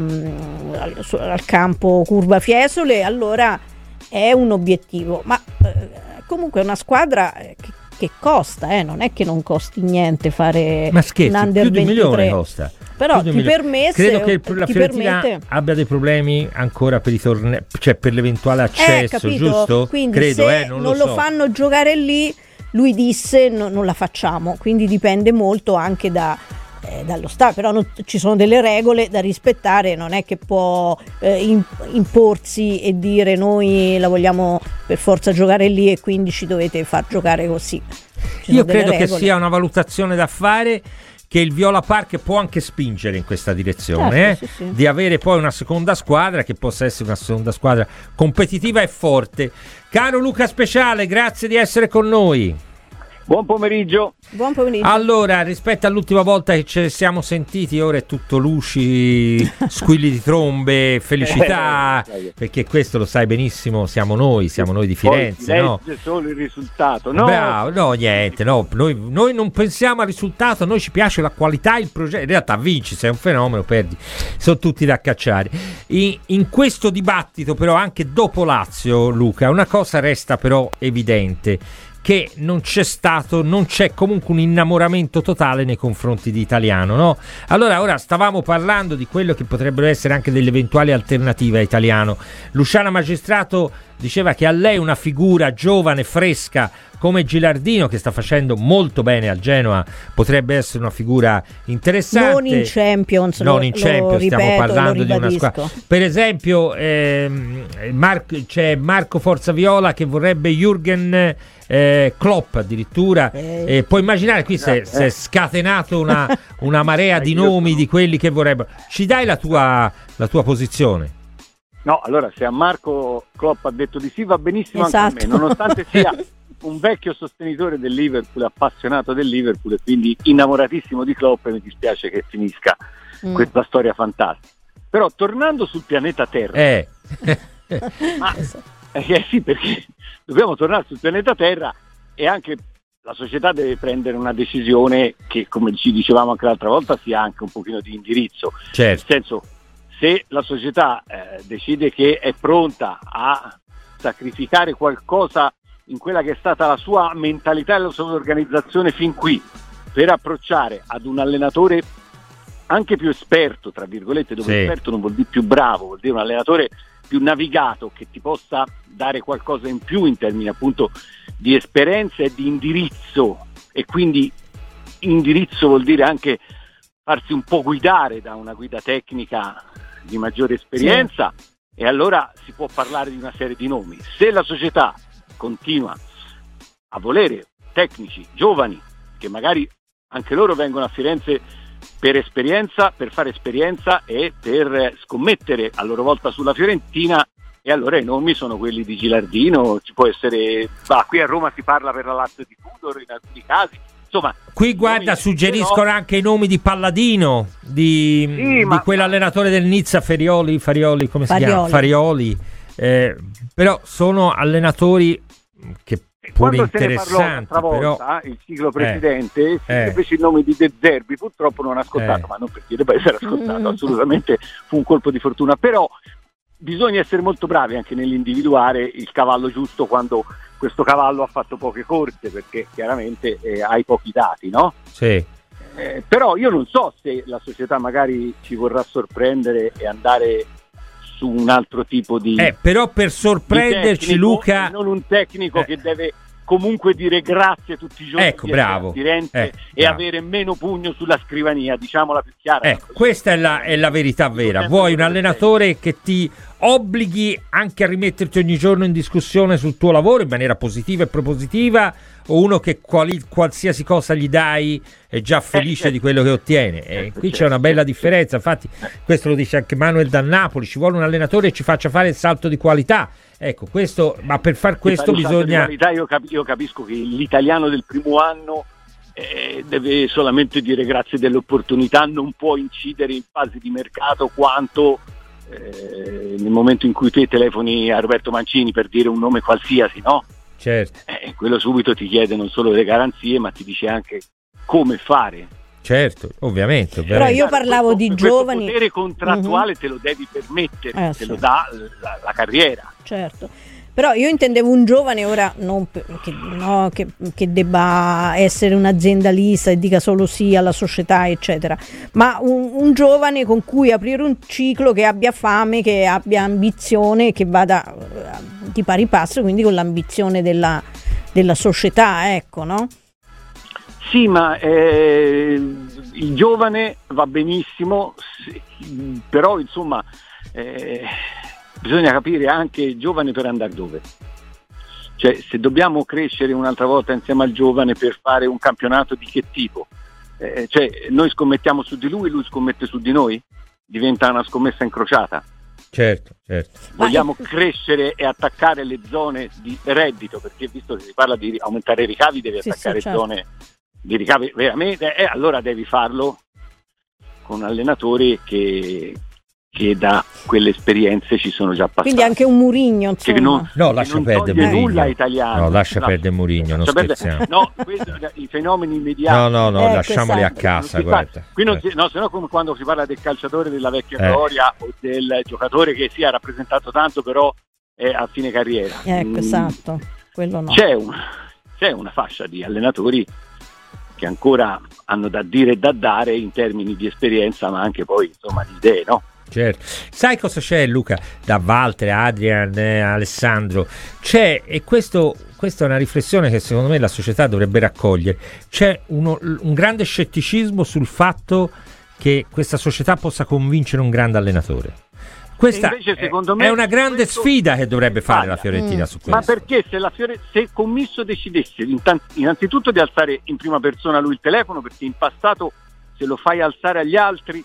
Speaker 8: um, al, su, al campo Curva Fiesole, allora è un obiettivo, ma eh, comunque è una squadra che, che costa, eh, non è che non costi niente fare
Speaker 7: ma scherzi,
Speaker 8: un under
Speaker 7: più di un
Speaker 8: ventitré.
Speaker 7: milione costa.
Speaker 8: Però ti permette,
Speaker 7: credo che il, la
Speaker 8: ti
Speaker 7: Fiorentina
Speaker 8: permette...
Speaker 7: abbia dei problemi ancora per i tornei, cioè per l'eventuale accesso,
Speaker 8: eh,
Speaker 7: giusto?
Speaker 8: Quindi
Speaker 7: credo,
Speaker 8: se
Speaker 7: eh, non,
Speaker 8: non
Speaker 7: lo,
Speaker 8: lo
Speaker 7: so.
Speaker 8: fanno giocare lì, lui disse no, non la facciamo, quindi dipende molto anche da eh, dallo Stato, però non, ci sono delle regole da rispettare, non è che può eh, in, imporsi e dire noi la vogliamo per forza giocare lì e quindi ci dovete far giocare così. Ci
Speaker 7: Io credo che sia una valutazione da fare, che il Viola Park può anche spingere in questa direzione,
Speaker 8: certo,
Speaker 7: eh?
Speaker 8: sì, sì.
Speaker 7: Di avere poi una seconda squadra che possa essere una seconda squadra competitiva e forte. Caro Luca Speciale, grazie di essere con noi.
Speaker 19: Buon pomeriggio.
Speaker 8: Buon pomeriggio.
Speaker 7: Allora, rispetto all'ultima volta che ci siamo sentiti, ora è tutto luci, squilli di trombe, felicità, perché questo lo sai benissimo, siamo noi, siamo noi di Firenze,
Speaker 19: Poi
Speaker 7: no?
Speaker 19: legge solo il risultato, no?
Speaker 7: Bravo, no, niente, no, noi, noi non pensiamo al risultato, a noi ci piace la qualità, il progetto, in realtà vinci, sei un fenomeno, perdi, sono tutti da cacciare. In, in questo dibattito però, anche dopo Lazio, Luca, una cosa resta però evidente, che non c'è stato, non c'è comunque un innamoramento totale nei confronti di Italiano, no? Allora, ora stavamo parlando di quello che potrebbero essere anche delle eventuali alternative a Italiano. Luciana Magistrato diceva che a lei una figura giovane, fresca, come Gilardino, che sta facendo molto bene al Genoa, potrebbe essere una figura interessante.
Speaker 8: Non in Champions,
Speaker 7: non
Speaker 8: lo,
Speaker 7: in Champions,
Speaker 8: lo ripeto,
Speaker 7: stiamo parlando di una
Speaker 8: ribadisco.
Speaker 7: squadra. Per esempio, ehm, Mar- c'è Marco Forzaviola che vorrebbe Jürgen eh, Klopp addirittura.
Speaker 8: Eh.
Speaker 7: Eh, puoi immaginare, qui si è, si è scatenato una, una marea di nomi di quelli che vorrebbero. Ci dai la tua, la tua posizione?
Speaker 19: No, allora se a Marco Klopp ha detto di sì va benissimo,
Speaker 8: Esatto.
Speaker 19: anche a me, nonostante sia un vecchio sostenitore del Liverpool, appassionato del Liverpool e quindi innamoratissimo di Klopp, e mi dispiace che finisca mm. questa storia fantastica. Però tornando sul pianeta Terra,
Speaker 7: eh.
Speaker 19: ma, eh, sì, perché dobbiamo tornare sul pianeta Terra e anche la società deve prendere una decisione che, come ci dicevamo anche l'altra volta, sia anche un pochino di indirizzo.
Speaker 7: Certo.
Speaker 19: Nel senso, se la società eh, decide che è pronta a sacrificare qualcosa in quella che è stata la sua mentalità e la sua organizzazione fin qui per approcciare ad un allenatore anche più esperto, tra virgolette, dove
Speaker 7: sì.
Speaker 19: esperto non vuol dire più bravo, vuol dire un allenatore più navigato, che ti possa dare qualcosa in più in termini appunto di esperienza e di indirizzo, e quindi indirizzo vuol dire anche farsi un po' guidare da una guida tecnica di maggiore esperienza, sì. E allora si può parlare di una serie di nomi. Se la società continua a volere tecnici giovani, che magari anche loro vengono a Firenze per esperienza, per fare esperienza e per scommettere a loro volta sulla Fiorentina, e allora i nomi sono quelli di Gilardino, ci può essere, bah, qui a Roma si parla per la Lazio di Tudor in alcuni casi, insomma.
Speaker 7: Qui guarda, suggeriscono però anche i nomi di Palladino, di,
Speaker 19: sì,
Speaker 7: di
Speaker 19: ma...
Speaker 7: quell'allenatore del Nizza, Ferioli, Farioli, come si
Speaker 8: Farioli.
Speaker 7: chiama? Farioli. Eh, però sono allenatori che pure
Speaker 19: quando
Speaker 7: interessanti,
Speaker 19: se ne parlò
Speaker 7: però
Speaker 19: il ciclo precedente
Speaker 7: eh,
Speaker 19: si
Speaker 7: eh.
Speaker 19: invece il nome di De Zerbi, purtroppo non ha ascoltato,
Speaker 7: eh.
Speaker 19: ma non perché debba essere ascoltato, assolutamente fu un colpo di fortuna, però bisogna essere molto bravi anche nell'individuare il cavallo giusto quando questo cavallo ha fatto poche corse, perché chiaramente eh, hai pochi dati, no?
Speaker 7: Sì.
Speaker 19: Eh, però io non so se la società magari ci vorrà sorprendere e andare su un altro tipo di
Speaker 7: eh, però per sorprenderci,
Speaker 19: tecnico,
Speaker 7: Luca,
Speaker 19: non un tecnico
Speaker 7: eh.
Speaker 19: che deve comunque dire grazie tutti i giorni,
Speaker 7: ecco, bravo.
Speaker 19: Firenze,
Speaker 7: Eh,
Speaker 19: e
Speaker 7: bravo.
Speaker 19: avere meno pugno sulla scrivania, diciamola più chiara.
Speaker 7: Ecco, questa è la, è la verità vera. Vuoi un allenatore che ti obblighi anche a rimetterti ogni giorno in discussione sul tuo lavoro in maniera positiva e propositiva, o uno che quali, qualsiasi cosa gli dai è già felice eh, di quello che ottiene? E eh, qui c'è una bella differenza. Infatti questo lo dice anche Manuel da Napoli, ci vuole un allenatore che ci faccia fare il salto di qualità. Ecco, questo, ma per far questo bisogna...
Speaker 19: Qualità, io, cap- io capisco che l'italiano del primo anno eh, deve solamente dire grazie dell'opportunità, non può incidere in fase di mercato quanto eh, nel momento in cui te telefoni a Roberto Mancini, per dire un nome qualsiasi, no?
Speaker 7: Certo.
Speaker 19: Eh, quello subito ti chiede non solo le garanzie, ma ti dice anche come fare
Speaker 7: Certo, ovviamente.
Speaker 8: Però io parlavo di
Speaker 19: questo
Speaker 8: giovani.
Speaker 19: Il potere contrattuale
Speaker 8: uh-huh.
Speaker 19: te lo devi permettere,
Speaker 8: eh,
Speaker 19: te
Speaker 8: sì.
Speaker 19: lo dà la, la carriera.
Speaker 8: Certo. Però io intendevo un giovane ora non per, che, no, che, che debba essere un'aziendalista e dica solo sì alla società, eccetera, ma un, un giovane con cui aprire un ciclo, che abbia fame, che abbia ambizione, che vada di pari passo quindi con l'ambizione della, della società, ecco, no?
Speaker 19: Sì, ma eh, il giovane va benissimo, sì, però insomma eh, bisogna capire anche il giovane per andare dove. Cioè, se dobbiamo crescere un'altra volta insieme al giovane per fare un campionato di che tipo? Eh, cioè, noi scommettiamo su di lui, lui scommette su di noi? Diventa una scommessa incrociata.
Speaker 7: Certo, certo.
Speaker 19: Vogliamo crescere e attaccare le zone di reddito, perché visto che si parla di aumentare i ricavi, devi
Speaker 8: sì,
Speaker 19: attaccare
Speaker 8: sì, certo.
Speaker 19: zone di ricavi veramente, e eh, allora devi farlo con allenatori che, che da quelle esperienze ci sono già passati.
Speaker 8: Quindi anche un Mourinho, insomma.
Speaker 19: Che non,
Speaker 7: no,
Speaker 19: che
Speaker 7: lascia
Speaker 19: non
Speaker 7: perdere
Speaker 19: toglie
Speaker 7: Mourinho.
Speaker 19: nulla italiano.
Speaker 7: No, lascia
Speaker 19: no,
Speaker 7: perdere Mourinho, non
Speaker 19: lascia
Speaker 7: scherziamo.
Speaker 19: Perdere, no, questo, i fenomeni immediati.
Speaker 7: No, no, no,
Speaker 8: ecco,
Speaker 7: lasciamoli
Speaker 8: esatto.
Speaker 7: a casa,
Speaker 19: Non si
Speaker 7: guarda.
Speaker 19: fa- Qui non si, no, se no come quando si parla del calciatore della vecchia
Speaker 7: Eh.
Speaker 19: gloria o del giocatore che si è rappresentato tanto però è a fine carriera.
Speaker 8: Ecco,
Speaker 19: Mm,
Speaker 8: esatto, quello no.
Speaker 19: C'è, un, c'è una fascia di allenatori che ancora hanno da dire e da dare in termini di esperienza, ma anche poi insomma di idee, no?
Speaker 7: Certo. Sai cosa c'è, Luca? Da Walter, Adrian, eh, Alessandro, c'è, e questo, questa è una riflessione che secondo me la società dovrebbe raccogliere, c'è uno, un grande scetticismo sul fatto che questa società possa convincere un grande allenatore. Questa
Speaker 19: invece,
Speaker 7: è,
Speaker 19: secondo me,
Speaker 7: è una grande
Speaker 19: questo
Speaker 7: sfida che dovrebbe fare la Fiorentina
Speaker 8: Mm.
Speaker 7: su questo.
Speaker 19: Ma perché se la Fiore, se il commisso decidesse intan- innanzitutto di alzare in prima persona lui il telefono, perché in passato se lo fai alzare agli altri,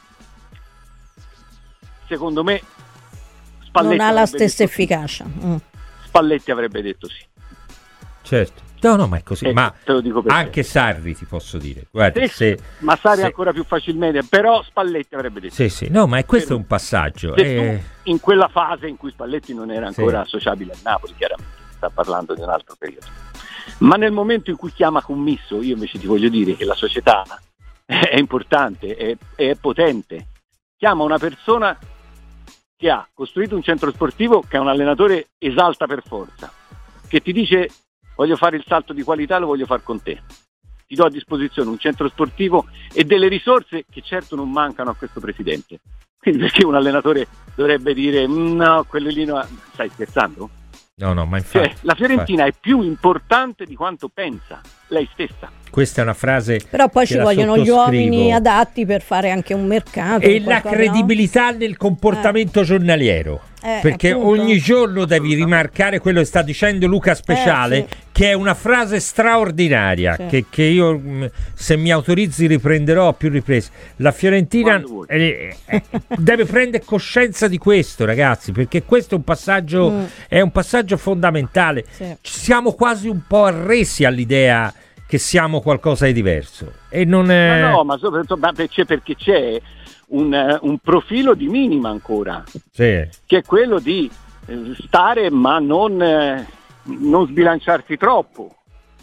Speaker 19: secondo me Spalletti
Speaker 8: non ha la
Speaker 19: avrebbe
Speaker 8: stessa
Speaker 19: detto sì.
Speaker 8: efficacia. Mm.
Speaker 19: Spalletti avrebbe detto sì.
Speaker 7: Certo. No, no, ma è così.
Speaker 19: Eh,
Speaker 7: ma
Speaker 19: te lo dico perché.
Speaker 7: anche Sarri ti posso dire. Guarda,
Speaker 19: Sì,
Speaker 7: se,
Speaker 19: ma Sarri
Speaker 7: se-
Speaker 19: ancora più facilmente, però Spalletti avrebbe detto
Speaker 7: Sì, sì. No, ma è questo è un passaggio.
Speaker 19: Se
Speaker 7: eh,
Speaker 19: tu, in quella fase in cui Spalletti non era ancora
Speaker 7: Sì.
Speaker 19: associabile al Napoli, chiaramente si sta parlando di un altro periodo, ma nel momento in cui chiama commisso, io invece ti voglio dire che la società è importante, è, è potente, chiama una persona che ha costruito un centro sportivo che è un allenatore esalta per forza, che ti dice voglio fare il salto di qualità, lo voglio fare con te, ti do a disposizione un centro sportivo e delle risorse che certo non mancano a questo presidente. Quindi perché un allenatore dovrebbe dire no, quello lì no, stai scherzando?
Speaker 7: no, no, ma infatti,
Speaker 19: Cioè, la Fiorentina è più importante di quanto pensa lei stessa.
Speaker 7: questa è una frase
Speaker 8: Però poi
Speaker 7: che
Speaker 8: ci
Speaker 7: la
Speaker 8: vogliono gli
Speaker 7: sottoscrivo.
Speaker 8: uomini adatti per fare anche un mercato.
Speaker 7: E la
Speaker 8: qualcosa,
Speaker 7: credibilità nel comportamento giornaliero,
Speaker 8: Eh,
Speaker 7: perché
Speaker 8: appunto.
Speaker 7: ogni giorno devi rimarcare quello che sta dicendo Luca Speciale,
Speaker 8: Eh, sì.
Speaker 7: che è una frase straordinaria,
Speaker 8: Sì.
Speaker 7: che, che io mh, se mi autorizzi riprenderò a più riprese. La Fiorentina
Speaker 19: Quando vuoi.
Speaker 7: eh, eh, deve prendere coscienza di questo, ragazzi, perché questo è un passaggio
Speaker 8: Mm.
Speaker 7: è un passaggio fondamentale.
Speaker 8: Sì.
Speaker 7: Ci siamo quasi un po' arresi all'idea che siamo qualcosa di diverso e non è...
Speaker 19: Ma no, ma soprattutto ma c'è perché c'è un, eh, un profilo di minima ancora,
Speaker 7: Sì.
Speaker 19: che è quello di eh, stare ma non, eh, non sbilanciarsi troppo.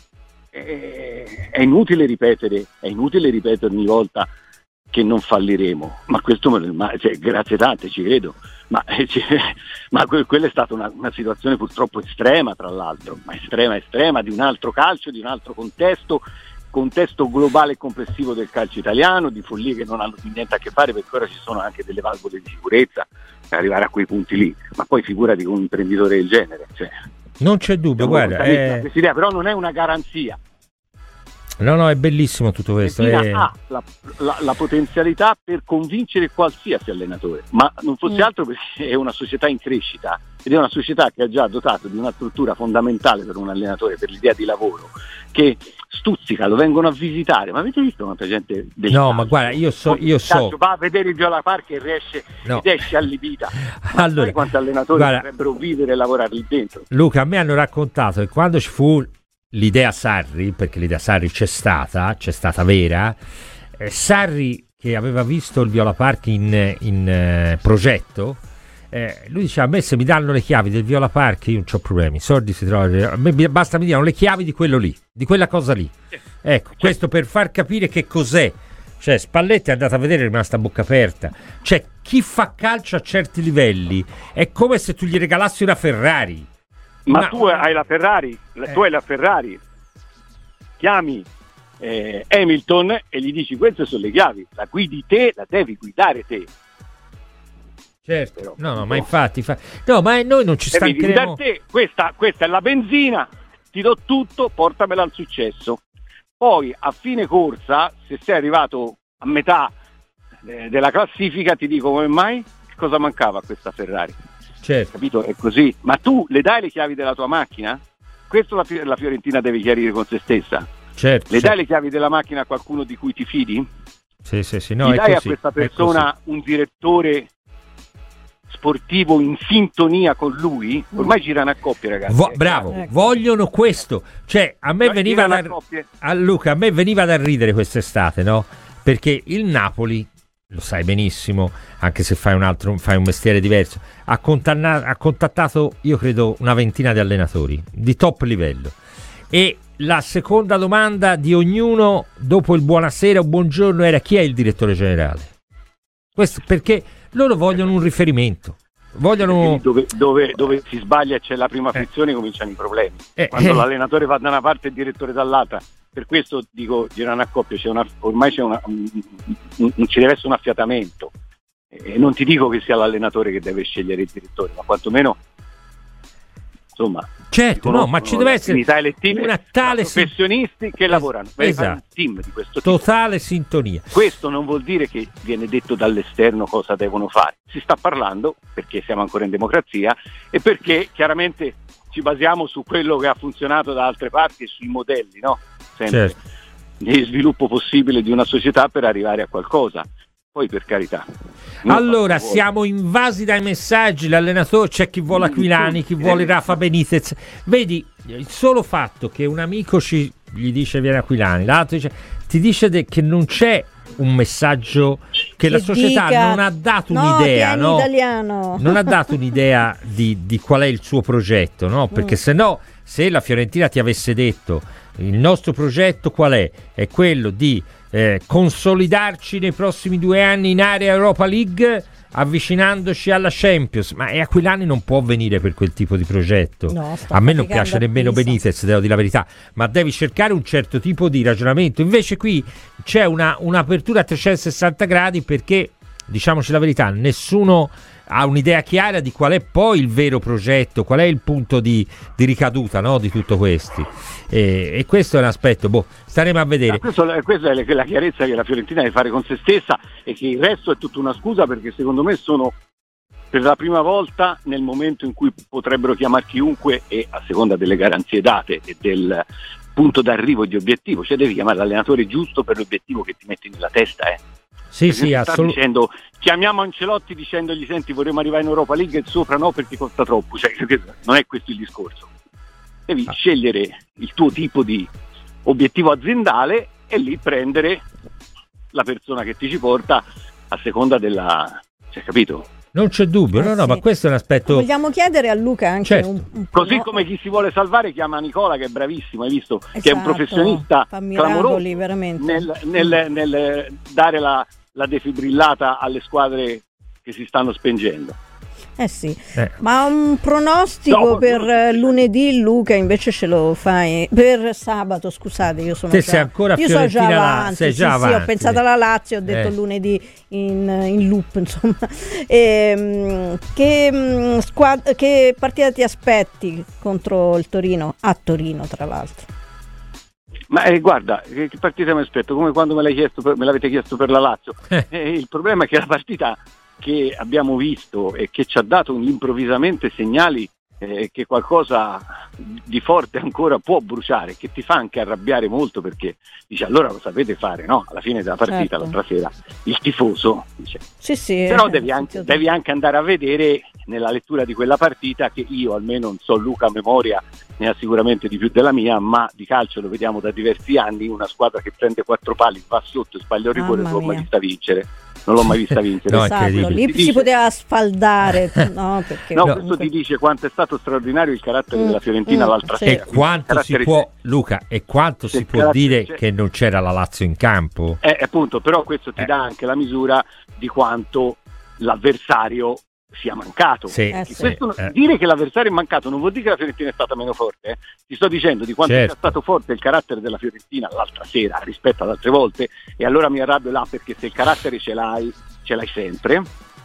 Speaker 19: Eh, è inutile ripetere, è inutile ripetere ogni volta che non falliremo, ma questo me- ma, cioè, grazie tante, ci credo, ma, eh, cioè, ma que- quella è stata una, una situazione purtroppo estrema, tra l'altro, ma estrema estrema di un altro calcio, di un altro contesto, contesto globale e complessivo del calcio italiano, di follie che non hanno più niente a che fare, perché ora ci sono anche delle valvole di sicurezza per arrivare a quei punti lì, ma poi figurati con un imprenditore del genere, cioè,
Speaker 7: Non c'è dubbio,
Speaker 19: siamo
Speaker 7: guarda,
Speaker 19: contenti da
Speaker 7: è-
Speaker 19: questa idea, però non è una garanzia.
Speaker 7: no, no, è bellissimo tutto questo.
Speaker 19: Fiorentina
Speaker 7: è-
Speaker 19: ha la, la- la potenzialità per convincere qualsiasi allenatore, ma non fosse
Speaker 8: Mm.
Speaker 19: altro perché è una società in crescita ed è una società che ha già dotato di una struttura fondamentale per un allenatore, per l'idea di lavoro, che stuzzica, lo vengono a visitare. Ma avete visto quanta gente del
Speaker 7: No,
Speaker 19: calcio,
Speaker 7: ma guarda, io so, io
Speaker 19: del
Speaker 7: so.
Speaker 19: calcio va a vedere il Viola Park e riesce
Speaker 7: No.
Speaker 19: ed esce allibita. Ma
Speaker 7: Allora,
Speaker 19: sai quanti allenatori
Speaker 7: guarda,
Speaker 19: dovrebbero vivere e lavorare lì dentro?
Speaker 7: Luca, a me hanno raccontato che quando ci fu l'idea Sarri, perché l'idea Sarri c'è stata, c'è stata vera, eh, Sarri che aveva visto il Viola Park in, in eh, progetto, eh, lui diceva: a me se mi danno le chiavi del Viola Park io non c'ho problemi, i soldi si trovano, a me basta mi diano le chiavi di quello lì, di quella cosa lì. Ecco, questo per far capire che cos'è Cioè Spalletti è andato a vedere, è rimasta a bocca aperta. Cioè chi fa calcio a certi livelli è come se tu gli regalassi una Ferrari.
Speaker 19: Ma,
Speaker 7: Ma
Speaker 19: tu hai la Ferrari,
Speaker 7: eh.
Speaker 19: tu hai la Ferrari, chiami eh, Hamilton e gli dici queste sono le chiavi, la guidi te, la devi guidare te.
Speaker 7: Certo,
Speaker 19: Però,
Speaker 7: no, no,
Speaker 19: no.
Speaker 7: ma infatti, fa... no, ma noi non ci
Speaker 19: Devi
Speaker 7: stancheremo.
Speaker 19: guidare te, questa, questa è la benzina, ti do tutto, portamela al successo. Poi a fine corsa, se sei arrivato a metà eh, della classifica, ti dico come mai, che cosa mancava a questa Ferrari.
Speaker 7: Certo.
Speaker 19: Capito? È così. Ma tu le dai le chiavi della tua macchina? Questo la, la Fiorentina deve chiarire con se stessa.
Speaker 7: Certo,
Speaker 19: le
Speaker 7: certo.
Speaker 19: dai le chiavi della macchina a qualcuno di cui ti fidi?
Speaker 7: Sì, sì, sì, no,
Speaker 19: Gli
Speaker 7: è
Speaker 19: dai
Speaker 7: così,
Speaker 19: a questa
Speaker 7: è
Speaker 19: persona un direttore sportivo in sintonia con lui? Ormai girano a coppie, ragazzi.
Speaker 7: Vo- bravo,
Speaker 19: Ecco.
Speaker 7: vogliono questo. Cioè, a me
Speaker 19: Cioè,
Speaker 7: veniva
Speaker 19: girano
Speaker 7: da
Speaker 19: a coppie.
Speaker 7: a Luca, a me veniva da ridere quest'estate, no? Perché il Napoli, lo sai benissimo, anche se fai un altro fai un mestiere diverso, ha, contanna- ha contattato, io credo, una ventina di allenatori di top livello. E la seconda domanda di ognuno dopo il buonasera o buongiorno era: chi è il direttore generale? Questo perché loro vogliono un riferimento. Vogliono
Speaker 19: Dove, dove, dove si sbaglia e c'è la prima frizione, cominciano i problemi.
Speaker 7: Eh,
Speaker 19: Quando
Speaker 7: eh.
Speaker 19: l'allenatore va da una parte e il direttore dall'altra. Per questo dico, girano a coppie, c'è una, ormai c'è una, un, un, un, ci deve essere un affiatamento. E non ti dico che sia l'allenatore che deve scegliere il direttore, ma quantomeno, insomma,
Speaker 7: certo, no, ma ci deve essere una tale
Speaker 19: professionisti che
Speaker 7: es-
Speaker 19: lavorano,
Speaker 7: esatto.
Speaker 19: fare un team di questo tipo.
Speaker 7: Totale sintonia.
Speaker 19: Questo non vuol dire che viene detto dall'esterno cosa devono fare, si sta parlando perché siamo ancora in democrazia e perché chiaramente ci basiamo su quello che ha funzionato da altre parti e sui modelli, no? Sempre
Speaker 7: Certo.
Speaker 19: di sviluppo possibile di una società per arrivare a qualcosa. Poi per carità. non
Speaker 7: Allora
Speaker 19: faccio
Speaker 7: siamo invasi dai messaggi, l'allenatore, c'è chi vuole Aquilani, chi vuole Rafa Benitez. Vedi, il solo fatto che un amico ci gli dice viene Aquilani, l'altro dice, ti dice de- che non c'è un messaggio che,
Speaker 8: Che
Speaker 7: la società
Speaker 8: dica,
Speaker 7: non ha dato
Speaker 8: no,
Speaker 7: un'idea,
Speaker 8: tieni
Speaker 7: no?
Speaker 8: italiano.
Speaker 7: Non ha dato un'idea di, di qual è il suo progetto, no? Perché
Speaker 8: Mm.
Speaker 7: se no, se la Fiorentina ti avesse detto il nostro progetto qual è? È quello di eh, consolidarci nei prossimi due anni in area Europa League, avvicinandoci alla Champions, ma e Aquilani non può venire per quel tipo di progetto.
Speaker 8: No, sta
Speaker 7: a me non
Speaker 8: faticando
Speaker 7: piace
Speaker 8: a
Speaker 7: nemmeno
Speaker 8: Pisa.
Speaker 7: Benitez, devo dire la verità, ma devi cercare un certo tipo di ragionamento. Invece qui c'è una, un'apertura a trecentosessanta gradi, perché diciamoci la verità, nessuno ha un'idea chiara di qual è poi il vero progetto, qual è il punto di, di ricaduta, no, di tutto questi. E, e questo è un aspetto, boh, staremo a vedere.
Speaker 19: Ah, questo, questa è la chiarezza che la Fiorentina deve fare con se stessa e che il resto è tutta una scusa, perché secondo me sono per la prima volta nel momento in cui potrebbero chiamare chiunque e a seconda delle garanzie date e del punto d'arrivo e di obiettivo, cioè devi chiamare l'allenatore giusto per l'obiettivo che ti metti nella testa, eh.
Speaker 7: Sì,
Speaker 19: Perché
Speaker 7: sì,
Speaker 19: sta
Speaker 7: assolutamente.
Speaker 19: dicendo, chiamiamo Ancelotti dicendogli senti vorremmo arrivare in Europa League e sopra no perché costa troppo, cioè, non è questo il discorso. Devi
Speaker 7: Ah.
Speaker 19: scegliere il tuo tipo di obiettivo aziendale e lì prendere la persona che ti ci porta a seconda della, cioè, capito?
Speaker 7: Non c'è dubbio,
Speaker 8: Eh,
Speaker 7: no, no,
Speaker 8: sì.
Speaker 7: ma questo è un aspetto.
Speaker 8: Vogliamo chiedere a Luca anche
Speaker 7: Certo.
Speaker 8: un, un po',
Speaker 19: Così
Speaker 8: no?
Speaker 19: come chi si vuole salvare chiama Nicola, che è bravissimo, hai visto? Che è un
Speaker 8: Esatto,
Speaker 19: professionista
Speaker 8: fa miracoli,
Speaker 19: clamoroso
Speaker 8: veramente.
Speaker 19: nel, nel- nel dare la, la defibrillata alle squadre che si stanno spengendo.
Speaker 8: Eh sì,
Speaker 7: Eh.
Speaker 8: ma un pronostico
Speaker 19: No,
Speaker 8: per
Speaker 19: no.
Speaker 8: eh, lunedì, Luca, invece ce lo fai per sabato, scusate, io sono
Speaker 7: Te
Speaker 8: già,
Speaker 7: sei ancora
Speaker 8: io sono già
Speaker 7: Fiorentina là,
Speaker 8: avanti,
Speaker 7: sei
Speaker 8: sì,
Speaker 7: già
Speaker 8: sì, ho
Speaker 7: avanti.
Speaker 8: pensato alla Lazio, ho detto
Speaker 7: Eh.
Speaker 8: lunedì in, in loop, insomma. Ehm, che, mm, squad- che partita ti aspetti contro il Torino? A Torino, tra l'altro.
Speaker 19: Ma eh, guarda, che, che partita mi aspetto? Come quando me, l'hai chiesto per- me l'avete chiesto per la Lazio.
Speaker 7: Eh.
Speaker 19: Eh, il problema è che la partita che abbiamo visto e che ci ha dato improvvisamente segnali eh, che qualcosa di forte ancora può bruciare, che ti fa anche arrabbiare molto, perché dice allora lo sapete fare, no? Alla fine della partita,
Speaker 8: Certo.
Speaker 19: l'altra sera, il tifoso dice.
Speaker 8: Sì, sì.
Speaker 19: Però
Speaker 8: eh,
Speaker 19: devi anche,
Speaker 8: sentito-
Speaker 19: devi anche andare a vedere nella lettura di quella partita, che io almeno non so, Luca a memoria ne ha sicuramente di più della mia, ma di calcio lo vediamo da diversi anni, una squadra che prende quattro pali, va sotto e sbaglia il rigore,
Speaker 8: Mamma
Speaker 19: insomma,
Speaker 8: mia.
Speaker 19: li sta a vincere. non l'ho mai vista vincere.
Speaker 8: No, esatto, lì si dice... poteva sfaldare. No, perché
Speaker 19: no,
Speaker 8: comunque...
Speaker 19: questo ti dice quanto è stato straordinario il carattere mm, della Fiorentina mm, l'altra
Speaker 7: sì.
Speaker 19: sera.
Speaker 7: E quanto si può, c'è. Luca, e quanto si può dire c'è. che non c'era la Lazio in campo?
Speaker 19: Eh, appunto, però questo ti eh. dà anche la misura di quanto l'avversario sia mancato.
Speaker 7: Sì, eh, sì,
Speaker 19: questo,
Speaker 7: eh.
Speaker 19: Dire che l'avversario è mancato non vuol dire che la Fiorentina è stata meno forte, eh. Ti sto dicendo di quanto certo. sia stato forte il carattere della Fiorentina l'altra sera rispetto ad altre volte, e allora mi arrabbio là, perché se il carattere ce l'hai, ce l'hai sempre,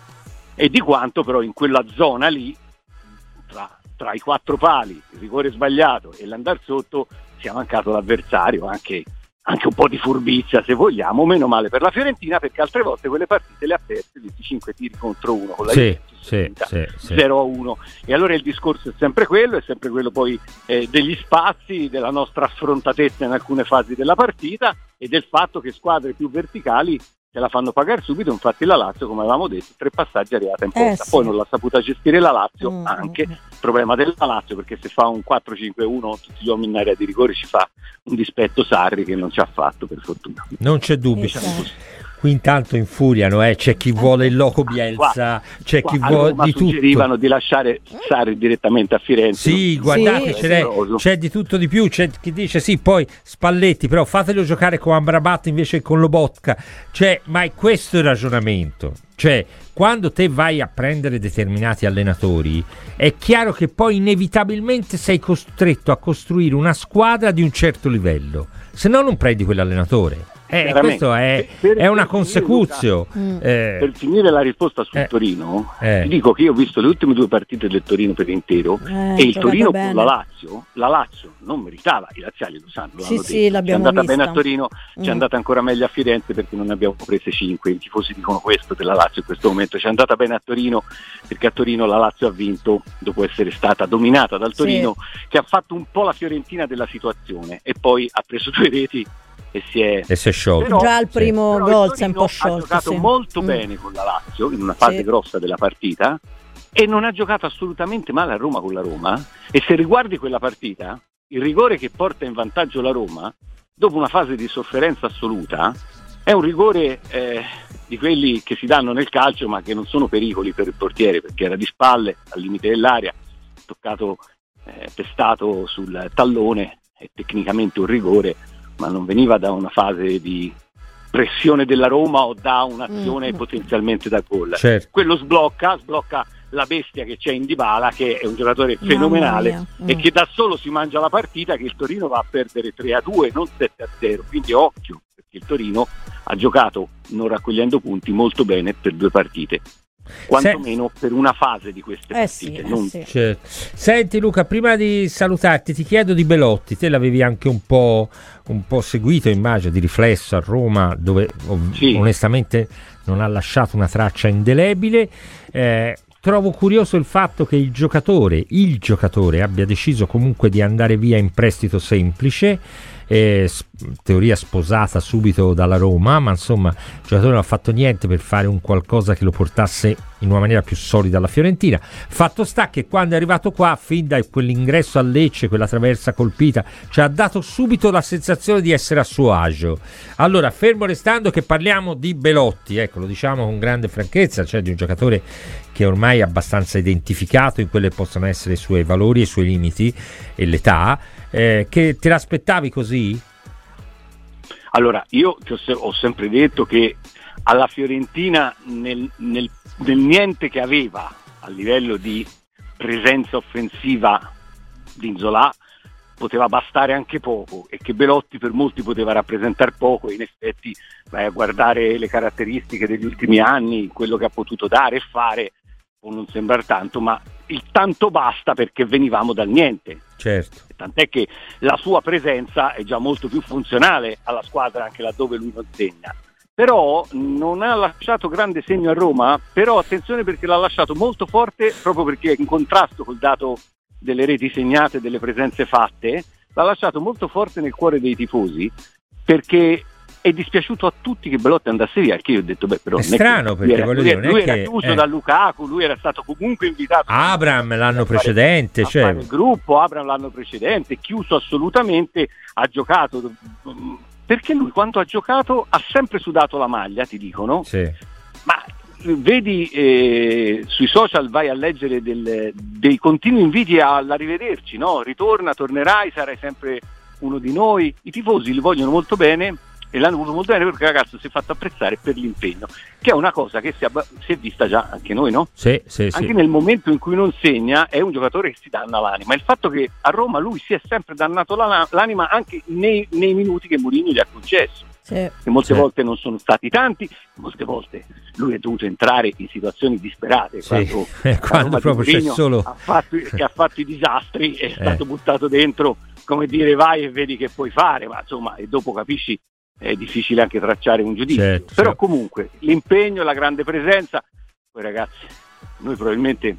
Speaker 19: e di quanto però in quella zona lì tra, tra i quattro pali, il rigore sbagliato e l'andar sotto, sia mancato l'avversario, anche anche un po' di furbizia se vogliamo, meno male per la Fiorentina, perché altre volte quelle partite le ha perse venticinque tiri contro uno con la
Speaker 7: sì, sì, sì, sì.
Speaker 19: zero a uno, e allora il discorso è sempre quello, è sempre quello poi eh, degli spazi, della nostra sfrontatezza in alcune fasi della partita e del fatto che squadre più verticali se la fanno pagare subito. Infatti la Lazio, come avevamo detto, tre passaggi è arrivata in porta, eh, sì. poi non l'ha saputa gestire la Lazio, mm. anche problema della Lazio, perché se fa un quattro cinque uno tutti gli uomini in area di rigore ci fa un dispetto Sarri, che non ci ha fatto per fortuna.
Speaker 7: Non c'è dubbio.
Speaker 8: Esatto.
Speaker 7: Qui intanto infuriano, eh. c'è chi vuole il loco Bielsa, c'è
Speaker 19: qua,
Speaker 7: chi vuole di tutto.
Speaker 19: Suggerivano di lasciare Sarri direttamente a Firenze.
Speaker 7: Sì, guardate,
Speaker 19: sì.
Speaker 7: C'è, c'è di tutto di più, c'è chi dice sì, poi Spalletti, però fatelo giocare con Amrabat invece che con Lobotka. Cioè, ma è questo il ragionamento. Cioè, quando te vai a prendere determinati allenatori, è chiaro che poi inevitabilmente sei costretto a costruire una squadra di un certo livello, se no non prendi quell'allenatore. Eh, questo è,
Speaker 19: per,
Speaker 7: è una
Speaker 19: per
Speaker 7: consecuzio.
Speaker 19: Finire,
Speaker 7: Luca, eh,
Speaker 19: per finire la risposta sul
Speaker 7: eh,
Speaker 19: Torino,
Speaker 7: eh.
Speaker 19: ti dico che io ho visto le ultime due partite del Torino per intero,
Speaker 8: eh,
Speaker 19: e il Torino
Speaker 8: bene.
Speaker 19: con la Lazio, la Lazio non meritava, i laziali lo sanno, lo
Speaker 8: sì,
Speaker 19: hanno
Speaker 8: sì,
Speaker 19: detto.
Speaker 8: l'abbiamo
Speaker 19: Ci è andata
Speaker 8: vista.
Speaker 19: bene a Torino, mm. ci è andata ancora meglio a Firenze, perché non ne abbiamo prese cinque, i tifosi dicono questo della Lazio in questo momento. Ci è andata bene a Torino perché a Torino la Lazio ha vinto dopo essere stata dominata dal Torino, sì. che ha fatto un po' la Fiorentina della situazione, e poi ha preso due reti e si è,
Speaker 7: e si è sciolto.
Speaker 8: Però, già al primo
Speaker 19: sì.
Speaker 8: gol si è un po' sciolto.
Speaker 19: Ha giocato
Speaker 8: sì.
Speaker 19: molto
Speaker 8: mm.
Speaker 19: bene con la Lazio in una fase
Speaker 8: sì.
Speaker 19: grossa della partita, e non ha giocato assolutamente male a Roma con la Roma. E se riguardi quella partita, il rigore che porta in vantaggio la Roma dopo una fase di sofferenza assoluta è un rigore eh, di quelli che si danno nel calcio, ma che non sono pericoli per il portiere, perché era di spalle al limite dell'area, toccato, eh, pestato sul tallone, è tecnicamente un rigore, ma non veniva da una fase di pressione della Roma o da un'azione mm. potenzialmente da gol.
Speaker 7: Certo.
Speaker 19: Quello sblocca, sblocca la bestia che c'è in Dybala, che è un giocatore fenomenale mm. e che da solo si mangia la partita, che il Torino va a perdere tre a due, non sette a zero, quindi occhio, perché il Torino ha giocato, non raccogliendo punti, molto bene per due partite. Quantomeno Se... per una fase di queste
Speaker 8: eh
Speaker 19: partite.
Speaker 8: sì,
Speaker 19: non...
Speaker 8: eh sì.
Speaker 7: Certo. Senti Luca, prima di salutarti ti chiedo di Belotti. Te l'avevi anche un po', un po' seguito, immagino, di riflesso a Roma, dove sì. onestamente non ha lasciato una traccia indelebile. Eh, trovo curioso il fatto che il giocatore, il giocatore abbia deciso comunque di andare via in prestito semplice, eh, teoria sposata subito dalla Roma, ma insomma il giocatore non ha fatto niente per fare un qualcosa che lo portasse in una maniera più solida alla Fiorentina. Fatto sta che quando è arrivato qua, fin da quell'ingresso a Lecce, quella traversa colpita, ci ha dato subito la sensazione di essere a suo agio. Allora, fermo restando che parliamo di Belotti, ecco, lo diciamo con grande franchezza, cioè di un giocatore che ormai è abbastanza identificato in quelli che possono essere i suoi valori e i suoi limiti e l'età, eh, che te l'aspettavi così?
Speaker 19: Allora, io ti ho, se- ho sempre detto che alla Fiorentina nel, nel, nel niente che aveva a livello di presenza offensiva di Nzola poteva bastare anche poco, e che Belotti per molti poteva rappresentare poco. In effetti vai a guardare le caratteristiche degli ultimi anni, quello che ha potuto dare e fare, può non sembrare tanto, ma il tanto basta, perché venivamo dal niente.
Speaker 7: Certo.
Speaker 19: Tant'è che la sua presenza è già molto più funzionale alla squadra anche laddove lui non segna. Però non ha lasciato grande segno a Roma, però attenzione, perché l'ha lasciato molto forte, proprio perché è in contrasto col dato delle reti segnate, delle presenze fatte, l'ha lasciato molto forte nel cuore dei tifosi, perché è dispiaciuto a tutti che Belotti andasse via, che io ho detto beh però
Speaker 7: è strano, perché
Speaker 19: era,
Speaker 7: voglio
Speaker 19: lui,
Speaker 7: dire, non
Speaker 19: lui
Speaker 7: è
Speaker 19: era
Speaker 7: che,
Speaker 19: chiuso
Speaker 7: eh.
Speaker 19: da Lukaku, lui era stato comunque invitato
Speaker 7: Abraham l'anno precedente,
Speaker 19: a
Speaker 7: cioè
Speaker 19: fare il gruppo, Abraham l'anno precedente, chiuso assolutamente, ha giocato, perché lui quando ha giocato ha sempre sudato la maglia, ti dicono,
Speaker 7: sì.
Speaker 19: Ma vedi, eh, sui social vai a leggere del, dei continui inviti all'arrivederci, no? Ritorna, tornerai, sarai sempre uno di noi. I tifosi li vogliono molto bene e l'hanno voluto molto bene perché il ragazzo si è fatto apprezzare per l'impegno, che è una cosa che si, abba- si è vista già anche noi, no?
Speaker 7: Sì, sì,
Speaker 19: anche
Speaker 7: sì.
Speaker 19: nel momento in cui non segna è un giocatore che si danna l'anima. Il fatto che a Roma lui si è sempre dannato la- l'anima anche nei, nei minuti che Mourinho gli ha concesso,
Speaker 8: sì.
Speaker 19: che molte
Speaker 7: Sì.
Speaker 19: volte non sono stati tanti, molte volte lui è dovuto entrare in situazioni disperate,
Speaker 7: Sì.
Speaker 19: quando,
Speaker 7: Eh,
Speaker 19: la
Speaker 7: quando
Speaker 19: Roma di
Speaker 7: proprio c'è
Speaker 19: Mourinho
Speaker 7: solo-
Speaker 19: ha fatto, che ha fatto i disastri, è
Speaker 7: Eh.
Speaker 19: stato buttato dentro, come dire vai e vedi che puoi fare, ma insomma, e dopo capisci è difficile anche tracciare un giudizio.
Speaker 7: Certo,
Speaker 19: Però
Speaker 7: certo.
Speaker 19: comunque l'impegno, la grande presenza, poi ragazzi, noi probabilmente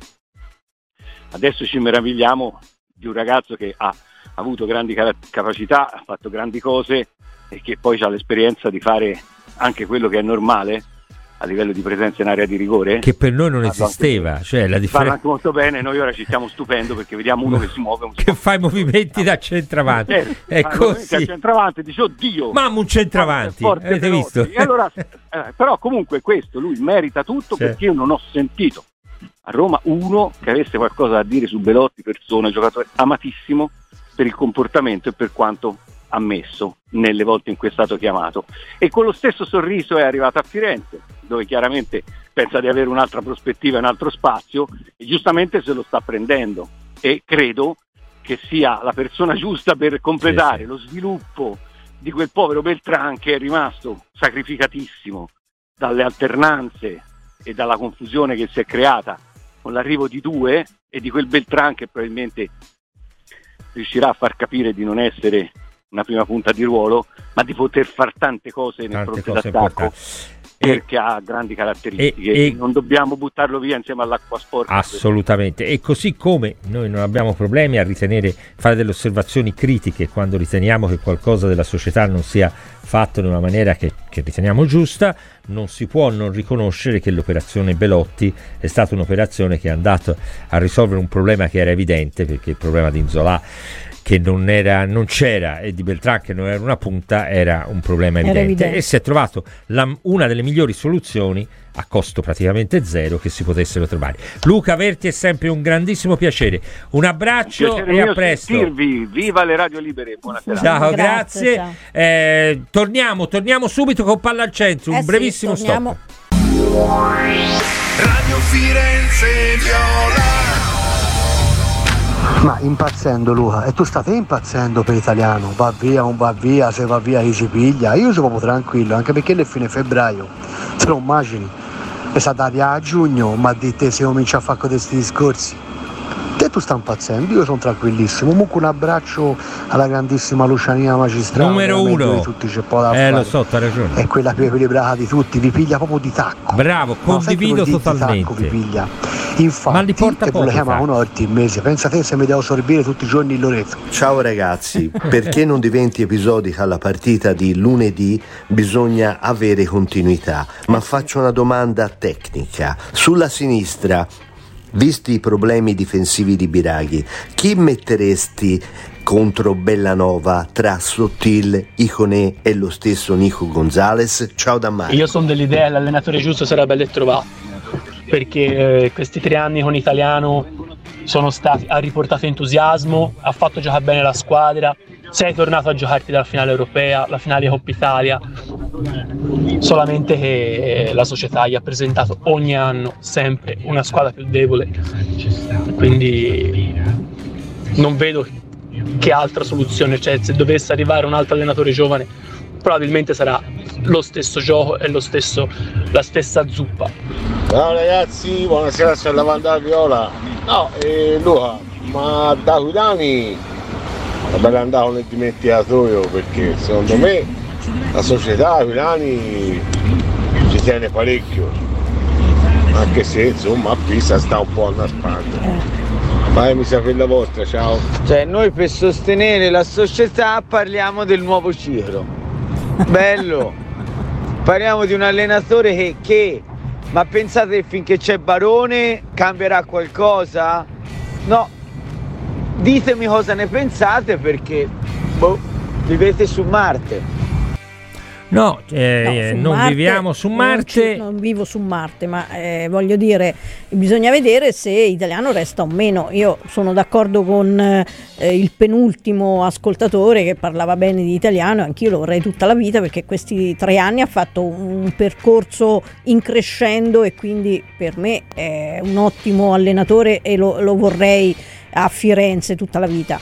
Speaker 19: adesso ci meravigliamo di un ragazzo che ha avuto grandi cara- capacità, ha fatto grandi cose e che poi ha l'esperienza di fare anche quello che è normale a livello di presenza in area di rigore,
Speaker 7: Che per noi non
Speaker 19: Parlo
Speaker 7: esisteva, cioè la
Speaker 19: parla
Speaker 7: differenza
Speaker 19: anche molto bene. Noi ora ci stiamo stupendo perché vediamo uno che si muove,
Speaker 7: che fa i movimenti da centravanti.
Speaker 19: Eh,
Speaker 7: È
Speaker 19: fa
Speaker 7: così.
Speaker 19: al centravanti, dice oddio,
Speaker 7: Mamma, un centravanti,
Speaker 19: forte
Speaker 7: avete
Speaker 19: Perotti.
Speaker 7: visto?
Speaker 19: E allora, eh, però comunque questo lui merita tutto,
Speaker 7: Sì.
Speaker 19: perché io non ho sentito a Roma uno che avesse qualcosa da dire su Belotti, persona, giocatore amatissimo per il comportamento e per quanto ammesso nelle volte in cui è stato chiamato, e con lo stesso sorriso è arrivato a Firenze, dove chiaramente pensa di avere un'altra prospettiva, un altro spazio, e giustamente se lo sta prendendo, e credo che sia la persona giusta per completare
Speaker 7: Sì, sì.
Speaker 19: lo sviluppo di quel povero Beltran che è rimasto sacrificatissimo dalle alternanze e dalla confusione che si è creata con l'arrivo di due, e di quel Beltran che probabilmente riuscirà a far capire di non essere una prima punta di ruolo, ma di poter fare tante cose nel
Speaker 7: Tante
Speaker 19: fronte
Speaker 7: cose
Speaker 19: d'attacco,
Speaker 7: importanti.
Speaker 19: perché ha grandi caratteristiche,
Speaker 7: e- e-
Speaker 19: non dobbiamo buttarlo via insieme all'acqua sporca.
Speaker 7: Assolutamente, e così come noi non abbiamo problemi a ritenere, fare delle osservazioni critiche quando riteniamo che qualcosa della società non sia fatto in una maniera che, che riteniamo giusta, non si può non riconoscere che l'operazione Belotti è stata un'operazione che è andata a risolvere un problema che era evidente, perché il problema di Nzola, che non, era, non c'era, e di Beltran, che non era una punta, era un problema
Speaker 8: Era
Speaker 7: evidente,
Speaker 8: evidente.
Speaker 7: e si è trovato la, una delle migliori soluzioni a costo praticamente zero che si potessero trovare. Luca, averti è sempre un grandissimo piacere, un abbraccio
Speaker 19: Piacere
Speaker 7: e
Speaker 19: mio
Speaker 7: a presto.
Speaker 19: sentirvi. Viva le radio libere, buonasera.
Speaker 7: Ciao,
Speaker 8: Grazie,
Speaker 7: grazie.
Speaker 8: ciao.
Speaker 7: Eh, torniamo, torniamo subito con Palla al Centro, un
Speaker 8: Eh sì,
Speaker 7: brevissimo
Speaker 8: torniamo.
Speaker 7: stop.
Speaker 10: Radio Firenze Viola.
Speaker 13: Ma impazzendo Luca, e tu state impazzendo per l'italiano, va via, non va via, se va via chi ci piglia, io sono proprio tranquillo, anche perché è fine febbraio, te lo immagini, è stata a giugno, ma di te se comincia a fare questi discorsi, te tu stai impazzendo, io sono tranquillissimo, comunque un abbraccio alla grandissima Lucianina Magistrale,
Speaker 7: Numero
Speaker 13: veramente
Speaker 7: uno.
Speaker 13: di tutti c'è po' da
Speaker 7: Eh,
Speaker 13: fare.
Speaker 7: lo so, t'ha ragione.
Speaker 13: È quella più equilibrata di tutti, vi piglia proprio di tacco.
Speaker 7: Bravo,
Speaker 13: No, sai che
Speaker 7: condivido
Speaker 13: vuol dire di tacco
Speaker 7: totalmente.
Speaker 13: vi piglia. Infatti,
Speaker 7: Ma li porta
Speaker 13: e
Speaker 7: poco,
Speaker 13: lo chiama
Speaker 7: infatti.
Speaker 13: una volta in mese, pensa te se mi devo sorbire tutti i giorni il Loreto.
Speaker 20: Ciao ragazzi, perché non diventi episodica la partita di lunedì bisogna avere continuità, ma faccio una domanda tecnica. Sulla sinistra, visti i problemi difensivi di Biraghi, chi metteresti contro Bellanova tra Sottil, Iconè e lo stesso Nico Gonzalez? Ciao da Mario.
Speaker 21: Io sono dell'idea che l'allenatore giusto sarebbe il trovato, perché eh, questi tre anni con Italiano sono stati, ha riportato entusiasmo, ha fatto giocare bene la squadra, sei tornato a giocarti la finale europea, la finale Coppa Italia, solamente che la società gli ha presentato ogni anno sempre una squadra più debole, quindi non vedo che altra soluzione c'è. Se dovesse arrivare un altro allenatore giovane probabilmente sarà lo stesso gioco e lo stesso, la stessa zuppa.
Speaker 22: Ciao ragazzi, buonasera, sono Lavanda la Viola. No, eh, Luca, ma da Guidani è bello andare nel dimenticatoio, perché secondo me la società Guidani ci tiene parecchio, anche se insomma a Pisa sta un po' annaspando. Vai, mi sapete la vostra, ciao.
Speaker 23: Cioè noi per sostenere la società parliamo del nuovo ciclo. Bello. Parliamo di un allenatore che, che ma pensate che finché c'è Barone cambierà qualcosa? No. Ditemi cosa ne pensate, perché boh, vivete su Marte.
Speaker 7: No, eh,
Speaker 8: no
Speaker 7: non
Speaker 8: Marte,
Speaker 7: viviamo su Marte.
Speaker 8: Non, ci, non vivo su Marte, ma eh, voglio dire, bisogna vedere se Italiano resta o meno. Io sono d'accordo con eh, il penultimo ascoltatore che parlava bene di Italiano, anch'io lo vorrei tutta la vita, perché questi tre anni ha fatto un percorso in crescendo e quindi per me è un ottimo allenatore e lo, lo vorrei a Firenze tutta la vita.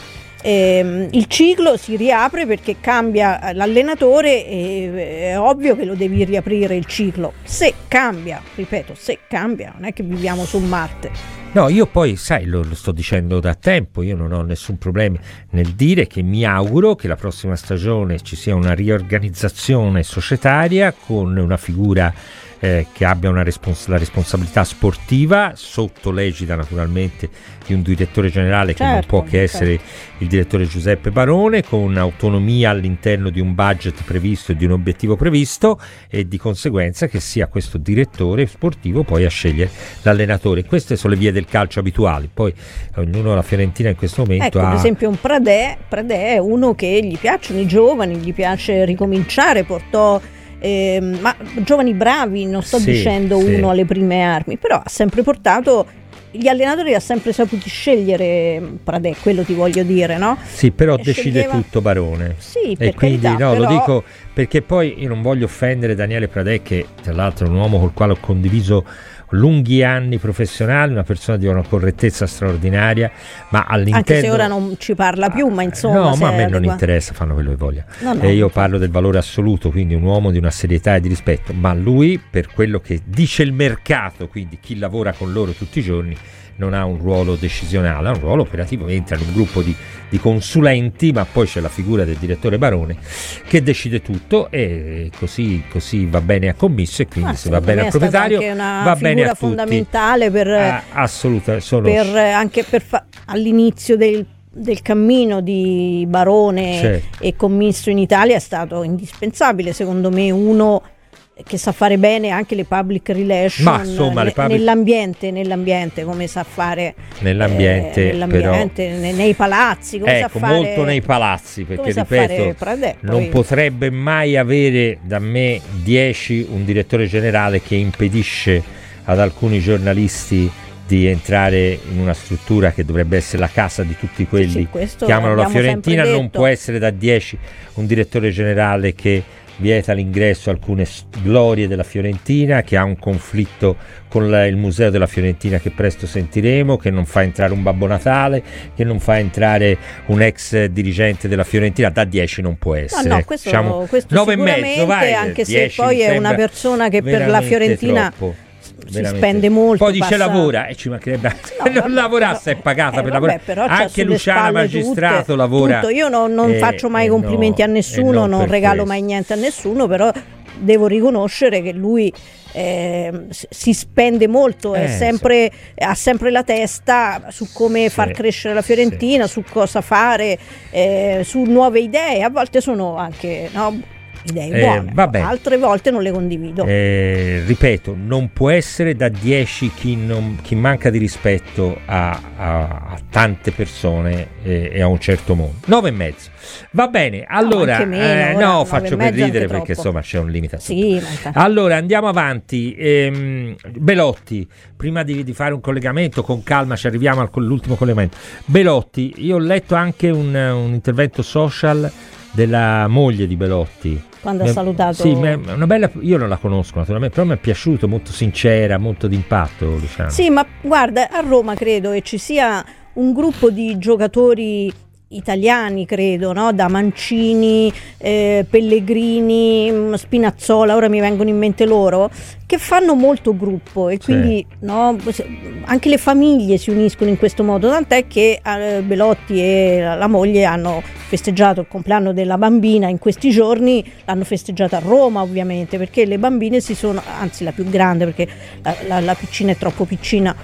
Speaker 8: Eh, il ciclo si riapre perché cambia l'allenatore e è ovvio che lo devi riaprire il ciclo. Se cambia, ripeto, se cambia, non è che viviamo su Marte.
Speaker 7: No, io poi, sai, lo, lo sto dicendo da tempo, io non ho nessun problema nel dire che mi auguro che la prossima stagione ci sia una riorganizzazione societaria con una figura eh, che abbia una respons- la responsabilità sportiva sotto l'egida naturalmente di un direttore generale che
Speaker 8: certo,
Speaker 7: non può che essere
Speaker 8: certo.
Speaker 7: il direttore Giuseppe Barone, con autonomia all'interno di un budget previsto e di un obiettivo previsto, e di conseguenza che sia questo direttore sportivo poi a scegliere l'allenatore. Queste sono le vie del calcio abituali, poi ognuno alla Fiorentina in questo momento
Speaker 8: ecco,
Speaker 7: ha...
Speaker 8: per esempio un Pradè, Pradè è uno che gli piacciono i giovani, gli piace ricominciare, portò eh, ma giovani bravi, non sto
Speaker 7: sì,
Speaker 8: dicendo
Speaker 7: sì.
Speaker 8: uno alle prime armi, però ha sempre portato gli allenatori, ha sempre saputo scegliere Pradè, quello ti voglio dire, no?
Speaker 7: Sì, però
Speaker 8: e
Speaker 7: decide
Speaker 8: sceglieva...
Speaker 7: tutto Barone.
Speaker 8: Sì, per
Speaker 7: e quindi
Speaker 8: carità,
Speaker 7: no,
Speaker 8: però...
Speaker 7: lo dico perché poi io non voglio offendere Daniele Pradè, che tra l'altro è un uomo col quale ho condiviso lunghi anni professionali, una persona di una correttezza straordinaria, ma all'interno...
Speaker 8: Anche se ora non ci parla più, ma insomma...
Speaker 7: No, ma a me non
Speaker 8: adegua...
Speaker 7: interessa, fanno quello che vogliono.
Speaker 8: No, no,
Speaker 7: e io parlo del valore assoluto, quindi un uomo di una serietà e di rispetto, ma lui, per quello che dice il mercato, quindi chi lavora con loro tutti i giorni, non ha un ruolo decisionale, ha un ruolo operativo, entra in un gruppo di, di consulenti, ma poi c'è la figura del direttore Barone che decide tutto, e così, così va bene a commisso, e quindi
Speaker 8: ah,
Speaker 7: se va bene al proprietario va bene a tutti.
Speaker 8: Fondamentale per,
Speaker 7: ah, assolutamente, sono...
Speaker 8: per anche per fa- all'inizio del del cammino di Barone
Speaker 7: certo.
Speaker 8: e commisso in Italia è stato indispensabile, secondo me, uno che sa fare bene anche le public relations,
Speaker 7: ma insomma,
Speaker 8: ne,
Speaker 7: le public...
Speaker 8: nell'ambiente, nell'ambiente come sa fare
Speaker 7: nell'ambiente,
Speaker 8: eh, nell'ambiente
Speaker 7: però...
Speaker 8: nei, nei palazzi, come
Speaker 7: ecco,
Speaker 8: sa fare,
Speaker 7: molto nei palazzi, perché ripeto,
Speaker 8: Pradè,
Speaker 7: non
Speaker 8: poi...
Speaker 7: potrebbe mai avere da me dieci un direttore generale che impedisce ad alcuni giornalisti di entrare in una struttura che dovrebbe essere la casa di tutti quelli
Speaker 8: sì, sì,
Speaker 7: che amano la Fiorentina. Non
Speaker 8: detto.
Speaker 7: può essere da dieci un direttore generale che vieta l'ingresso a alcune glorie della Fiorentina, che ha un conflitto con la, il museo della Fiorentina che presto sentiremo, che non fa entrare un Babbo Natale, che non fa entrare un ex dirigente della Fiorentina. Da dieci non può essere.
Speaker 8: No, no, questo,
Speaker 7: diciamo
Speaker 8: questo
Speaker 7: nove e
Speaker 8: sicuramente,
Speaker 7: mezzo, vai,
Speaker 8: anche se poi è una persona che per la Fiorentina
Speaker 7: troppo.
Speaker 8: si spende molto.
Speaker 7: Poi dice
Speaker 8: passa...
Speaker 7: lavora e ci mancherebbe
Speaker 8: no,
Speaker 7: non
Speaker 8: vabbè,
Speaker 7: lavorasse
Speaker 8: però,
Speaker 7: è pagata
Speaker 8: eh,
Speaker 7: per
Speaker 8: vabbè,
Speaker 7: lavorare. Anche Luciana Magistrato
Speaker 8: tutte,
Speaker 7: lavora
Speaker 8: tutto. Io non, non
Speaker 7: eh,
Speaker 8: faccio mai
Speaker 7: eh,
Speaker 8: complimenti
Speaker 7: no,
Speaker 8: a nessuno,
Speaker 7: eh,
Speaker 8: non regalo questo. mai niente a nessuno, però devo riconoscere che lui eh, si spende molto,
Speaker 7: eh,
Speaker 8: è sempre,
Speaker 7: sì.
Speaker 8: ha sempre la testa su come
Speaker 7: sì,
Speaker 8: far crescere la Fiorentina,
Speaker 7: sì.
Speaker 8: su cosa fare, eh, su nuove idee. A volte sono anche no, idee buone, eh, vabbè. altre volte non le condivido.
Speaker 7: Eh, ripeto, non può essere da dieci chi, non, chi manca di rispetto a, a, a tante persone e, e a un certo mondo. Nove e mezzo. Va bene, allora
Speaker 8: no, meno,
Speaker 7: eh, no faccio per ridere perché insomma c'è un limite.
Speaker 8: Sì,
Speaker 7: allora andiamo avanti. ehm, Belotti, prima di, di fare un collegamento con calma, ci arriviamo all'ultimo collegamento. Belotti, io ho letto anche un, un intervento social della moglie di Belotti
Speaker 8: quando ha salutato.
Speaker 7: Sì, una bella, io non la conosco naturalmente, però mi è piaciuto, molto sincera, molto d'impatto, Luciano.
Speaker 8: Sì, ma guarda, a Roma credo che ci sia un gruppo di giocatori italiani, credo, no? Da Mancini, eh, Pellegrini, Spinazzola, ora mi vengono in mente loro, che fanno molto gruppo e quindi sì. no, anche le famiglie si uniscono in questo modo, tant'è che eh, Belotti e la, la moglie hanno festeggiato il compleanno della bambina in questi giorni, l'hanno festeggiata a Roma ovviamente, perché le bambine si sono, anzi la più grande perché la, la, la piccina è troppo piccina,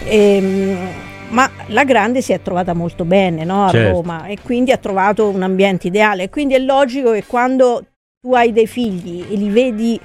Speaker 8: ehm, ma la grande si è trovata molto bene, no, a certo. Roma, e quindi ha trovato un ambiente ideale, e quindi è logico che quando tu hai dei figli e li vedi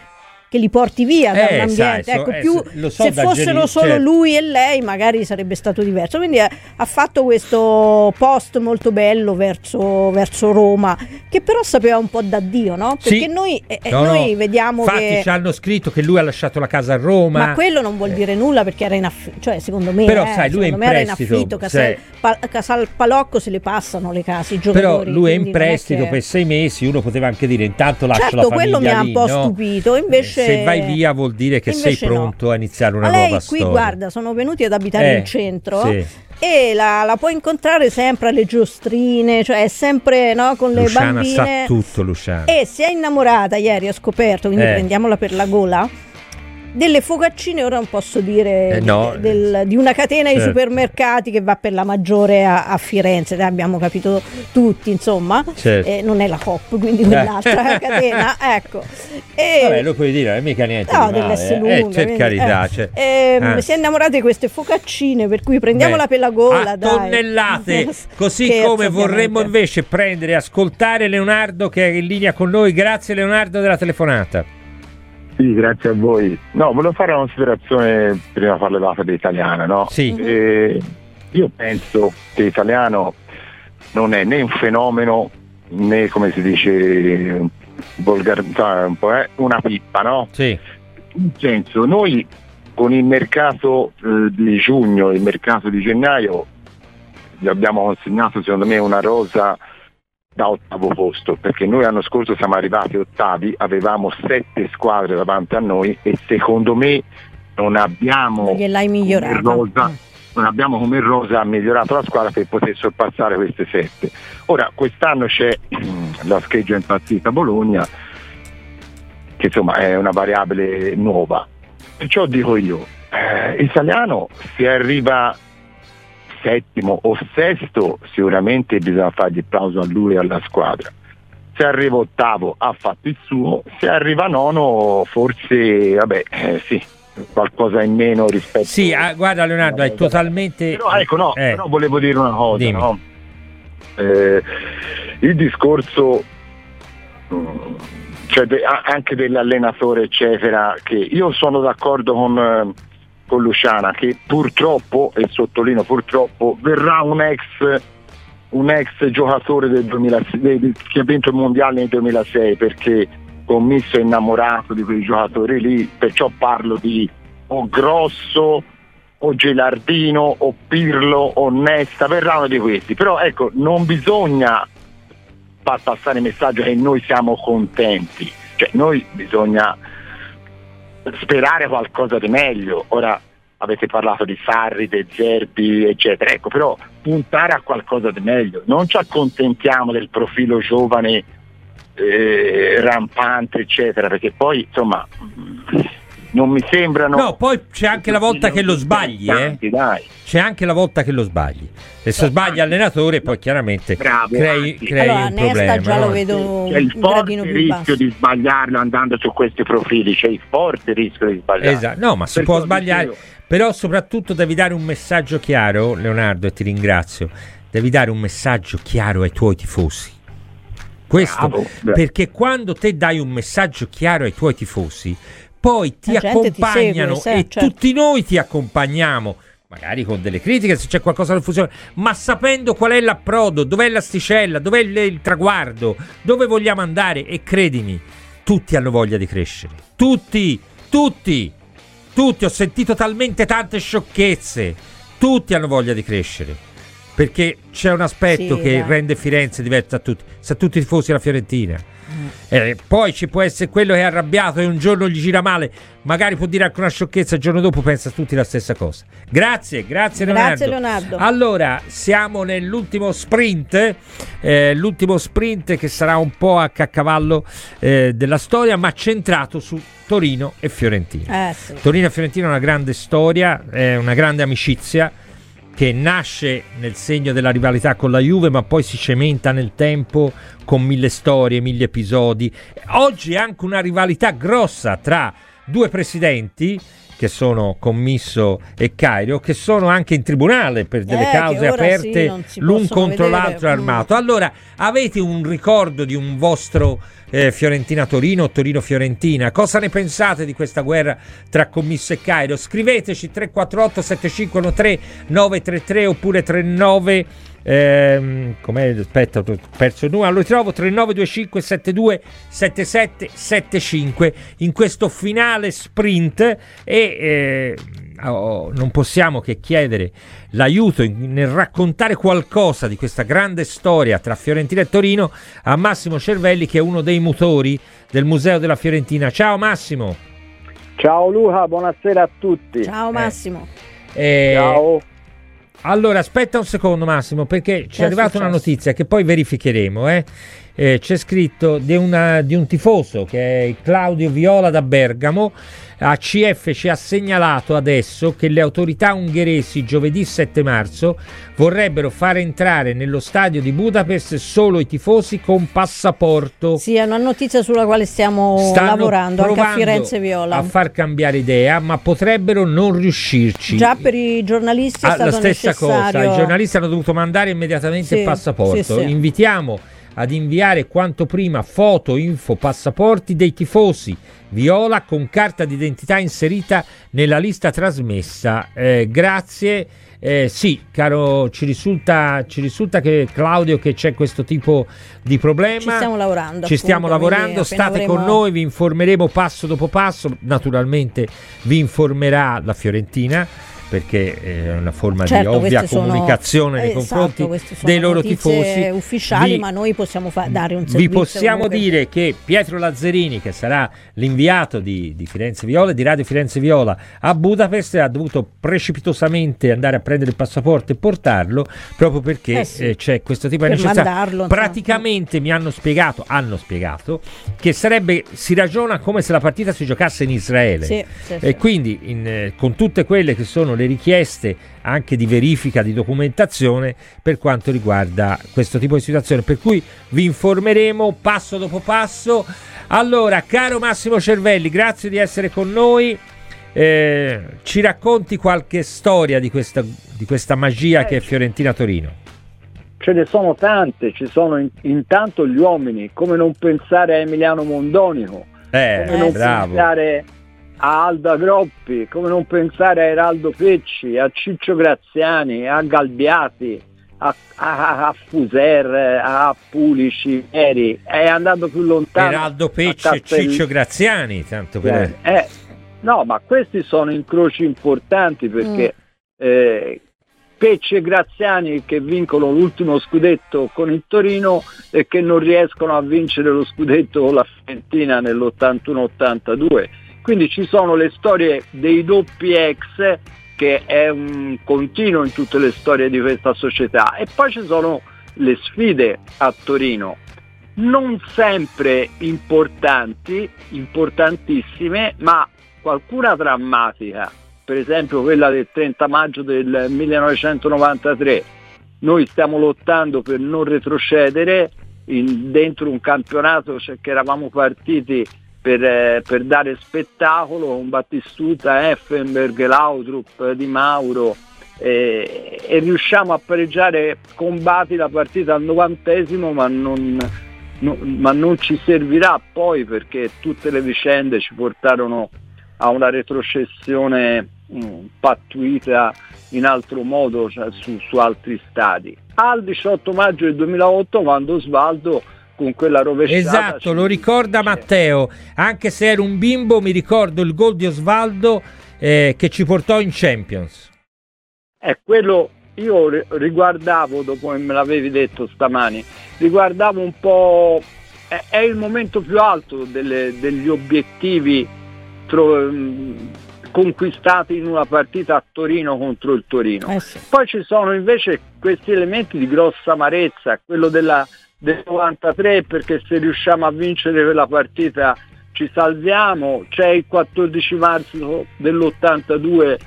Speaker 8: che li porti via da
Speaker 7: Eh,
Speaker 8: un ambiente.
Speaker 7: sai, so-
Speaker 8: ecco,
Speaker 7: eh,
Speaker 8: più,
Speaker 7: so- lo so
Speaker 8: se
Speaker 7: da
Speaker 8: fossero
Speaker 7: geni-
Speaker 8: solo
Speaker 7: certo.
Speaker 8: lui e lei magari sarebbe stato diverso. Quindi eh, ha fatto questo post molto bello verso, verso Roma, che però sapeva un po' da Dio, no? Perché
Speaker 7: Sì.
Speaker 8: noi, eh,
Speaker 7: No,
Speaker 8: noi
Speaker 7: no.
Speaker 8: vediamo
Speaker 7: Infatti
Speaker 8: che...
Speaker 7: ci hanno scritto che lui ha lasciato la casa a Roma.
Speaker 8: Ma quello non vuol dire nulla, perché era in affitto, cioè secondo me,
Speaker 7: Però,
Speaker 8: eh,
Speaker 7: sai, lui è
Speaker 8: secondo
Speaker 7: in
Speaker 8: me era in
Speaker 7: prestito,
Speaker 8: affitto, Casal,
Speaker 7: cioè-
Speaker 8: Pa- Casal Palocco se le passano le case, i
Speaker 7: Però
Speaker 8: giocatori.
Speaker 7: lui è in
Speaker 8: quindi non
Speaker 7: prestito
Speaker 8: che-
Speaker 7: per sei mesi, uno poteva anche dire intanto lascio
Speaker 8: Certo,
Speaker 7: la famiglia
Speaker 8: quello mi ha
Speaker 7: lì,
Speaker 8: un po'
Speaker 7: no?
Speaker 8: stupito, invece...
Speaker 7: Se vai via vuol dire che sei
Speaker 8: invece no.
Speaker 7: pronto a iniziare una
Speaker 8: Ma lei
Speaker 7: nuova
Speaker 8: qui,
Speaker 7: storia.
Speaker 8: guarda, sono venuti ad abitare
Speaker 7: Eh,
Speaker 8: in centro,
Speaker 7: sì.
Speaker 8: e la, la puoi incontrare sempre alle giostrine, cioè è sempre, no, con le
Speaker 7: Luciana
Speaker 8: bambine.
Speaker 7: sa tutto, Luciana.
Speaker 8: E si è innamorata ieri, ho scoperto, quindi
Speaker 7: Eh.
Speaker 8: prendiamola per la gola, delle focaccine, ora non posso dire,
Speaker 7: Eh, no.
Speaker 8: del- di una catena di
Speaker 7: Certo.
Speaker 8: supermercati che va per la maggiore a, a Firenze, ne abbiamo capito tutti, insomma.
Speaker 7: Certo.
Speaker 8: Eh, non è la Coop, quindi quell'altra catena, ecco. E,
Speaker 7: Vabbè, lo puoi dire, non è mica niente
Speaker 8: no,
Speaker 7: di male,
Speaker 8: dell'S
Speaker 7: eh.
Speaker 8: lunga,
Speaker 7: Eh, per
Speaker 8: quindi,
Speaker 7: carità,
Speaker 8: eh.
Speaker 7: cioè,
Speaker 8: Ehm,
Speaker 7: anzi.
Speaker 8: si è innamorata di queste focaccine, per cui prendiamola
Speaker 7: Beh,
Speaker 8: per la gola,
Speaker 7: a
Speaker 8: dai.
Speaker 7: tonnellate, così
Speaker 8: Scherzo,
Speaker 7: come vorremmo
Speaker 8: ovviamente.
Speaker 7: invece prendere e ascoltare Leonardo che è in linea con noi. Grazie Leonardo della telefonata.
Speaker 1: Sì, grazie a voi. No, volevo fare una considerazione, prima parlava dell'italiana, no?
Speaker 7: Sì.
Speaker 1: Eh, io penso che l'italiano non è né un fenomeno né, come si dice, volgar, cioè, un po', eh, una pippa, no?
Speaker 7: Sì.
Speaker 1: In senso, noi con il mercato eh, di giugno e il mercato di gennaio gli abbiamo consegnato, secondo me, una rosa da ottavo posto, perché noi l'anno scorso siamo arrivati ottavi, avevamo sette squadre davanti a noi e secondo me non abbiamo
Speaker 8: Non gliel'hai
Speaker 1: come
Speaker 8: migliorata.
Speaker 1: rosa, non abbiamo come rosa migliorato la squadra per poter sorpassare queste sette. Ora quest'anno c'è la scheggia impazzita Bologna, che insomma è una variabile nuova, perciò dico io, eh, italiano se arriva settimo o sesto sicuramente bisogna fargli applauso a lui e alla squadra, se arriva ottavo ha fatto il suo, se arriva nono forse vabbè eh, sì, qualcosa in meno rispetto.
Speaker 7: Sì, ah, guarda Leonardo, è totalmente...
Speaker 1: Però ecco no,
Speaker 7: Eh.
Speaker 1: però volevo dire una cosa,
Speaker 7: Dimmi.
Speaker 1: no? Eh, il discorso mm, cioè de- a- anche dell'allenatore eccetera, che io sono d'accordo con eh, con Luciana che purtroppo, e sottolineo purtroppo, verrà un ex un ex giocatore del duemilasei del- che ha vinto il mondiale nel duemilasei, perché commesso è innamorato di quei giocatori lì, perciò parlo di o Grosso o Gelardino o Pirlo o Nesta, verrà uno di questi, però ecco non bisogna far passare il messaggio che noi siamo contenti, cioè noi bisogna sperare qualcosa di meglio. Ora avete parlato di Sarri, De Zerbi eccetera, ecco, però puntare a qualcosa di meglio, non ci accontentiamo del profilo giovane eh, rampante eccetera, perché poi insomma non mi sembrano.
Speaker 7: No, poi c'è anche la volta che lo sbagli, eh.
Speaker 1: Dai.
Speaker 7: C'è anche la volta che lo sbagli. E se sbagli allenatore, poi chiaramente
Speaker 1: Bravo,
Speaker 7: crei,
Speaker 1: anzi.
Speaker 7: crei
Speaker 8: Allora,
Speaker 7: un
Speaker 8: Nesta
Speaker 7: problema.
Speaker 8: già
Speaker 7: no?
Speaker 8: lo vedo
Speaker 1: C'è il
Speaker 8: un gradino
Speaker 1: forte
Speaker 8: più
Speaker 1: rischio
Speaker 8: basso.
Speaker 1: di sbagliarlo andando su questi profili, c'è il forte rischio di sbagliare.
Speaker 7: Esatto, no, ma si
Speaker 1: Perciò
Speaker 7: può sbagliare,
Speaker 1: dicevo-
Speaker 7: però soprattutto devi dare un messaggio chiaro, Leonardo, e ti ringrazio. Devi dare un messaggio chiaro ai tuoi tifosi. Questo
Speaker 1: Bravo, bravo.
Speaker 7: perché quando te dai un messaggio chiaro ai tuoi tifosi, poi ti
Speaker 8: La gente ti
Speaker 7: accompagnano
Speaker 8: segue,
Speaker 7: e
Speaker 8: sì, certo.
Speaker 7: tutti noi ti accompagniamo, magari con delle critiche se c'è qualcosa che non funziona, ma sapendo qual è l'approdo, dov'è l'asticella, dov'è il, il traguardo, dove vogliamo andare. E credimi, tutti hanno voglia di crescere, tutti, tutti, tutti. Ho sentito talmente tante sciocchezze, tutti hanno voglia di crescere, perché c'è un aspetto
Speaker 8: Sì,
Speaker 7: che
Speaker 8: dai.
Speaker 7: rende Firenze diversa a tutti, sa tutti i tifosi della Fiorentina. Eh, poi ci può essere quello che è arrabbiato e un giorno gli gira male, magari può dire anche una sciocchezza, il giorno dopo pensa tutti la stessa cosa. Grazie, grazie Leonardo.
Speaker 8: Grazie, Leonardo.
Speaker 7: Allora, siamo nell'ultimo sprint, eh, l'ultimo sprint che sarà un po' a cavallo eh, della storia, ma centrato su Torino e Fiorentina.
Speaker 8: Eh, sì.
Speaker 7: Torino e Fiorentina è una grande storia, è una grande amicizia che nasce nel segno della rivalità con la Juve, ma poi si cementa nel tempo con mille storie, mille episodi. Oggi è anche una rivalità grossa tra due presidenti che sono Commisso e Cairo, che sono anche in tribunale per delle
Speaker 8: Eh,
Speaker 7: cause
Speaker 8: che ora
Speaker 7: aperte,
Speaker 8: sì,
Speaker 7: l'un
Speaker 8: possono
Speaker 7: contro
Speaker 8: vedere.
Speaker 7: l'altro
Speaker 8: Mm.
Speaker 7: armato. Allora, avete un ricordo di un vostro eh, Fiorentina-Torino o Torino-Fiorentina? Cosa ne pensate di questa guerra tra Commisso e Cairo? Scriveteci tre quattro otto sette cinque uno tre nove tre tre oppure trentanove Ehm, com'è? Aspetta, ho perso il numero. Lo ritrovo tre nove due cinque sette due sette sette sette cinque in questo finale sprint e eh, oh, non possiamo che chiedere l'aiuto in, nel raccontare qualcosa di questa grande storia tra Fiorentina e Torino a Massimo Cervelli, che è uno dei motori del Museo della Fiorentina. Ciao Massimo.
Speaker 2: Ciao Luca, buonasera a tutti.
Speaker 8: Ciao Massimo.
Speaker 7: Eh,
Speaker 2: Ciao.
Speaker 7: Allora, aspetta un secondo Massimo, perché ci
Speaker 8: Che
Speaker 7: è
Speaker 8: è
Speaker 7: arrivata una
Speaker 8: successo?
Speaker 7: notizia che poi verificheremo. Eh? Eh, c'è scritto di, una, di un tifoso che è Claudio Viola da Bergamo. A C F ci ha segnalato adesso che le autorità ungheresi giovedì sette marzo vorrebbero far entrare nello stadio di Budapest solo i tifosi con passaporto.
Speaker 8: Sì, è una notizia sulla quale stiamo
Speaker 7: Stanno
Speaker 8: lavorando anche a
Speaker 7: provando
Speaker 8: Firenze Viola.
Speaker 7: a far cambiare idea, ma potrebbero non riuscirci.
Speaker 8: Già per i giornalisti è
Speaker 7: Ah,
Speaker 8: stato
Speaker 7: la stessa
Speaker 8: necessario.
Speaker 7: cosa, i giornalisti hanno dovuto mandare immediatamente
Speaker 8: Sì,
Speaker 7: il passaporto.
Speaker 8: sì, sì.
Speaker 7: Invitiamo ad inviare quanto prima foto, info, passaporti dei tifosi viola con carta d'identità inserita nella lista trasmessa. Eh, grazie. Eh, sì, caro, ci risulta, ci risulta che Claudio che c'è questo tipo di problema.
Speaker 8: Ci stiamo lavorando.
Speaker 7: Ci stiamo
Speaker 8: appunto,
Speaker 7: lavorando,
Speaker 8: quindi appena
Speaker 7: state
Speaker 8: avremo-
Speaker 7: con noi, vi informeremo passo dopo passo. Naturalmente vi informerà la Fiorentina, perché è una forma
Speaker 8: Certo,
Speaker 7: di ovvia
Speaker 8: queste sono-
Speaker 7: comunicazione nei
Speaker 8: esatto,
Speaker 7: confronti
Speaker 8: queste sono
Speaker 7: dei loro
Speaker 8: notizie
Speaker 7: tifosi.
Speaker 8: ufficiali,
Speaker 7: Vi-
Speaker 8: ma noi possiamo fa- dare un
Speaker 7: vi
Speaker 8: servizio.
Speaker 7: possiamo
Speaker 8: comunque.
Speaker 7: dire che Pietro Lazzarini, che sarà l'inviato di, di Firenze Viola, di Radio Firenze Viola a Budapest, ha dovuto precipitosamente andare a prendere il passaporto e portarlo, proprio perché
Speaker 8: Eh sì.
Speaker 7: eh, c'è questo tipo di
Speaker 8: Per
Speaker 7: necessità.
Speaker 8: mandarlo, insomma.
Speaker 7: Praticamente mi hanno spiegato, hanno spiegato che sarebbe, si ragiona come se la partita si giocasse in Israele.
Speaker 8: Sì, sì,
Speaker 7: e
Speaker 8: sì.
Speaker 7: quindi in, eh, con tutte quelle che sono le richieste anche di verifica, di documentazione per quanto riguarda questo tipo di situazione, per cui vi informeremo passo dopo passo. Allora, caro Massimo Cervelli, grazie di essere con noi. Eh, ci racconti qualche storia di questa, di questa magia che è Fiorentina Torino?
Speaker 2: Ce ne sono tante, ci sono in- intanto gli uomini, come non pensare a Emiliano Mondonico,
Speaker 7: Eh,
Speaker 2: come non
Speaker 7: bravo.
Speaker 2: pensare a Alda Groppi, come non pensare a Eraldo Pecci, a Ciccio Graziani, a Galbiati, a, a, a Fuser, a Pulici, Eri, è andato più lontano.
Speaker 7: Eraldo
Speaker 2: a
Speaker 7: Pecci e
Speaker 2: Castelli-
Speaker 7: Ciccio Graziani, tanto per...
Speaker 2: Eh, no, ma questi sono incroci importanti perché eh, Pecci e Graziani che vincono l'ultimo scudetto con il Torino e che non riescono a vincere lo scudetto con la Fiorentina nell'ottantuno ottantadue. Quindi ci sono le storie dei doppi ex, che è un continuo in tutte le storie di questa società, e poi ci sono le sfide a Torino, non sempre importanti, importantissime, ma qualcuna drammatica, per esempio quella del trenta maggio del millenovecentonovantatré. Noi stiamo lottando per non retrocedere in- dentro un campionato, cioè, che eravamo partiti per, eh, per dare spettacolo, con Battistuta, Effenberg, Laudrup, Di Mauro, eh, e riusciamo a pareggiare con Bati la partita al novantesimo, ma non, no- ma non ci servirà poi, perché tutte le vicende ci portarono a una retrocessione mh, pattuita in altro modo, cioè su, su altri stadi. Al diciotto maggio del duemilaotto, quando Osvaldo con quella rovesciata...
Speaker 7: Esatto, lo ricorda Matteo, anche se ero un bimbo mi ricordo il gol di Osvaldo eh, che ci portò in Champions.
Speaker 2: È quello, io ri- riguardavo, dopo che me l'avevi detto stamani, riguardavo un po', è, è il momento più alto delle- degli obiettivi tro- mh, conquistati in una partita a Torino contro il Torino.
Speaker 8: Eh sì.
Speaker 2: Poi ci sono invece questi elementi di grossa amarezza, quello della, del novantatré, perché se riusciamo a vincere quella partita ci salviamo, c'è il quattordici marzo dell'ottantadue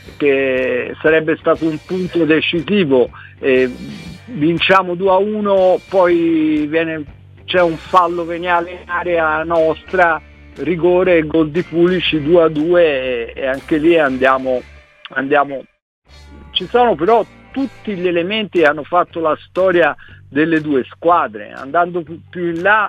Speaker 2: che sarebbe stato un punto decisivo, eh, vinciamo due a uno, poi viene, c'è un fallo veniale in area nostra rigore e gol di Pulisic due a due, e, e anche lì andiamo, andiamo. Ci sono però tutti gli elementi che hanno fatto la storia delle due squadre. Andando più, più in là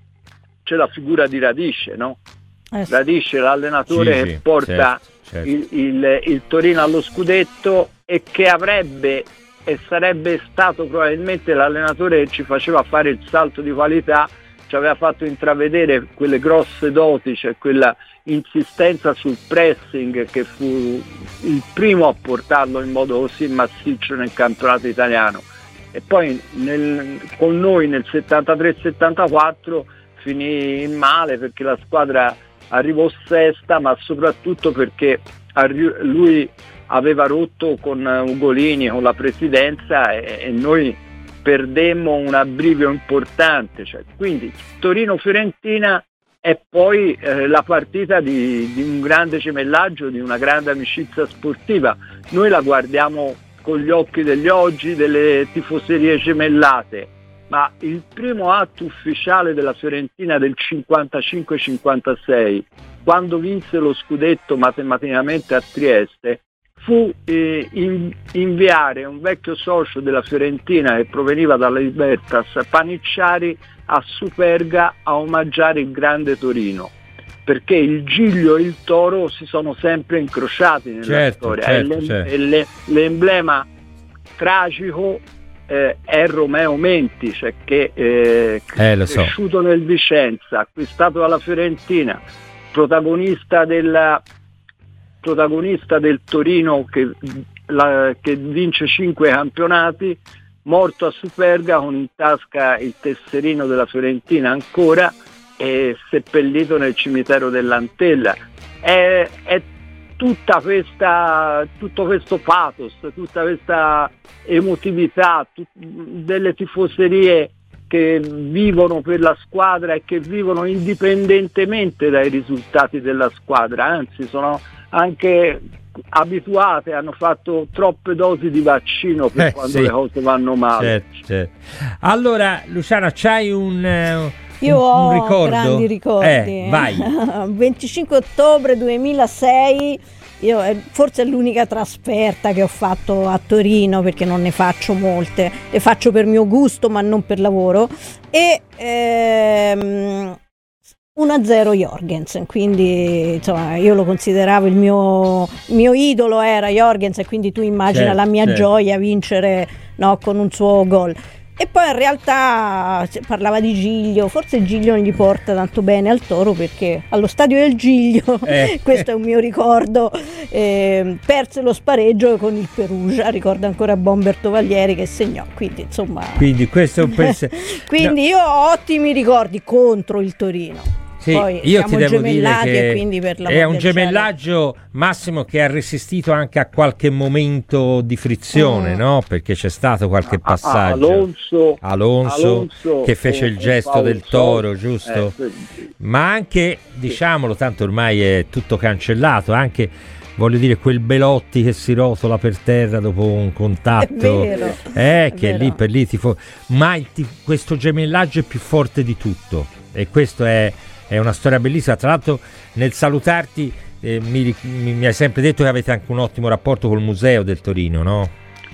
Speaker 2: c'è la figura di Radice, no? Eh sì. Radice, l'allenatore sì, che sì, porta certo, certo. Il, il, il Torino allo scudetto, e che avrebbe e sarebbe stato probabilmente l'allenatore che ci faceva fare il salto di qualità, ci aveva fatto intravedere quelle grosse doti, cioè quella insistenza sul pressing, che fu il primo a portarlo in modo così massiccio nel campionato italiano. E poi nel, con noi nel settantatré settantaquattro finì in male, perché la squadra arrivò sesta, ma soprattutto perché arri- lui aveva rotto con Ugolini, con la presidenza, e, e noi perdemmo un abbrivio importante. Cioè, quindi Torino-Fiorentina è poi eh, la partita di, di un grande gemellaggio, di una grande amicizia sportiva. Noi la guardiamo con gli occhi degli oggi, delle tifoserie gemellate, ma il primo atto ufficiale della Fiorentina del cinquantacinque cinquantasei, quando vinse lo scudetto matematicamente a Trieste, fu eh, in, inviare un vecchio socio della Fiorentina che proveniva dalla Libertas, Panicciari, a Superga a omaggiare il grande Torino, perché il Giglio e il Toro si sono sempre incrociati nella
Speaker 7: certo,
Speaker 2: storia,
Speaker 7: certo,
Speaker 2: e, l'em-
Speaker 7: certo.
Speaker 2: e le- l'emblema tragico eh, è Romeo Menti, cioè che eh,
Speaker 7: eh, lo
Speaker 2: cresciuto
Speaker 7: so.
Speaker 2: nel Vicenza, acquistato dalla Fiorentina, protagonista della protagonista del Torino che, la, che vince cinque campionati, morto a Superga con in tasca il tesserino della Fiorentina ancora, e seppellito nel cimitero dell'Antella. È, è tutta questa, tutto questo pathos, tutta questa emotività, tut, delle tifoserie che vivono per la squadra e che vivono indipendentemente dai risultati della squadra, anzi sono anche abituate, hanno fatto troppe dosi di vaccino per
Speaker 7: eh,
Speaker 2: quando
Speaker 7: sì.
Speaker 2: le cose vanno male.
Speaker 7: Certo, certo. Allora Luciana, c'hai un, uh,
Speaker 8: Io
Speaker 7: un,
Speaker 8: ho
Speaker 7: un ricordo?
Speaker 8: grandi ricordi.
Speaker 7: Eh, vai.
Speaker 8: venticinque ottobre duemilasei, io, forse è l'unica trasferta che ho fatto a Torino, perché non ne faccio molte, le faccio per mio gusto ma non per lavoro, e ehm, uno a zero Jorgensen, quindi insomma io lo consideravo il mio, mio idolo era Jorgensen, quindi tu immagina certo, la mia certo. gioia vincere, no, con un suo gol. E poi in realtà parlava di Giglio, forse Giglio non gli porta tanto bene al Toro, perché allo stadio del Giglio, eh. questo è un mio ricordo, eh, perse lo spareggio con il Perugia, ricordo ancora Bomber Tovaglieri che segnò, quindi insomma
Speaker 7: quindi questo è un pers-
Speaker 8: quindi no. Io ho ottimi ricordi contro il Torino.
Speaker 7: Sì,
Speaker 8: poi
Speaker 7: io
Speaker 8: siamo
Speaker 7: ti devo dire che
Speaker 8: e quindi per
Speaker 7: è un gemellaggio, Massimo, che ha resistito anche a qualche momento di frizione, mm. no? Perché c'è stato qualche passaggio.
Speaker 2: Alonso,
Speaker 7: Alonso,
Speaker 2: Alonso
Speaker 7: che fece
Speaker 2: e,
Speaker 7: il gesto
Speaker 2: Paolo
Speaker 7: del Toro, giusto?
Speaker 2: Eh, sì.
Speaker 7: Ma anche, diciamolo, tanto ormai è tutto cancellato, anche voglio dire quel Belotti che si rotola per terra dopo un contatto,
Speaker 8: è vero,
Speaker 7: eh,
Speaker 8: è
Speaker 7: che
Speaker 8: vero.
Speaker 7: lì per lì tifo... ma il tif... questo gemellaggio è più forte di tutto, e questo è È una storia bellissima. Tra l'altro, nel salutarti, eh, mi, mi, mi hai sempre detto che avete anche un ottimo rapporto col Museo del Torino, no?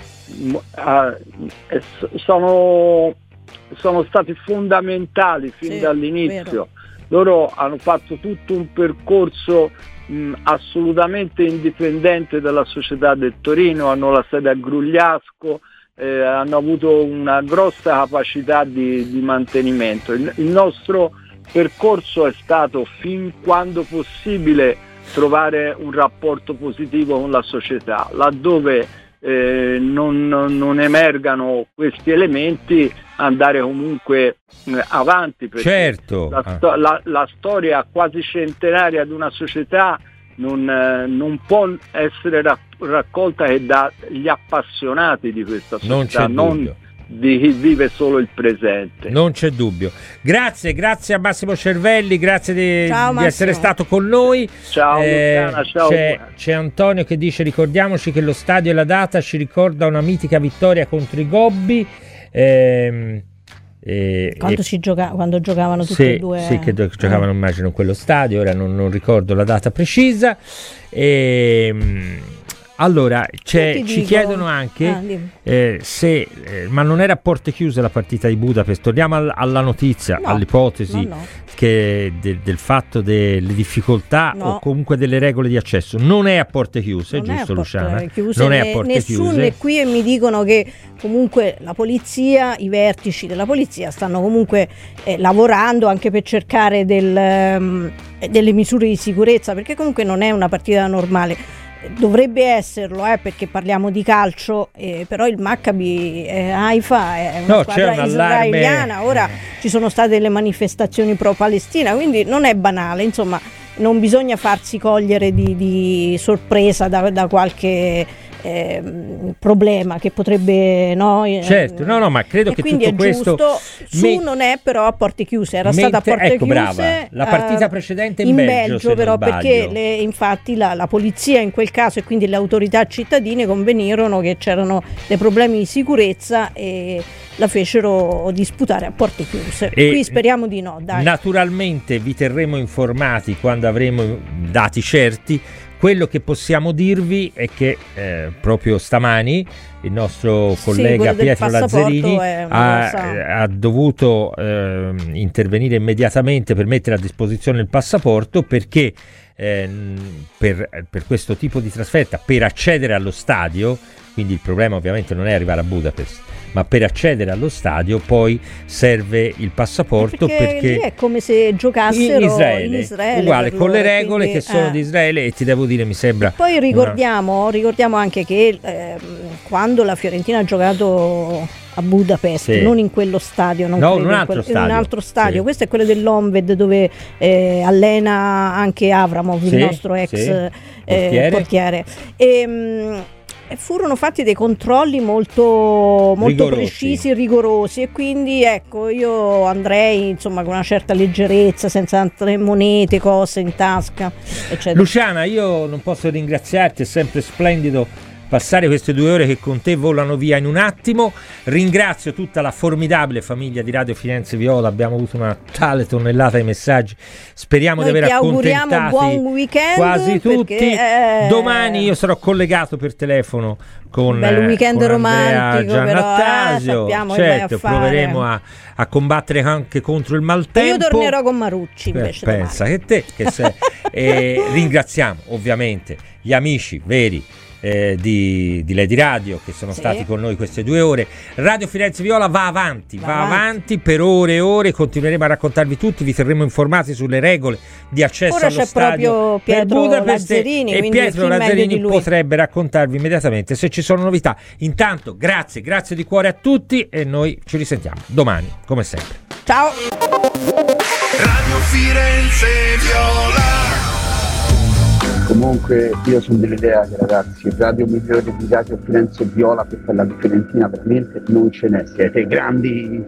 Speaker 2: Uh, sono, sono stati fondamentali fin
Speaker 8: sì,
Speaker 2: dall'inizio.
Speaker 8: vero.
Speaker 2: Loro hanno fatto tutto un percorso mh, assolutamente indipendente dalla società del Torino, hanno la sede a Grugliasco, eh, hanno avuto una grossa capacità di, di mantenimento. Il, il nostro percorso è stato, fin quando possibile, trovare un rapporto positivo con la società. Laddove eh, non, non emergano questi elementi, andare comunque eh, avanti, perché
Speaker 7: certo.
Speaker 2: la, sto- la, la storia quasi centenaria di una società non, eh, non può essere ra- raccolta che dagli appassionati di questa società,
Speaker 7: non c'è
Speaker 2: non
Speaker 7: dubbio.
Speaker 2: Di chi vive solo il presente.
Speaker 7: Non c'è dubbio. Grazie, grazie a Massimo Cervelli, grazie di,
Speaker 8: ciao,
Speaker 7: di essere stato con noi.
Speaker 2: Ciao,
Speaker 7: eh,
Speaker 2: Luciana, ciao.
Speaker 7: C'è, c'è Antonio che dice: ricordiamoci che lo stadio e la data ci ricorda una mitica vittoria contro i Gobbi. Eh, E,
Speaker 8: quando,
Speaker 7: e,
Speaker 8: si gioca- quando giocavano tutti
Speaker 7: sì,
Speaker 8: e due
Speaker 7: sì, che do- giocavano
Speaker 8: eh.
Speaker 7: immagino in quello stadio, ora non, non ricordo la data precisa. E, allora c'è, ci
Speaker 8: dico?
Speaker 7: chiedono anche
Speaker 8: ah,
Speaker 7: eh, se eh, ma non era a porte chiuse la partita di Budapest. Torniamo al, alla notizia,
Speaker 8: no,
Speaker 7: all'ipotesi
Speaker 8: no, no.
Speaker 7: che de, del fatto delle difficoltà
Speaker 8: no.
Speaker 7: o comunque delle regole di accesso. Non è a porte chiuse,
Speaker 8: non
Speaker 7: giusto,
Speaker 8: è
Speaker 7: Luciana?
Speaker 8: Chiuse,
Speaker 7: non
Speaker 8: né,
Speaker 7: è a porte
Speaker 8: nessuno
Speaker 7: chiuse.
Speaker 8: è qui e mi dicono che comunque la polizia, i vertici della polizia stanno comunque eh, lavorando anche per cercare del, um, delle misure di sicurezza, perché comunque non è una partita normale. Dovrebbe esserlo, eh, perché parliamo di calcio, eh, però il Maccabi eh, Haifa è una
Speaker 7: no,
Speaker 8: squadra
Speaker 7: c'è un
Speaker 8: israeliana. Ora eh. ci sono state delle manifestazioni pro-Palestina, quindi non è banale, insomma, non bisogna farsi cogliere di, di sorpresa da, da qualche eh, problema che potrebbe, no?
Speaker 7: Certo, no, no, ma credo
Speaker 8: e
Speaker 7: che
Speaker 8: quindi
Speaker 7: tutto
Speaker 8: è
Speaker 7: questo
Speaker 8: giusto, su
Speaker 7: me...
Speaker 8: non è però a porte chiuse, era
Speaker 7: Mentre,
Speaker 8: stata a porte
Speaker 7: ecco,
Speaker 8: chiuse
Speaker 7: brava, la partita
Speaker 8: eh,
Speaker 7: precedente in,
Speaker 8: in
Speaker 7: Belgio,
Speaker 8: Belgio però perché le, infatti la, la polizia in quel caso e quindi le autorità cittadine convenirono che c'erano dei problemi di sicurezza e la fecero disputare a porte chiuse.
Speaker 7: E
Speaker 8: qui speriamo di no, dai.
Speaker 7: Naturalmente vi terremo informati quando avremo dati certi. Quello che possiamo dirvi è che eh, proprio stamani il nostro collega
Speaker 8: sì,
Speaker 7: Pietro Lazzarini ha, ha dovuto eh, intervenire immediatamente per mettere a disposizione il passaporto, perché eh, per, per questo tipo di trasferta, per accedere allo stadio, quindi il problema ovviamente non è arrivare a Budapest, ma per accedere allo stadio poi serve il passaporto,
Speaker 8: perché,
Speaker 7: perché
Speaker 8: lì è come se giocassero
Speaker 7: in Israele,
Speaker 8: in Israele
Speaker 7: uguale, con le
Speaker 8: loro,
Speaker 7: regole
Speaker 8: quindi,
Speaker 7: che sono
Speaker 8: eh.
Speaker 7: di Israele, e ti devo dire mi sembra
Speaker 8: e poi ricordiamo,
Speaker 7: una...
Speaker 8: ricordiamo anche che eh, quando la Fiorentina ha giocato a Budapest,
Speaker 7: sì.
Speaker 8: non in quello stadio, non
Speaker 7: no,
Speaker 8: credo,
Speaker 7: in un
Speaker 8: in,
Speaker 7: altro
Speaker 8: quel,
Speaker 7: stadio,
Speaker 8: in un altro stadio.
Speaker 7: Sì.
Speaker 8: Questo è quello dell'Onved dove eh, allena anche Avramov,
Speaker 7: sì,
Speaker 8: il nostro ex
Speaker 7: sì.
Speaker 8: eh,
Speaker 7: portiere,
Speaker 8: portiere. E, mh, E furono fatti dei controlli molto, molto
Speaker 7: rigorosi.
Speaker 8: precisi e rigorosi, e quindi ecco, io andrei insomma con una certa leggerezza, senza altre monete, cose in tasca, eccetera.
Speaker 7: Luciana, io non posso ringraziarti, è sempre splendido passare queste due ore che con te volano via in un attimo. Ringrazio tutta la formidabile famiglia di Radio Firenze Viola, abbiamo avuto una tale tonnellata di messaggi, speriamo
Speaker 8: Noi
Speaker 7: di aver
Speaker 8: ti auguriamo
Speaker 7: accontentati
Speaker 8: buon weekend,
Speaker 7: quasi tutti.
Speaker 8: perché, eh...
Speaker 7: Domani io sarò collegato per telefono con,
Speaker 8: un bel weekend
Speaker 7: con
Speaker 8: romantico,
Speaker 7: Andrea
Speaker 8: però,
Speaker 7: Giannattasio,
Speaker 8: eh, sappiamo
Speaker 7: certo,
Speaker 8: che vai a fare.
Speaker 7: proveremo a, a combattere anche contro il maltempo.
Speaker 8: Io tornerò con Marucci invece.
Speaker 7: Eh, pensa che te che sei. E ringraziamo ovviamente gli amici veri Eh, di, di Lady Radio che sono
Speaker 8: sì.
Speaker 7: stati con noi queste due ore. Radio Firenze Viola va avanti, va,
Speaker 8: va
Speaker 7: avanti.
Speaker 8: avanti
Speaker 7: per ore e ore, continueremo a raccontarvi tutti, vi terremo informati sulle regole di accesso
Speaker 8: Ora
Speaker 7: allo
Speaker 8: c'è
Speaker 7: stadio
Speaker 8: proprio Pietro
Speaker 7: per Budapest,
Speaker 8: Lazzarini,
Speaker 7: e
Speaker 8: quindi
Speaker 7: Pietro
Speaker 8: chi meglio
Speaker 7: Lazzarini
Speaker 8: di lui?
Speaker 7: potrebbe raccontarvi immediatamente se ci sono novità. Intanto grazie, grazie di cuore a tutti e noi ci risentiamo domani come sempre.
Speaker 8: Ciao.
Speaker 10: Radio Firenze Viola.
Speaker 4: Comunque io sono dell'idea che, ragazzi, il radio migliore di Radio Firenze Viola per quella di Fiorentina veramente non ce n'è, siete grandi.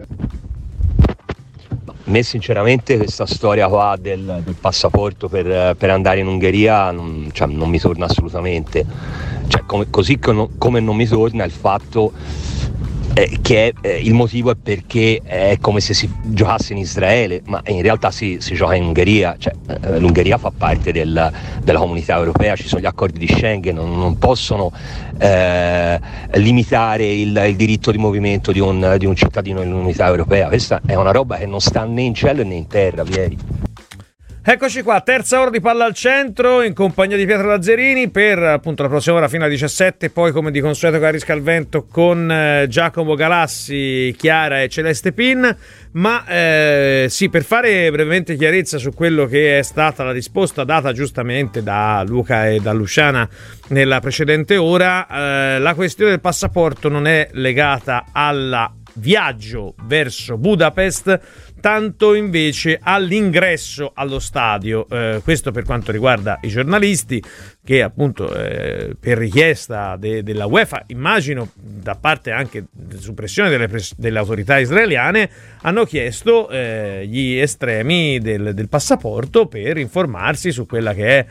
Speaker 5: A me sinceramente questa storia qua del, del passaporto per, per andare in Ungheria non, cioè, non mi torna assolutamente, cioè, come, così come non mi torna il fatto Eh, che eh, il motivo è perché è come se si giocasse in Israele, ma in realtà si, si gioca in Ungheria, cioè, eh, l'Ungheria fa parte del, della comunità europea, ci sono gli accordi di Schengen, non, non possono eh, limitare il, il diritto di movimento di un, di un cittadino nell'unità europea. Questa è una roba che non sta né in cielo né in terra, Vieri.
Speaker 17: Eccoci qua, terza ora di Palla al Centro in compagnia di Pietro Lazzarini per appunto la prossima ora fino alle diciassette, poi come di consueto Cari Scalvento con eh, Giacomo Galassi, Chiara e Celeste Pin, ma eh, sì, per fare brevemente chiarezza su quello che è stata la risposta data giustamente da Luca e da Luciana nella precedente ora, eh, la questione del passaporto non è legata al viaggio verso Budapest, tanto invece all'ingresso allo stadio, eh, questo per quanto riguarda i giornalisti che appunto eh, per richiesta de- della UEFA, immagino da parte anche su pressione delle, pres- delle autorità israeliane, hanno chiesto eh, gli estremi del-, del passaporto per informarsi su quella che è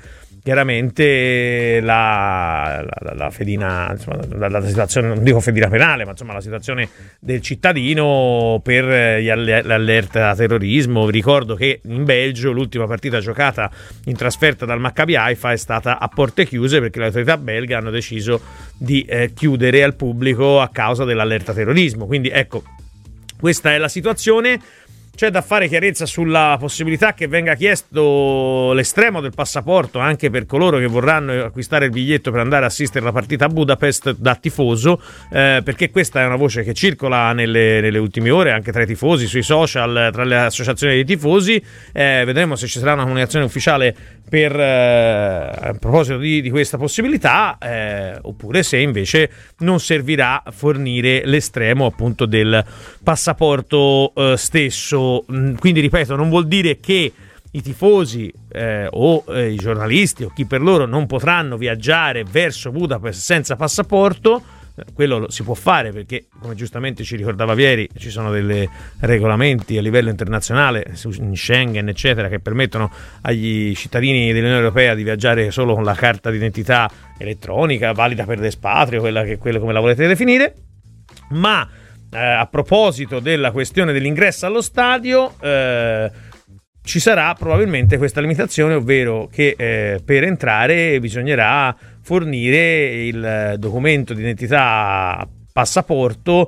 Speaker 3: chiaramente la, la, la fedina, insomma, la, la situazione, non dico fedina penale, ma insomma la situazione del cittadino per gli alle, l'allerta a terrorismo. Vi ricordo che in Belgio l'ultima partita giocata in trasferta dal Maccabi Haifa è stata a porte chiuse perché le autorità belghe hanno deciso di eh, chiudere al pubblico a causa dell'allerta terrorismo. Quindi ecco, questa è la situazione. C'è da fare chiarezza sulla possibilità che venga chiesto l'estremo del passaporto anche per coloro che vorranno acquistare il biglietto per andare a assistere la partita a Budapest da tifoso, eh, perché questa è una voce che circola nelle, nelle ultime ore anche tra i tifosi, sui social, tra le associazioni dei tifosi. Eh, vedremo se ci sarà una comunicazione ufficiale per eh, a proposito di, di questa possibilità, eh, oppure se invece non servirà fornire l'estremo appunto del passaporto eh, stesso. Quindi ripeto, non vuol dire che i tifosi eh, o eh, i giornalisti o chi per loro non potranno viaggiare verso Budapest senza passaporto. Quello lo si può fare perché, come giustamente ci ricordava Vieri, ci sono dei regolamenti a livello internazionale, in Schengen eccetera, che permettono agli cittadini dell'Unione Europea di viaggiare solo con la carta d'identità elettronica valida per l'espatrio, quella che quella come la volete definire. Ma eh, a proposito della questione dell'ingresso allo stadio, eh, ci sarà probabilmente questa limitazione, ovvero che eh, per entrare bisognerà fornire il documento di identità passaporto,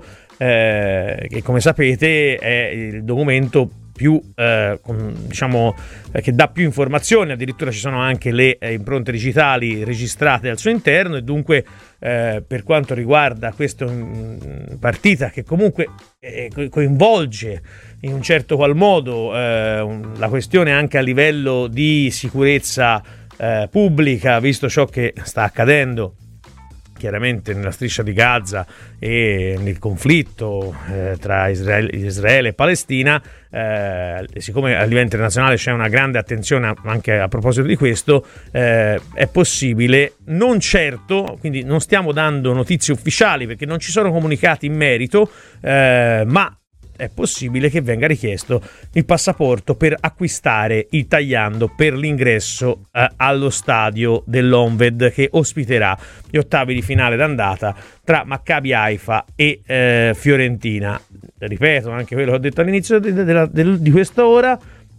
Speaker 3: eh, che come sapete è il documento più eh, con, diciamo eh, che dà più informazioni. Addirittura ci sono anche le eh, impronte digitali registrate al suo interno, e dunque eh, per quanto riguarda questa mh, partita che comunque eh, coinvolge in un certo qual modo eh, un, la questione anche a livello di sicurezza eh, pubblica, visto ciò che sta accadendo chiaramente nella striscia di Gaza e nel conflitto eh, tra Israele, Israele e Palestina, eh, siccome a livello internazionale c'è una grande attenzione anche a proposito di questo, eh, è possibile, non certo, quindi non stiamo dando notizie ufficiali perché non ci sono comunicati in merito, eh, ma è possibile che venga richiesto il passaporto per acquistare il tagliando per l'ingresso eh, allo stadio dell'Onved, che ospiterà gli ottavi di finale d'andata tra Maccabi Haifa e eh, Fiorentina. Ripeto anche quello che ho detto all'inizio di, di, di, di quest'ora.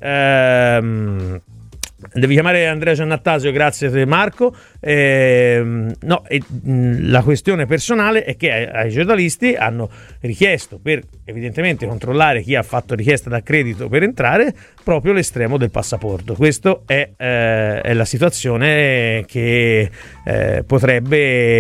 Speaker 3: Ehm, devi chiamare Andrea Giannattasio, grazie Marco. Eh, no, e, mh, la questione personale è che ai, ai giornalisti hanno richiesto, per evidentemente controllare chi ha fatto richiesta d'accredito per entrare, proprio l'estremo del passaporto. Questa è, eh, è la situazione che eh, potrebbe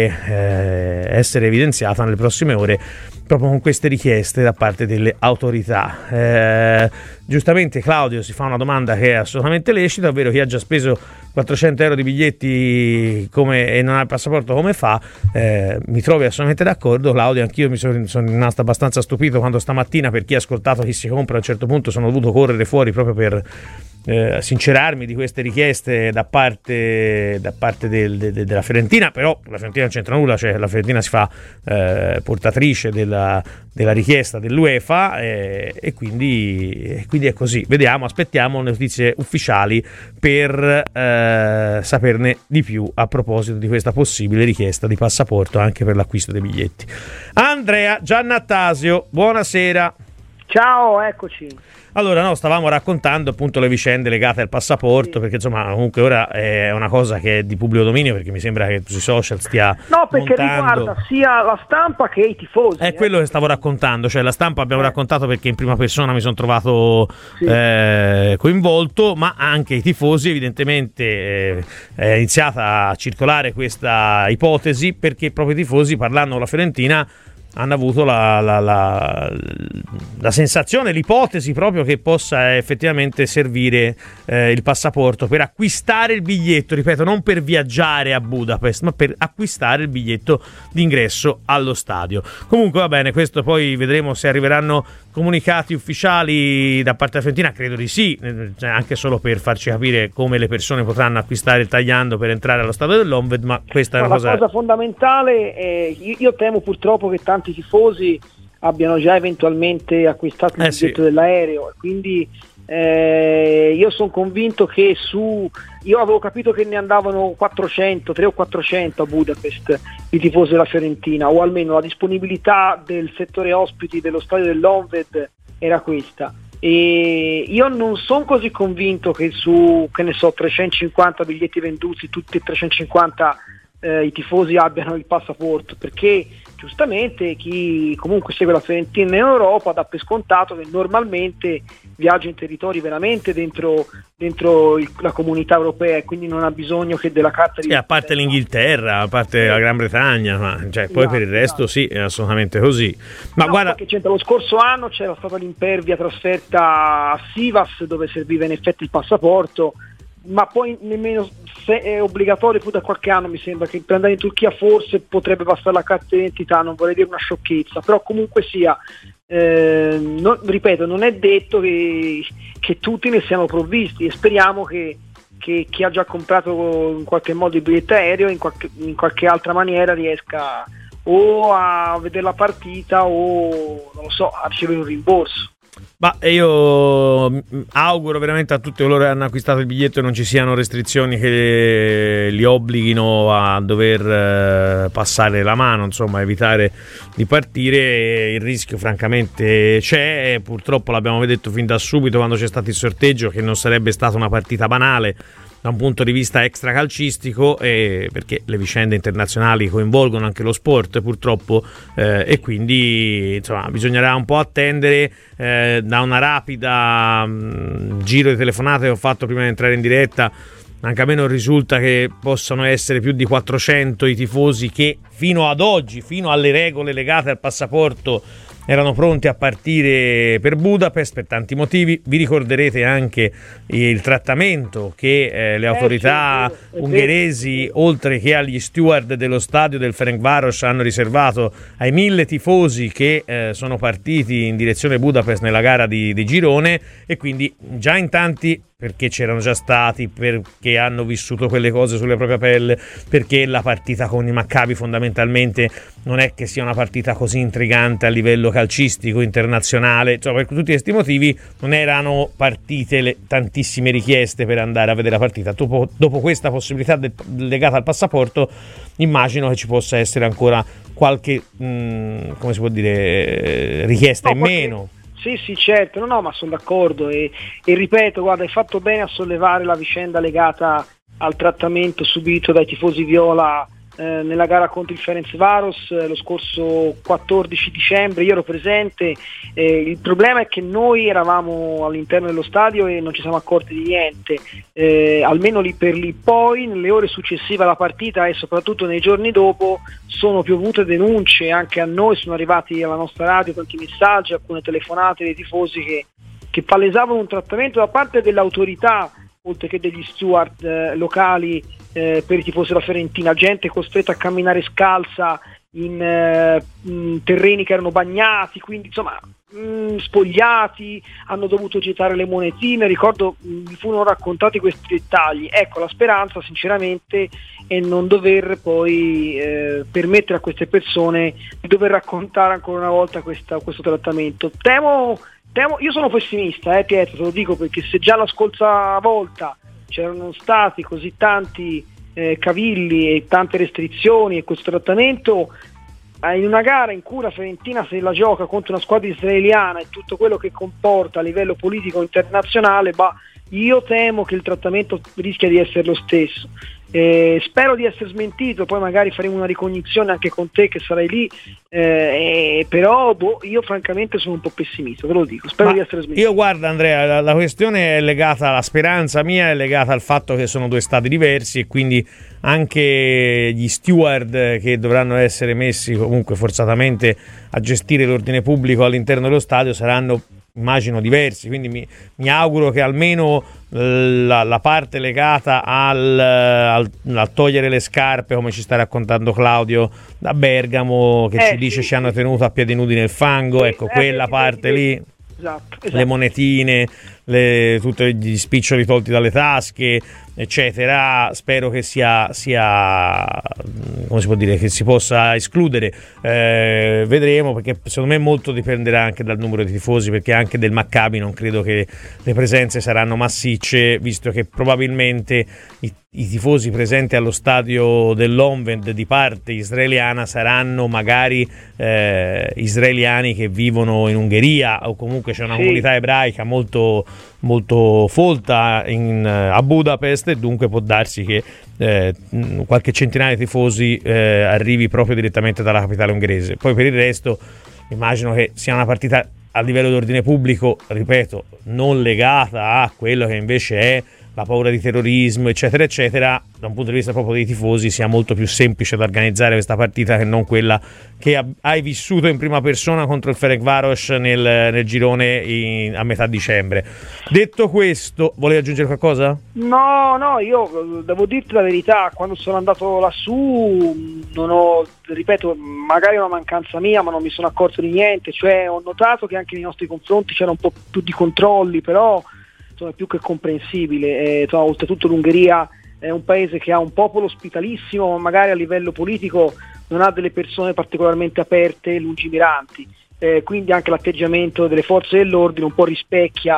Speaker 3: eh, essere evidenziata nelle prossime ore proprio con queste richieste da parte delle autorità. Eh, giustamente Claudio si fa una domanda che è assolutamente lecita, ovvero chi ha già speso quattrocento euro di biglietti come, e non ha il passaporto come fa. Eh, mi trovi assolutamente d'accordo, Claudio. Anch'io mi sono, sono rimasto abbastanza stupito quando stamattina, per chi ha ascoltato Chi si compra, a un certo punto sono dovuto correre fuori proprio per eh, sincerarmi di queste richieste da parte, da parte del, de, de, della Fiorentina. Però la Fiorentina non c'entra nulla, cioè la Fiorentina si fa eh, portatrice della, della richiesta dell'UEFA, eh, e, quindi, e quindi è così. Vediamo, aspettiamo notizie ufficiali per eh, saperne di più a proposito di questa possibile richiesta di passaporto anche per l'acquisto dei biglietti. Andrea Giannattasio, buonasera.
Speaker 6: Ciao, eccoci.
Speaker 3: Allora, no, stavamo raccontando appunto le vicende legate al passaporto, sì, perché insomma comunque ora è una cosa che è di pubblico dominio, perché mi sembra che sui social stia
Speaker 6: no perché
Speaker 3: montando.
Speaker 6: Riguarda sia la stampa che i tifosi.
Speaker 3: È
Speaker 6: eh.
Speaker 3: quello che stavo raccontando, cioè la stampa abbiamo eh. raccontato perché in prima persona mi sono trovato sì. eh, coinvolto, ma anche i tifosi evidentemente eh, è iniziata a circolare questa ipotesi perché proprio i tifosi, parlando con la Fiorentina, hanno avuto la, la, la, la sensazione, l'ipotesi proprio che possa effettivamente servire eh, il passaporto per acquistare il biglietto, ripeto, non per viaggiare a Budapest, ma per acquistare il biglietto d'ingresso allo stadio. Comunque va bene, questo poi vedremo se arriveranno comunicati ufficiali da parte della Fiorentina, credo di sì, cioè anche solo per farci capire come le persone potranno acquistare il tagliando per entrare allo stadio dell'Onved, ma questa è una
Speaker 6: ma
Speaker 3: cosa...
Speaker 6: La cosa fondamentale è, io, io temo purtroppo che tanti tifosi abbiano già eventualmente acquistato il
Speaker 3: eh
Speaker 6: biglietto
Speaker 3: sì.
Speaker 6: dell'aereo, quindi Eh, io sono convinto che su io avevo capito che ne andavano quattrocento, tre o quattrocento a Budapest i tifosi della Fiorentina, o almeno la disponibilità del settore ospiti dello stadio dell'Onved era questa. E io non sono così convinto che su, che ne so, trecentocinquanta biglietti venduti, tutti e trecentocinquanta eh, i tifosi abbiano il passaporto, perché giustamente chi comunque segue la Fiorentina in Europa dà per scontato che normalmente viaggia in territori veramente dentro, dentro il, la comunità europea, e quindi non ha bisogno che della carta di...
Speaker 3: Sì, a parte l'Inghilterra, a parte la Gran Bretagna, ma, cioè, poi esatto, per il resto esatto. Sì, è assolutamente così. Ma
Speaker 6: no,
Speaker 3: guarda,
Speaker 6: c'entra, lo scorso anno c'era stata l'impervia trasferta a Sivas, dove serviva in effetti il passaporto, ma poi nemmeno se è obbligatorio fu da qualche anno, mi sembra che per andare in Turchia forse potrebbe passare la carta d'identità, non vorrei dire una sciocchezza, però comunque sia eh, non, ripeto, non è detto che, che tutti ne siano provvisti, e speriamo che, che chi ha già comprato in qualche modo il biglietto aereo in qualche, in qualche altra maniera riesca o a vedere la partita o non lo so, a ricevere un rimborso.
Speaker 3: Ma io auguro veramente a tutti coloro che hanno acquistato il biglietto che non ci siano restrizioni che li obblighino a dover passare la mano, insomma evitare di partire. Il rischio francamente c'è, purtroppo l'abbiamo detto fin da subito quando c'è stato il sorteggio che non sarebbe stata una partita banale da un punto di vista extracalcistico, eh, perché le vicende internazionali coinvolgono anche lo sport purtroppo, eh, e quindi insomma bisognerà un po' attendere. Eh, da una rapida mh, giro di telefonate che ho fatto prima di entrare in diretta, anche a me non risulta che possano essere più di quattrocento i tifosi che fino ad oggi, fino alle regole legate al passaporto, erano pronti a partire per Budapest per tanti motivi. Vi ricorderete anche il trattamento che eh, le autorità eh, ungheresi, oltre che agli steward dello stadio del Ferencváros, hanno riservato ai mille tifosi che eh, sono partiti in direzione Budapest nella gara di, di girone, e quindi già in tanti, perché c'erano già stati, perché hanno vissuto quelle cose sulle proprie pelle, perché la partita con i Maccabi fondamentalmente non è che sia una partita così intrigante a livello calcistico internazionale, cioè, per tutti questi motivi non erano partite le tantissime richieste per andare a vedere la partita. Dopo, dopo questa possibilità de- legata al passaporto, immagino che ci possa essere ancora qualche mh, come si può dire richiesta no, in qualche... meno.
Speaker 6: Sì, sì, certo, no, no, ma sono d'accordo e, e ripeto, guarda, hai fatto bene a sollevare la vicenda legata al trattamento subito dai tifosi viola eh, nella gara contro il Ferencváros eh, lo scorso quattordici dicembre. Io ero presente, eh, il problema è che noi eravamo all'interno dello stadio e non ci siamo accorti di niente, eh, almeno lì per lì. Poi nelle ore successive alla partita e soprattutto nei giorni dopo sono piovute denunce anche a noi, sono arrivati alla nostra radio tanti messaggi, alcune telefonate dei tifosi che, che palesavano un trattamento da parte dell'autorità oltre che degli steward eh, locali eh, per i tifosi della Fiorentina, gente costretta a camminare scalza in, eh, in terreni che erano bagnati, quindi insomma mh, spogliati, hanno dovuto gettare le monetine, ricordo mi furono raccontati questi dettagli. Ecco, la speranza sinceramente è non dover poi eh, permettere a queste persone di dover raccontare ancora una volta questa, questo trattamento. Temo Temo, io sono pessimista, eh, Pietro, te lo dico, perché se già la scorsa volta c'erano stati così tanti eh, cavilli e tante restrizioni e questo trattamento, eh, in una gara in cui la Fiorentina se la gioca contro una squadra israeliana e tutto quello che comporta a livello politico internazionale, bah, io temo che il trattamento rischia di essere lo stesso. Eh, spero di essere smentito, poi magari faremo una ricognizione anche con te che sarai lì, eh, però boh, io francamente sono un po' pessimista, ve lo dico, spero Ma di essere smentito.
Speaker 3: Io guarda Andrea, la, la questione è legata alla speranza mia, è legata al fatto che sono due stati diversi e quindi anche gli steward che dovranno essere messi comunque forzatamente a gestire l'ordine pubblico all'interno dello stadio saranno, immagino, diversi, quindi mi, mi auguro che almeno la, la parte legata al, al, al togliere le scarpe, come ci sta raccontando Claudio da Bergamo, che eh, ci dice sì, ci hanno tenuto a piedi nudi nel fango, sì, ecco, eh, quella sì, parte sì, lì,
Speaker 6: esatto, esatto.
Speaker 3: Le monetine, le, tutti gli spiccioli tolti dalle tasche, eccetera, spero che sia, sia come si può dire, che si possa escludere, eh, vedremo, perché secondo me molto dipenderà anche dal numero di tifosi, perché anche del Maccabi non credo che le presenze saranno massicce, visto che probabilmente i, i tifosi presenti allo stadio dell'Onved di parte israeliana saranno magari eh, israeliani che vivono in Ungheria, o comunque c'è una sì. comunità ebraica molto, molto folta in, a Budapest, e dunque può darsi che eh, qualche centinaia di tifosi eh, arrivi proprio direttamente dalla capitale ungherese. Poi per il resto immagino che sia una partita a livello di ordine pubblico, ripeto, non legata a quello che invece è la paura di terrorismo, eccetera, eccetera. Da un punto di vista proprio dei tifosi sia molto più semplice da organizzare questa partita che non quella che hai vissuto in prima persona contro il Ferencváros nel, nel girone in, a metà dicembre. Detto questo, volevi aggiungere qualcosa?
Speaker 6: No, no, io devo dirti la verità, quando sono andato lassù non ho, ripeto, magari è una mancanza mia, ma non mi sono accorto di niente, cioè ho notato che anche nei nostri confronti c'era un po' più di controlli, però insomma, è più che comprensibile. Eh, insomma, oltretutto l'Ungheria è un paese che ha un popolo ospitalissimo, ma magari a livello politico non ha delle persone particolarmente aperte e lungimiranti, eh, quindi anche l'atteggiamento delle forze dell'ordine un po' rispecchia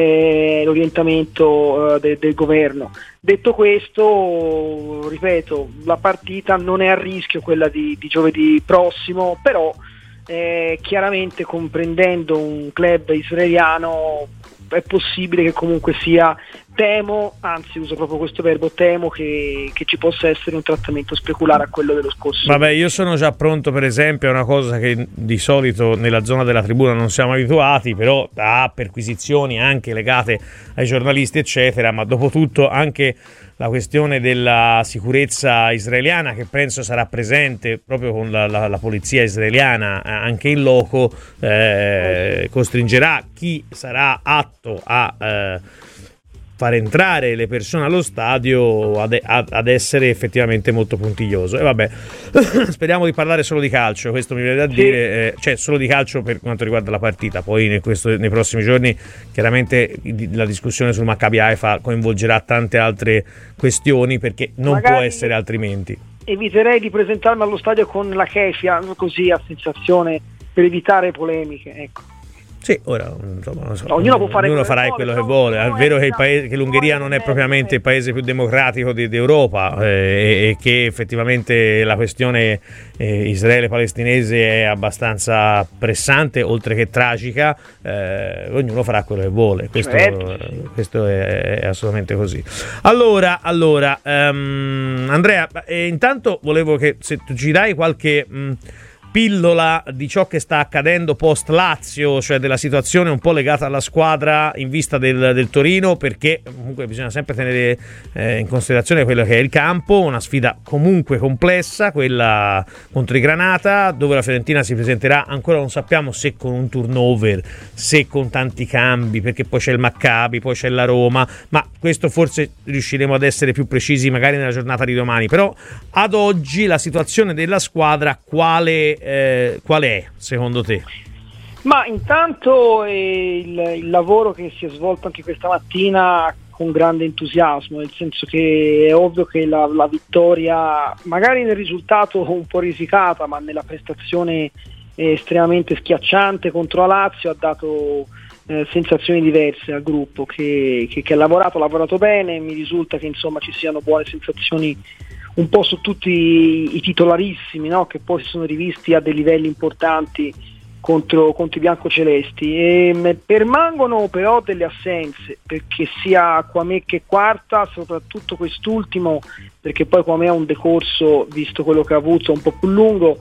Speaker 6: eh, l'orientamento eh, de- del governo. Detto questo, ripeto, la partita non è a rischio, quella di, di giovedì prossimo, però eh, chiaramente comprendendo un club israeliano è possibile che comunque sia, temo, anzi uso proprio questo verbo, temo che, che ci possa essere un trattamento speculare a quello dello scorso.
Speaker 3: Vabbè, io sono già pronto per esempio a una cosa che di solito nella zona della tribuna non siamo abituati, però a perquisizioni anche legate ai giornalisti eccetera, ma dopo tutto anche la questione della sicurezza israeliana, che penso sarà presente proprio con la, la, la polizia israeliana anche in loco, eh, costringerà chi sarà atto a eh, far entrare le persone allo stadio ad, ad essere effettivamente molto puntiglioso. E vabbè, speriamo di parlare solo di calcio, questo mi viene da dire, eh, cioè solo di calcio per quanto riguarda la partita. Poi in questo, nei prossimi giorni chiaramente la discussione sul Maccabi Haifa coinvolgerà tante altre questioni, perché non Magari può essere altrimenti.
Speaker 6: Eviterei di presentarmi allo stadio con la kefia, così a sensazione, per evitare polemiche, ecco.
Speaker 3: Sì, ora insomma, non so,
Speaker 6: ognuno può fare
Speaker 3: ognuno farà quello che vuole. È vero che, il paese, che l'Ungheria non è propriamente il paese più democratico di, d'Europa, eh, e che effettivamente la questione eh, Israele-palestinese è abbastanza pressante, oltre che tragica. Eh, ognuno farà quello che vuole. Questo, certo. questo è, è assolutamente così. Allora, allora um, Andrea, eh, intanto volevo che se tu ci dai qualche mh, pillola di ciò che sta accadendo post Lazio, cioè della situazione un po' legata alla squadra in vista del, del Torino, perché comunque bisogna sempre tenere eh, in considerazione quello che è il campo, una sfida comunque complessa, quella contro i Granata, dove la Fiorentina si presenterà, ancora non sappiamo se con un turnover, se con tanti cambi, perché poi c'è il Maccabi, poi c'è la Roma, ma questo forse riusciremo ad essere più precisi magari nella giornata di domani. Però ad oggi la situazione della squadra quale Eh, qual è secondo te?
Speaker 6: Ma intanto eh, il, il lavoro che si è svolto anche questa mattina con grande entusiasmo, nel senso che è ovvio che la, la vittoria, magari nel risultato un po' risicata, ma nella prestazione eh, estremamente schiacciante contro la Lazio, ha dato eh, sensazioni diverse al gruppo che, che, che ha lavorato, ha lavorato bene. Mi risulta che insomma ci siano buone sensazioni un po' su tutti i titolarissimi, no? Che poi si sono rivisti a dei livelli importanti contro, contro i biancocelesti. E permangono però delle assenze, perché sia Kwame che Quarta, soprattutto quest'ultimo, perché poi Kwame ha un decorso, visto quello che ha avuto, un po' più lungo,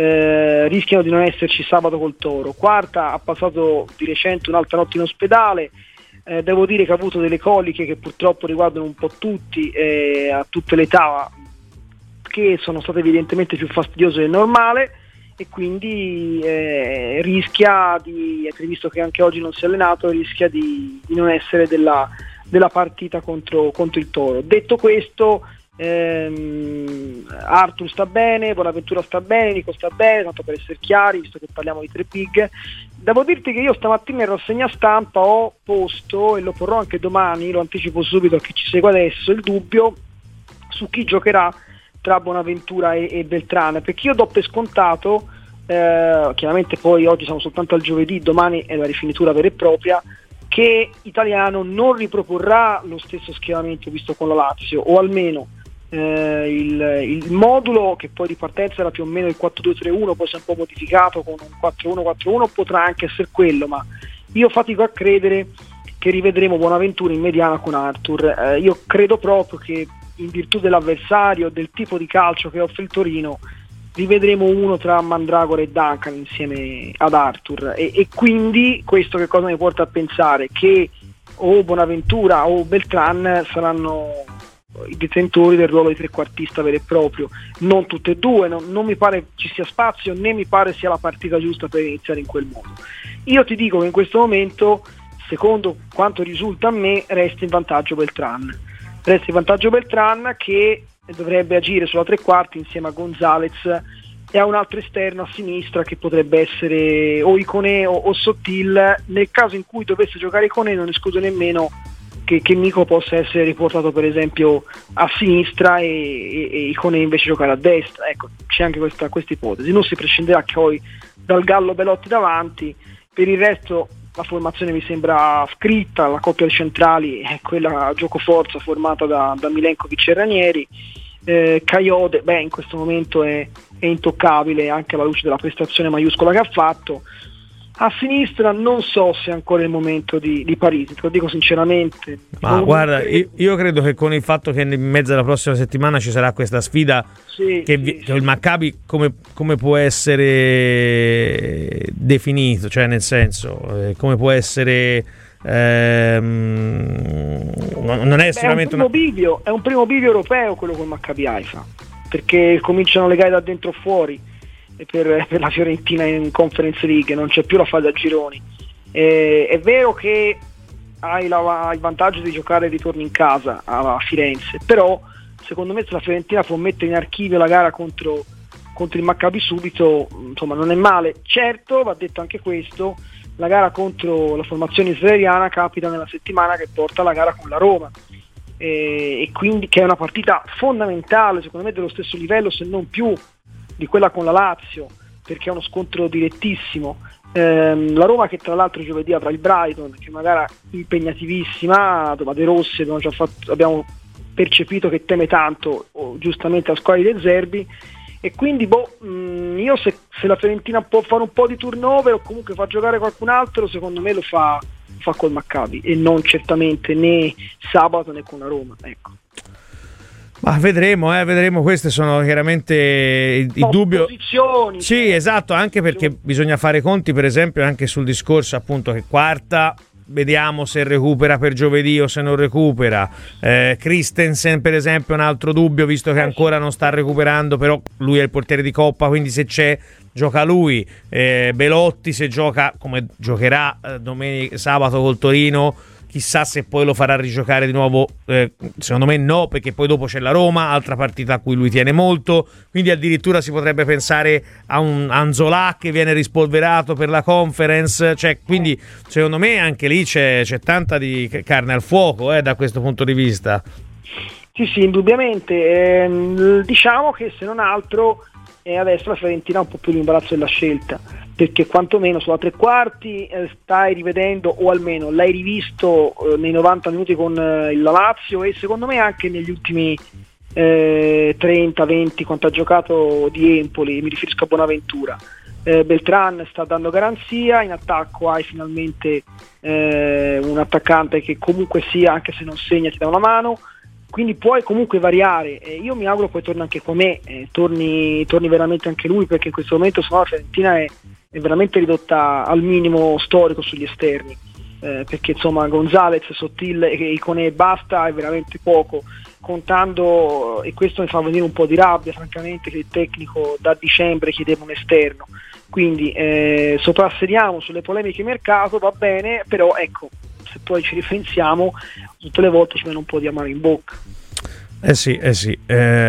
Speaker 6: eh, rischiano di non esserci sabato col Toro. Quarta ha passato di recente un'altra notte in ospedale. Eh, devo dire che ha avuto delle coliche che purtroppo riguardano un po' tutti, eh, a tutte le età, che sono state evidentemente più fastidiose del normale, e quindi eh, rischia di, visto che anche oggi non si è allenato, rischia di, di non essere della, della partita contro, contro il Toro. Detto questo, ehm, Arthur sta bene, Bonaventura sta bene, Nico sta bene, tanto per essere chiari, visto che parliamo di tre big. Devo dirti che io stamattina in rassegna stampa ho posto, e lo porrò anche domani, lo anticipo subito a chi ci segue adesso, il dubbio su chi giocherà tra Bonaventura e, e Beltrán, perché io do per scontato, eh, chiaramente poi oggi siamo soltanto al giovedì, domani è la rifinitura vera e propria, che Italiano non riproporrà lo stesso schieramento visto con la Lazio, o almeno eh, il, il modulo, che poi di partenza era più o meno il quattro due tre uno, poi si è un po' modificato con un quattro uno quattro uno, potrà anche essere quello, ma io fatico a credere che rivedremo Bonaventura in mediana con Arthur. Eh, io credo proprio che in virtù dell'avversario, del tipo di calcio che offre il Torino, rivedremo uno tra Mandragora e Duncan insieme ad Arthur, e, e quindi questo che cosa mi porta a pensare? Che o Bonaventura o Beltrán saranno i detentori del ruolo di trequartista vero e proprio, non tutte e due, non, non mi pare ci sia spazio, né mi pare sia la partita giusta per iniziare in quel modo. Io ti dico che in questo momento, secondo quanto risulta a me, resta in vantaggio Beltrán. Resta in vantaggio Beltrán, che dovrebbe agire sulla tre quarti insieme a Gonzalez e a un altro esterno a sinistra che potrebbe essere o Iconé o, o Sottil. Nel caso in cui dovesse giocare Iconé non escludo nemmeno che, che Nico possa essere riportato per esempio a sinistra e, e, e Iconé invece giocare a destra. Ecco, c'è anche questa, questa ipotesi. Non si prescinderà poi dal Gallo Belotti davanti. Per il resto la formazione mi sembra scritta, la coppia di centrali è quella a gioco forza formata da, da Milenkovic e Ranieri. eh, Kayode, beh, in questo momento è, è intoccabile anche alla luce della prestazione maiuscola che ha fatto. A sinistra non so se è ancora il momento di, di Parisi, te lo dico sinceramente.
Speaker 3: Ma non guarda, io, io credo che con il fatto che in mezzo alla prossima settimana ci sarà questa sfida,
Speaker 6: sì,
Speaker 3: che,
Speaker 6: sì,
Speaker 3: vi,
Speaker 6: sì.
Speaker 3: che il Maccabi come, come può essere definito, cioè nel senso eh, come può essere ehm, non è sicuramente
Speaker 6: Beh, è un primo bivio, è un primo bivio europeo quello col Maccabi Haifa, perché cominciano le gare da dentro fuori. Per, per la Fiorentina in Conference League non c'è più la fase a gironi. Eh, è vero che hai la, il vantaggio di giocare e ritorni in casa a, a Firenze, però secondo me se la Fiorentina può mettere in archivio la gara contro, contro il Maccabi subito, insomma non è male. Certo, va detto anche questo, la gara contro la formazione israeliana capita nella settimana che porta la gara con la Roma, eh, e quindi che è una partita fondamentale, secondo me dello stesso livello se non più di quella con la Lazio, perché è uno scontro direttissimo. Ehm, la Roma che tra l'altro giovedì avrà il Brighton, che magari è impegnativissima, dove De Rossi abbiamo, già fatto, abbiamo percepito che teme tanto, o, giustamente, la squadra di De Zerbi, e quindi boh, mh, io se, se la Fiorentina può fare un po' di turnover o comunque fa giocare qualcun altro, secondo me lo fa, fa col Maccabi, e non certamente né sabato né con la Roma, ecco.
Speaker 3: Ma vedremo, eh, vedremo. Queste sono chiaramente il, il
Speaker 6: no,
Speaker 3: dubbio.
Speaker 6: Posizioni,
Speaker 3: sì, esatto, anche perché bisogna fare conti, per esempio, anche sul discorso appunto che quarta, vediamo se recupera per giovedì o se non recupera. eh, Christensen per esempio è un altro dubbio, visto che ancora non sta recuperando, però lui è il portiere di Coppa, quindi se c'è gioca lui. eh, Belotti se gioca, come giocherà eh, domenica, sabato col Torino, chissà se poi lo farà rigiocare di nuovo. eh, secondo me no, perché poi dopo c'è la Roma, altra partita a cui lui tiene molto, quindi addirittura si potrebbe pensare a un Anzolà che viene rispolverato per la Conference, cioè, quindi secondo me anche lì c'è, c'è tanta di carne al fuoco eh, da questo punto di vista.
Speaker 6: Sì, sì, indubbiamente. Eh, diciamo che se non altro eh, adesso la Fiorentina ha un po' più l'imbarazzo della scelta, perché quantomeno sulla tre quarti eh, stai rivedendo, o almeno l'hai rivisto eh, nei novanta minuti con eh, il Lazio, e secondo me anche negli ultimi eh, trenta venti quanto ha giocato di Empoli, mi riferisco a Bonaventura. eh, Beltrán sta dando garanzia, in attacco hai finalmente eh, un attaccante che comunque sia, anche se non segna, ti dà una mano, quindi puoi comunque variare. eh, io mi auguro poi torni anche con me, eh, torni, torni veramente anche lui, perché in questo momento sennò la Fiorentina è è veramente ridotta al minimo storico sugli esterni, eh, perché insomma Gonzalez, Sottil e Iconé basta, è veramente poco, contando, e questo mi fa venire un po' di rabbia francamente, che il tecnico da dicembre chiedeva un esterno, quindi eh, soprassediamo sulle polemiche di mercato, va bene, però ecco, se poi ci ripensiamo tutte le volte ci viene un po' di amaro in bocca.
Speaker 3: Eh sì, eh sì,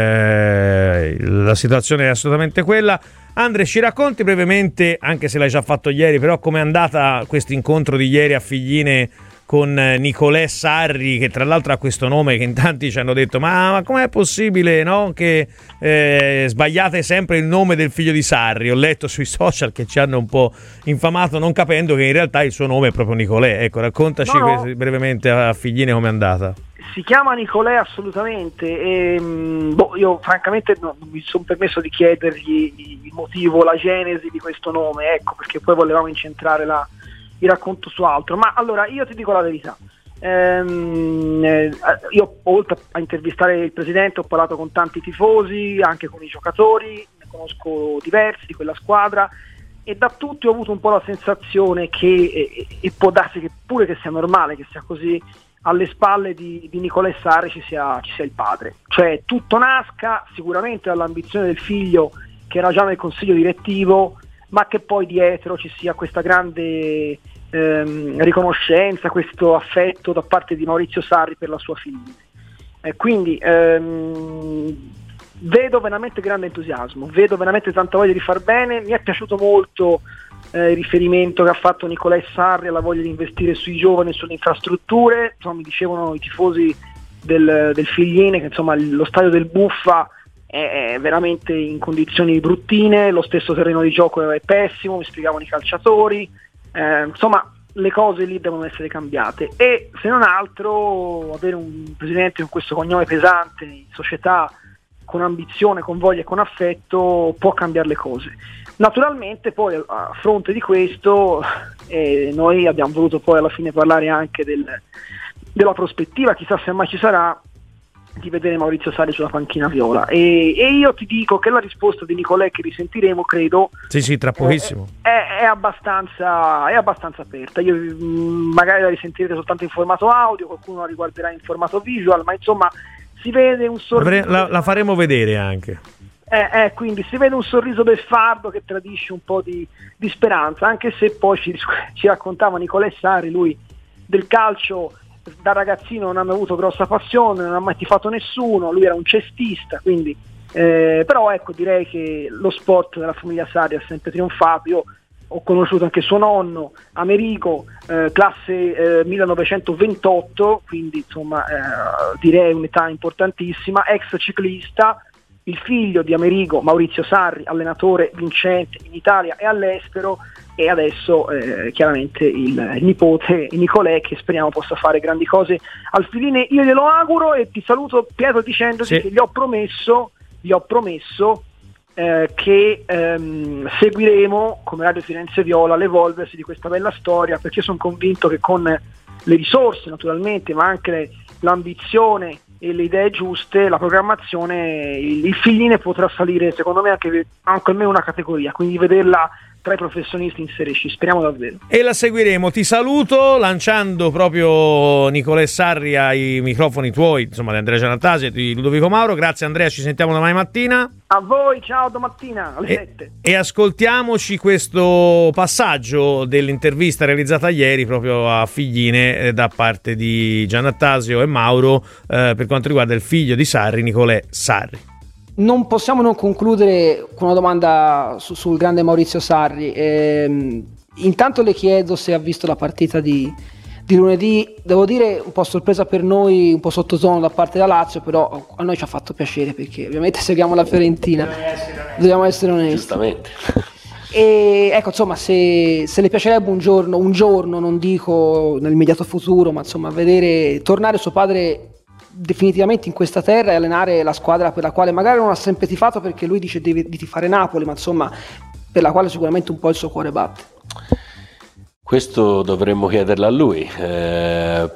Speaker 3: eh, la situazione è assolutamente quella. Andre, ci racconti brevemente, anche se l'hai già fatto ieri, però com'è andata questo incontro di ieri a Figline con Nicolè Sarri, che tra l'altro ha questo nome che in tanti ci hanno detto ma, ma com'è possibile, no? Che eh, sbagliate sempre il nome del figlio di Sarri. Ho letto sui social che ci hanno un po' infamato non capendo che in realtà il suo nome è proprio Nicolè. Ecco, raccontaci
Speaker 6: no, no.
Speaker 3: brevemente a Figline com'è andata.
Speaker 6: Si chiama Nicolè assolutamente e boh, io francamente non mi sono permesso di chiedergli il motivo, la genesi di questo nome, ecco, perché poi volevamo incentrare la il racconto su altro. Ma allora io ti dico la verità, ehm, eh, io oltre a intervistare il presidente ho parlato con tanti tifosi, anche con i giocatori, ne conosco diversi di quella squadra e da tutti ho avuto un po' la sensazione che e, e può darsi che pure che sia normale che sia così, alle spalle di, di Nicolè Sarri ci sia, ci sia il padre, cioè tutto nasca sicuramente dall'ambizione del figlio che era già nel consiglio direttivo, ma che poi dietro ci sia questa grande ehm, riconoscenza, questo affetto da parte di Maurizio Sarri per la sua figlia. Eh, quindi ehm, vedo veramente grande entusiasmo, vedo veramente tanta voglia di far bene. Mi è piaciuto molto eh, il riferimento che ha fatto Nicolè Sarri alla voglia di investire sui giovani e sulle infrastrutture. Insomma, mi dicevano i tifosi del, del Figline che insomma lo stadio del Buffa è veramente in condizioni bruttine, lo stesso terreno di gioco è pessimo, mi spiegavano i calciatori, eh, insomma le cose lì devono essere cambiate e se non altro avere un presidente con questo cognome pesante in società, con ambizione, con voglia e con affetto può cambiare le cose. Naturalmente poi a fronte di questo eh, noi abbiamo voluto poi alla fine parlare anche del, della prospettiva, chissà se mai ci sarà, di vedere Maurizio Sarri sulla panchina viola e, e io ti dico che la risposta di Nicolè che risentiremo credo
Speaker 3: sì sì tra pochissimo
Speaker 6: è, è, è abbastanza è abbastanza aperta. Io mh, magari la risentirete soltanto in formato audio, qualcuno la riguarderà in formato visual, ma insomma si vede un sorriso,
Speaker 3: la, la faremo vedere anche
Speaker 6: eh, eh, quindi si vede un sorriso beffardo che tradisce un po' di, di speranza, anche se poi ci, ci raccontava Nicolè Sarri, lui del calcio da ragazzino non ha mai avuto grossa passione, non ha mai tifato nessuno, lui era un cestista, quindi eh, però ecco direi che lo sport della famiglia Sarri ha sempre trionfato. Io ho conosciuto anche suo nonno Amerigo, eh, classe eh, millenovecentoventotto, quindi insomma eh, direi un'età importantissima, ex ciclista, il figlio di Amerigo, Maurizio Sarri, allenatore vincente in Italia e all'estero, e adesso eh, chiaramente il, il nipote Nicolè, che speriamo possa fare grandi cose al Figline. Io glielo auguro e ti saluto Pietro dicendoti sì. che gli ho promesso gli ho promesso eh, che ehm, seguiremo come Radio Firenze Viola l'evolversi di questa bella storia, perché sono convinto che con le risorse naturalmente, ma anche le, l'ambizione e le idee giuste, la programmazione, il, il Figline potrà salire secondo me anche, anche almeno una categoria, quindi vederla tra i professionisti in Serie C, speriamo davvero.
Speaker 3: E la seguiremo. Ti saluto lanciando proprio Nicolè Sarri ai microfoni tuoi, insomma di Andrea Giannattasio e di Ludovico Mauro. Grazie Andrea, ci sentiamo domani mattina.
Speaker 6: A voi, ciao, domattina alle
Speaker 3: e,
Speaker 6: sette.
Speaker 3: E ascoltiamoci questo passaggio dell'intervista realizzata ieri proprio a Figline eh, da parte di Giannattasio e Mauro eh, per quanto riguarda il figlio di Sarri, Nicolè Sarri.
Speaker 9: Non possiamo non concludere con una domanda su, sul grande Maurizio Sarri. Eh, intanto le chiedo se ha visto la partita di, di lunedì. Devo dire un po' sorpresa per noi, un po' sottotono da parte della Lazio, però a noi ci ha fatto piacere perché ovviamente seguiamo la Fiorentina. Dobbiamo essere onesti.
Speaker 5: Giustamente.
Speaker 9: E ecco, insomma, se, se le piacerebbe un giorno, un giorno, non dico nell'immediato futuro, ma insomma vedere tornare suo padre definitivamente in questa terra e allenare la squadra per la quale magari non ha sempre tifato, perché lui dice di, di tifare Napoli, ma insomma per la quale sicuramente un po' il suo cuore batte.
Speaker 5: Questo dovremmo chiederlo a lui, eh,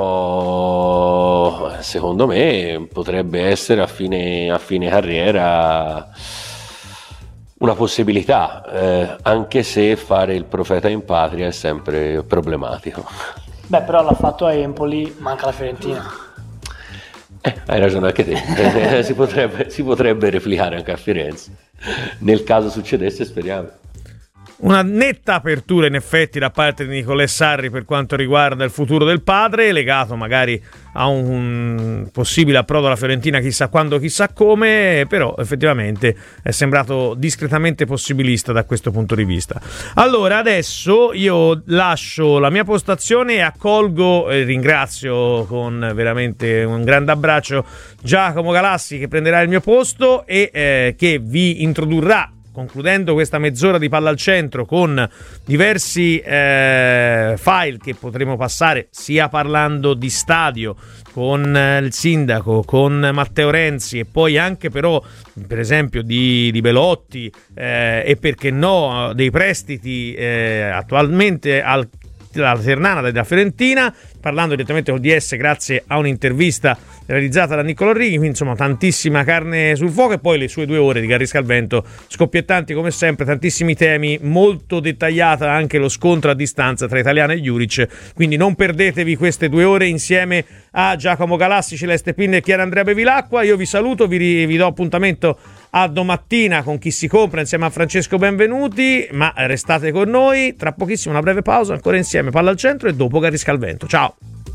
Speaker 5: però secondo me potrebbe essere a fine, a fine carriera una possibilità, eh, anche se fare il profeta in patria è sempre problematico.
Speaker 21: Beh, però l'ha fatto a Empoli, manca la Fiorentina.
Speaker 5: Eh, hai ragione anche te, si, potrebbe, si potrebbe replicare anche a Firenze, nel caso succedesse, speriamo.
Speaker 3: Una netta apertura in effetti da parte di Nicolè Sarri per quanto riguarda il futuro del padre, legato magari a un possibile approdo alla Fiorentina chissà quando, chissà come, però effettivamente è sembrato discretamente possibilista da questo punto di vista. Allora adesso io lascio la mia postazione e accolgo e ringrazio con veramente un grande abbraccio Giacomo Galassi, che prenderà il mio posto e eh, che vi introdurrà, concludendo questa mezz'ora di Palla al Centro, con diversi eh, file che potremo passare, sia parlando di stadio con eh, il sindaco, con Matteo Renzi, e poi anche però per esempio di, di Belotti eh, e perché no dei prestiti eh, attualmente al la Ternana della Fiorentina, parlando direttamente col D S grazie a un'intervista realizzata da Niccolò Righi. Quindi insomma tantissima carne sul fuoco, e poi le sue due ore di Garriscalvento scoppiettanti come sempre, tantissimi temi, molto dettagliata anche lo scontro a distanza tra Italiano e Juric, quindi non perdetevi queste due ore insieme a Giacomo Galassi, Celeste Pinne e Chiara Andrea Bevilacqua. Io vi saluto, vi, vi do appuntamento a domattina con Chi si compra insieme a Francesco Benvenuti, ma restate con noi, tra pochissimo una breve pausa, ancora insieme Palla al Centro e dopo Garriscalvento. Ciao.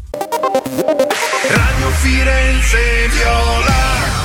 Speaker 10: Radio Firenze Viola.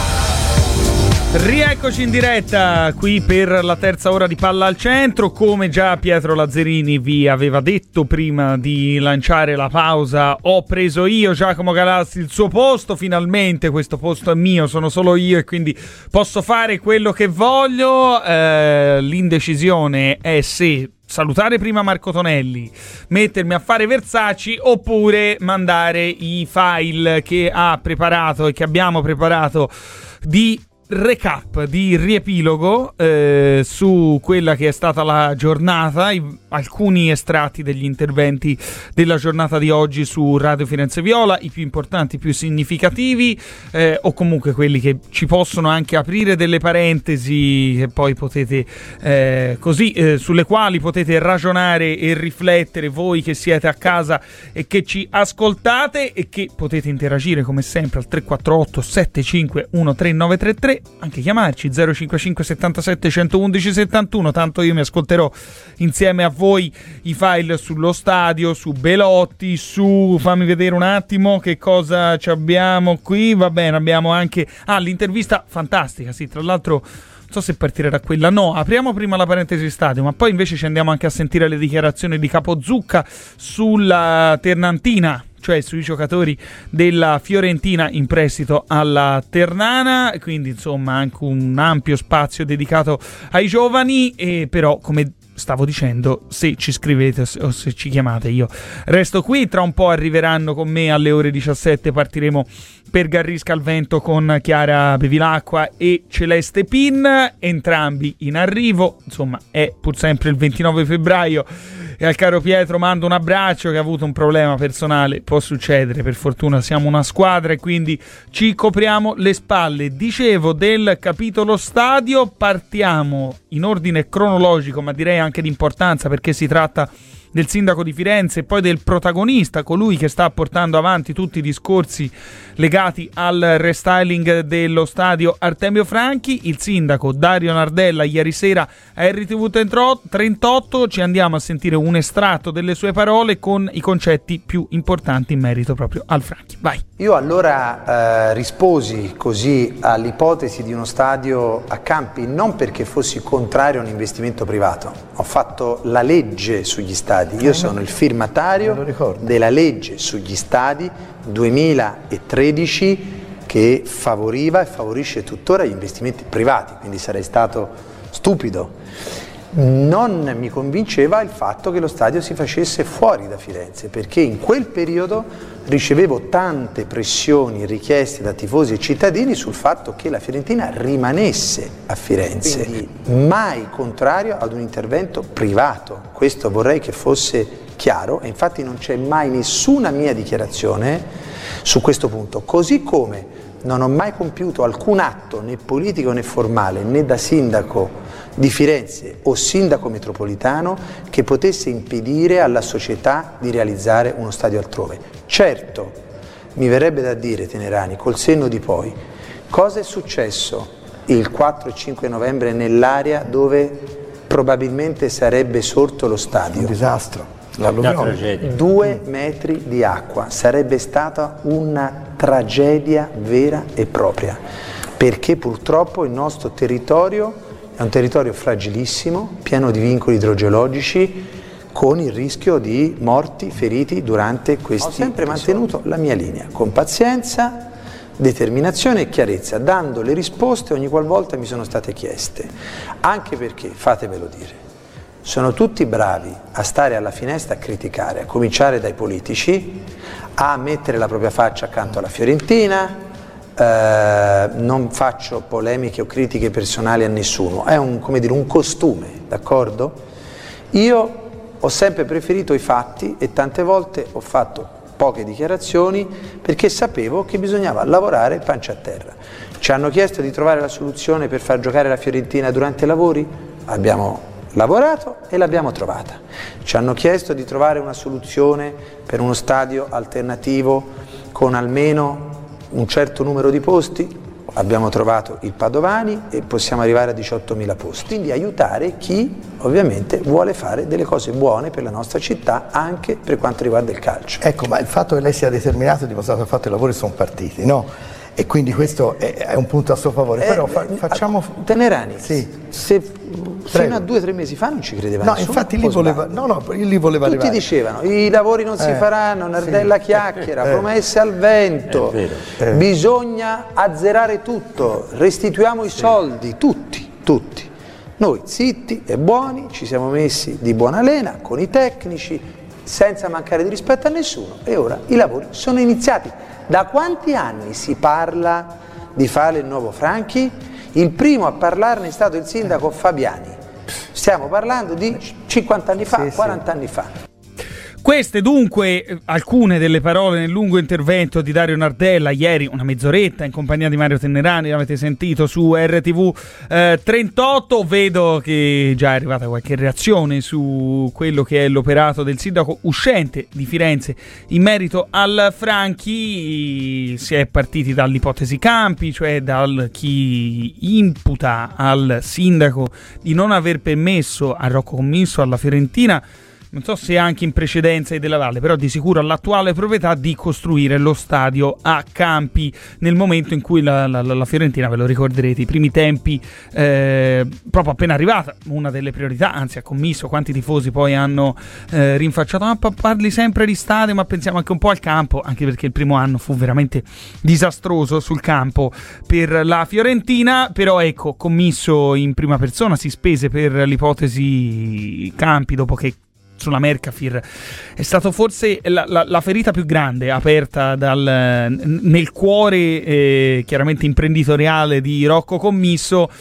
Speaker 11: Rieccoci in diretta qui per la terza ora di Palla al Centro. Come già Pietro Lazzarini vi aveva detto prima di lanciare la pausa, ho preso io, Giacomo Galassi, il suo posto. Finalmente questo posto è mio, sono solo io e quindi posso fare quello che voglio. Eh, l'indecisione è se salutare prima Marco Tonelli, mettermi a fare Versace oppure mandare i file che ha preparato e che abbiamo preparato di recap, di riepilogo eh, su quella che è stata la giornata, i, alcuni estratti degli interventi della giornata di oggi su Radio Firenze Viola, i più importanti, i più significativi, eh, o comunque quelli che ci possono anche aprire delle parentesi che poi potete eh, così eh, sulle quali potete ragionare e riflettere voi che siete a casa e che ci ascoltate, e che potete interagire come sempre al tre quattro otto sette cinque uno tre nove tre tre, anche chiamarci zero cinquantacinque settantasette centoudici settantuno. Tanto io mi ascolterò insieme a voi i file sullo stadio, su Belotti, su, fammi vedere un attimo che cosa ci abbiamo qui. Va bene, abbiamo anche ah, l'intervista fantastica, sì, tra l'altro non so se partire da quella, no, apriamo prima la parentesi stadio, ma poi invece ci andiamo anche a sentire le dichiarazioni di Capozucca sulla Ternantina, cioè sui giocatori della Fiorentina in prestito alla Ternana, quindi insomma anche un ampio spazio dedicato ai giovani. E però, come stavo dicendo, se ci scrivete o se ci chiamate io resto qui, tra un po' arriveranno con me alle ore diciassette, partiremo per Garriscalvento con Chiara Bevilacqua e Celeste Pin, entrambi in arrivo. Insomma è pur sempre il ventinove febbraio e al caro Pietro mando un abbraccio, che ha avuto un problema personale, può succedere, per fortuna siamo una squadra e quindi ci copriamo le spalle. Dicevo del capitolo stadio, partiamo in ordine cronologico, ma direi anche di importanza, perché si tratta del sindaco di Firenze e poi del protagonista, colui che sta portando avanti tutti i discorsi legati al restyling dello stadio Artemio Franchi, il sindaco Dario Nardella, ieri sera a R T V trentotto. Ci andiamo a sentire un estratto delle sue parole con i concetti più importanti in merito proprio al Franchi. Vai.
Speaker 12: Io allora eh, risposi così all'ipotesi di uno stadio a campi, non perché fossi contrario a un investimento privato, ho fatto la legge sugli stadi. Io sono il firmatario della legge sugli stadi duemilatredici che favoriva e favorisce tuttora gli investimenti privati, quindi sarei stato stupido. Non mi convinceva il fatto che lo stadio si facesse fuori da Firenze, perché in quel periodo ricevevo tante pressioni e richieste da tifosi e cittadini sul fatto che la Fiorentina rimanesse a Firenze. Quindi mai contrario ad un intervento privato, questo vorrei che fosse chiaro, e infatti non c'è mai nessuna mia dichiarazione su questo punto, così come non ho mai compiuto alcun atto né politico né formale, né da sindaco di Firenze o sindaco metropolitano, che potesse impedire alla società di realizzare uno stadio altrove. Certo, mi verrebbe da dire, Tenerani, col senno di poi, cosa è successo il quattro e cinque novembre nell'area dove probabilmente sarebbe sorto lo stadio.
Speaker 14: Un disastro.
Speaker 12: Due metri di acqua, sarebbe stata una tragedia vera e propria, perché purtroppo il nostro territorio è un territorio fragilissimo, pieno di vincoli idrogeologici, con il rischio di morti, feriti durante questi. Ho sempre mantenuto la mia linea, con pazienza, determinazione e chiarezza, dando le risposte ogni qualvolta mi sono state chieste, anche perché, fatemelo dire, sono tutti bravi a stare alla finestra a criticare, a cominciare dai politici, a mettere la propria faccia accanto alla Fiorentina, eh, non faccio polemiche o critiche personali a nessuno, è un, come dire, un costume, d'accordo? Io ho sempre preferito i fatti e tante volte ho fatto poche dichiarazioni perché sapevo che bisognava lavorare pancia a terra. Ci hanno chiesto di trovare la soluzione per far giocare la Fiorentina durante i lavori, abbiamo lavorato e l'abbiamo trovata. Ci hanno chiesto di trovare una soluzione per uno stadio alternativo con almeno un certo numero di posti, abbiamo trovato il Padovani e possiamo arrivare a diciottomila posti. Quindi aiutare chi ovviamente vuole fare delle cose buone per la nostra città anche per quanto riguarda il calcio.
Speaker 14: Ecco, ma il fatto che lei sia determinato è dimostrato dal fatto che i lavori sono partiti, no? E quindi questo è, è un punto a suo favore, eh, però fa, facciamo...
Speaker 12: Tenerani,
Speaker 14: sì.
Speaker 12: se fino a due o tre mesi fa non ci credeva
Speaker 14: no,
Speaker 12: nessuno.
Speaker 14: Infatti lì voleva, no, no, lì voleva
Speaker 12: Tutti
Speaker 14: arrivare.
Speaker 12: dicevano, i lavori non si
Speaker 14: eh,
Speaker 12: faranno, Nardella
Speaker 14: sì.
Speaker 12: chiacchiera,
Speaker 14: eh,
Speaker 12: promesse al vento,
Speaker 14: eh.
Speaker 12: bisogna azzerare tutto, restituiamo i soldi, tutti, tutti. Noi zitti e buoni, ci siamo messi di buona lena con i tecnici, senza mancare di rispetto a nessuno e ora i lavori sono iniziati. Da quanti anni si parla di fare il nuovo Franchi? Il primo a parlarne è stato il sindaco Fabiani. Stiamo parlando di cinquanta anni fa, sì, quaranta sì. anni fa.
Speaker 11: Queste dunque alcune delle parole nel lungo intervento di Dario Nardella ieri, una mezz'oretta in compagnia di Mario Tenerani, l'avete sentito su R T V eh, trentotto. Vedo che già è arrivata qualche reazione su quello che è l'operato del sindaco uscente di Firenze in merito al Franchi. Si è partiti dall'ipotesi Campi, cioè dal chi imputa al sindaco di non aver permesso a Rocco Commisso, alla Fiorentina, non so se anche in precedenza e della Valle, però di sicuro all'attuale proprietà, di costruire lo stadio a Campi nel momento in cui la, la, la Fiorentina, ve lo ricorderete, i primi tempi, eh, proprio appena arrivata, una delle priorità, anzi ha commisso, quanti tifosi poi hanno eh, rinfacciato, ma parli sempre di stadio, ma pensiamo anche un po' al campo, anche perché il primo anno fu veramente disastroso sul campo per la Fiorentina, però ecco, commisso in prima persona, si spese per l'ipotesi Campi, dopo che sulla Mercafir è stato forse la, la, la ferita più grande aperta dal, nel cuore eh, chiaramente imprenditoriale di Rocco Commisso.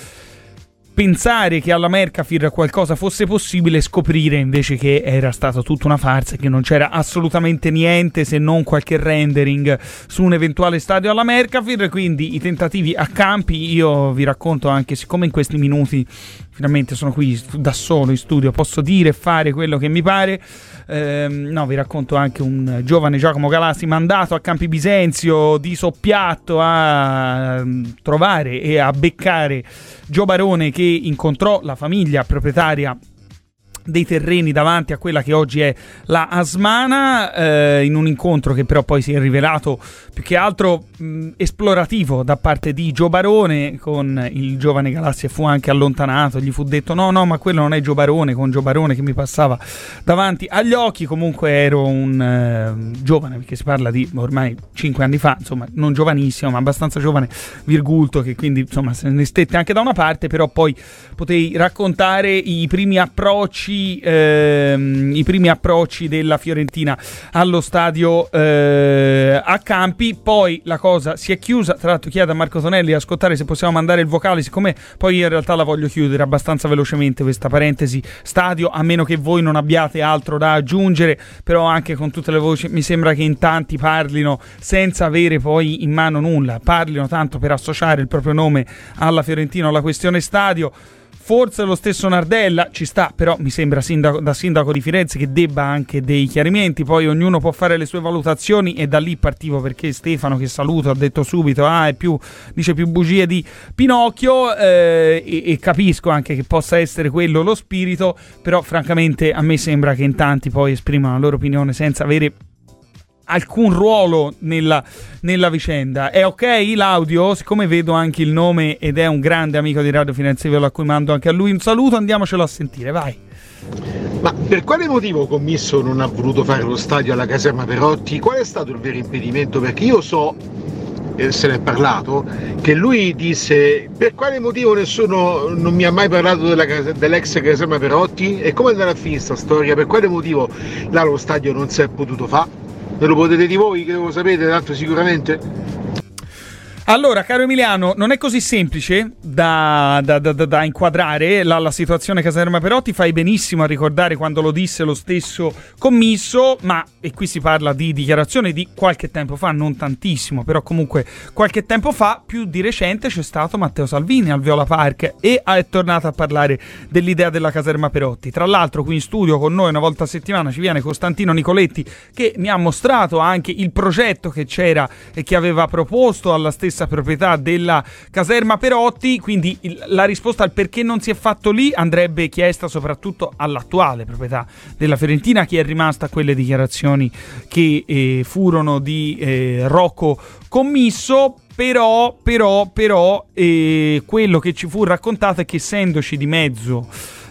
Speaker 11: Pensare che alla Mercafir qualcosa fosse possibile, scoprire invece che era stata tutta una farsa e che non c'era assolutamente niente se non qualche rendering su un eventuale stadio alla Mercafir. Quindi i tentativi a Campi, io vi racconto anche, siccome in questi minuti finalmente sono qui da solo in studio, posso dire e fare quello che mi pare. Ehm, no, vi racconto anche un giovane Giacomo Galassi mandato a Campi Bisenzio di soppiatto a trovare e a beccare Gio Barone, che incontrò la famiglia proprietaria dei terreni davanti a quella che oggi è la Asmana, eh, in un incontro che però poi si è rivelato più che altro mh, esplorativo da parte di Gio Barone con il giovane Galassi, e fu anche allontanato, gli fu detto no no ma quello non è Gio Barone, con Gio Barone che mi passava davanti agli occhi. Comunque ero un eh, giovane, perché si parla di ormai cinque anni fa, insomma non giovanissimo ma abbastanza giovane virgulto, che quindi insomma se ne stette anche da una parte, però poi potei raccontare i primi approcci Ehm, i primi approcci della Fiorentina allo stadio eh, a Campi. Poi la cosa si è chiusa. Tra l'altro chiedo a Marco Tonelli di ascoltare se possiamo mandare il vocale, siccome poi io in realtà la voglio chiudere abbastanza velocemente questa parentesi stadio, a meno che voi non abbiate altro da aggiungere. Però anche con tutte le voci mi sembra che in tanti parlino senza avere poi in mano nulla, parlino tanto per associare il proprio nome alla Fiorentina o alla questione stadio. forse lo stesso Nardella ci sta, però mi sembra sindaco, da sindaco di Firenze che debba anche dei chiarimenti, poi ognuno può fare le sue valutazioni e da lì partivo, perché Stefano, che saluto, ha detto subito ah è più, dice più bugie di Pinocchio, eh, e, e capisco anche che possa essere quello lo spirito, però francamente a me sembra che in tanti poi esprimano la loro opinione senza avere alcun ruolo nella, nella vicenda. È ok l'audio? Siccome vedo anche il nome ed è un grande amico di Radio Firenze Viola, a cui mando anche a lui un saluto, andiamocelo a sentire, vai.
Speaker 15: Ma per quale motivo Commisso non ha voluto fare lo stadio alla caserma Perotti? Qual è stato il vero impedimento? Perché io so, e se ne è parlato, che lui disse per quale motivo nessuno non mi ha mai parlato della, dell'ex caserma Perotti? E come andrà a finire sta storia? Per quale motivo là lo stadio non si è potuto fare? Me lo potete di voi, che lo sapete tanto sicuramente?
Speaker 11: Allora, caro Emiliano, non è così semplice da, da, da, da inquadrare la, la situazione caserma Perotti. Fai benissimo a ricordare quando lo disse lo stesso Commisso, ma, e qui si parla di dichiarazione di qualche tempo fa, non tantissimo, però comunque qualche tempo fa, più di recente c'è stato Matteo Salvini al Viola Park e è tornato a parlare dell'idea della caserma Perotti. Tra l'altro qui in studio con noi una volta a settimana ci viene Costantino Nicoletti, che mi ha mostrato anche il progetto che c'era e che aveva proposto alla stessa proprietà della caserma Perotti, quindi il, la risposta al perché non si è fatto lì andrebbe chiesta soprattutto all'attuale proprietà della Fiorentina, che è rimasta a quelle dichiarazioni che eh, furono di eh, Rocco Commisso. Però, però, però eh, quello che ci fu raccontato è che essendoci di mezzo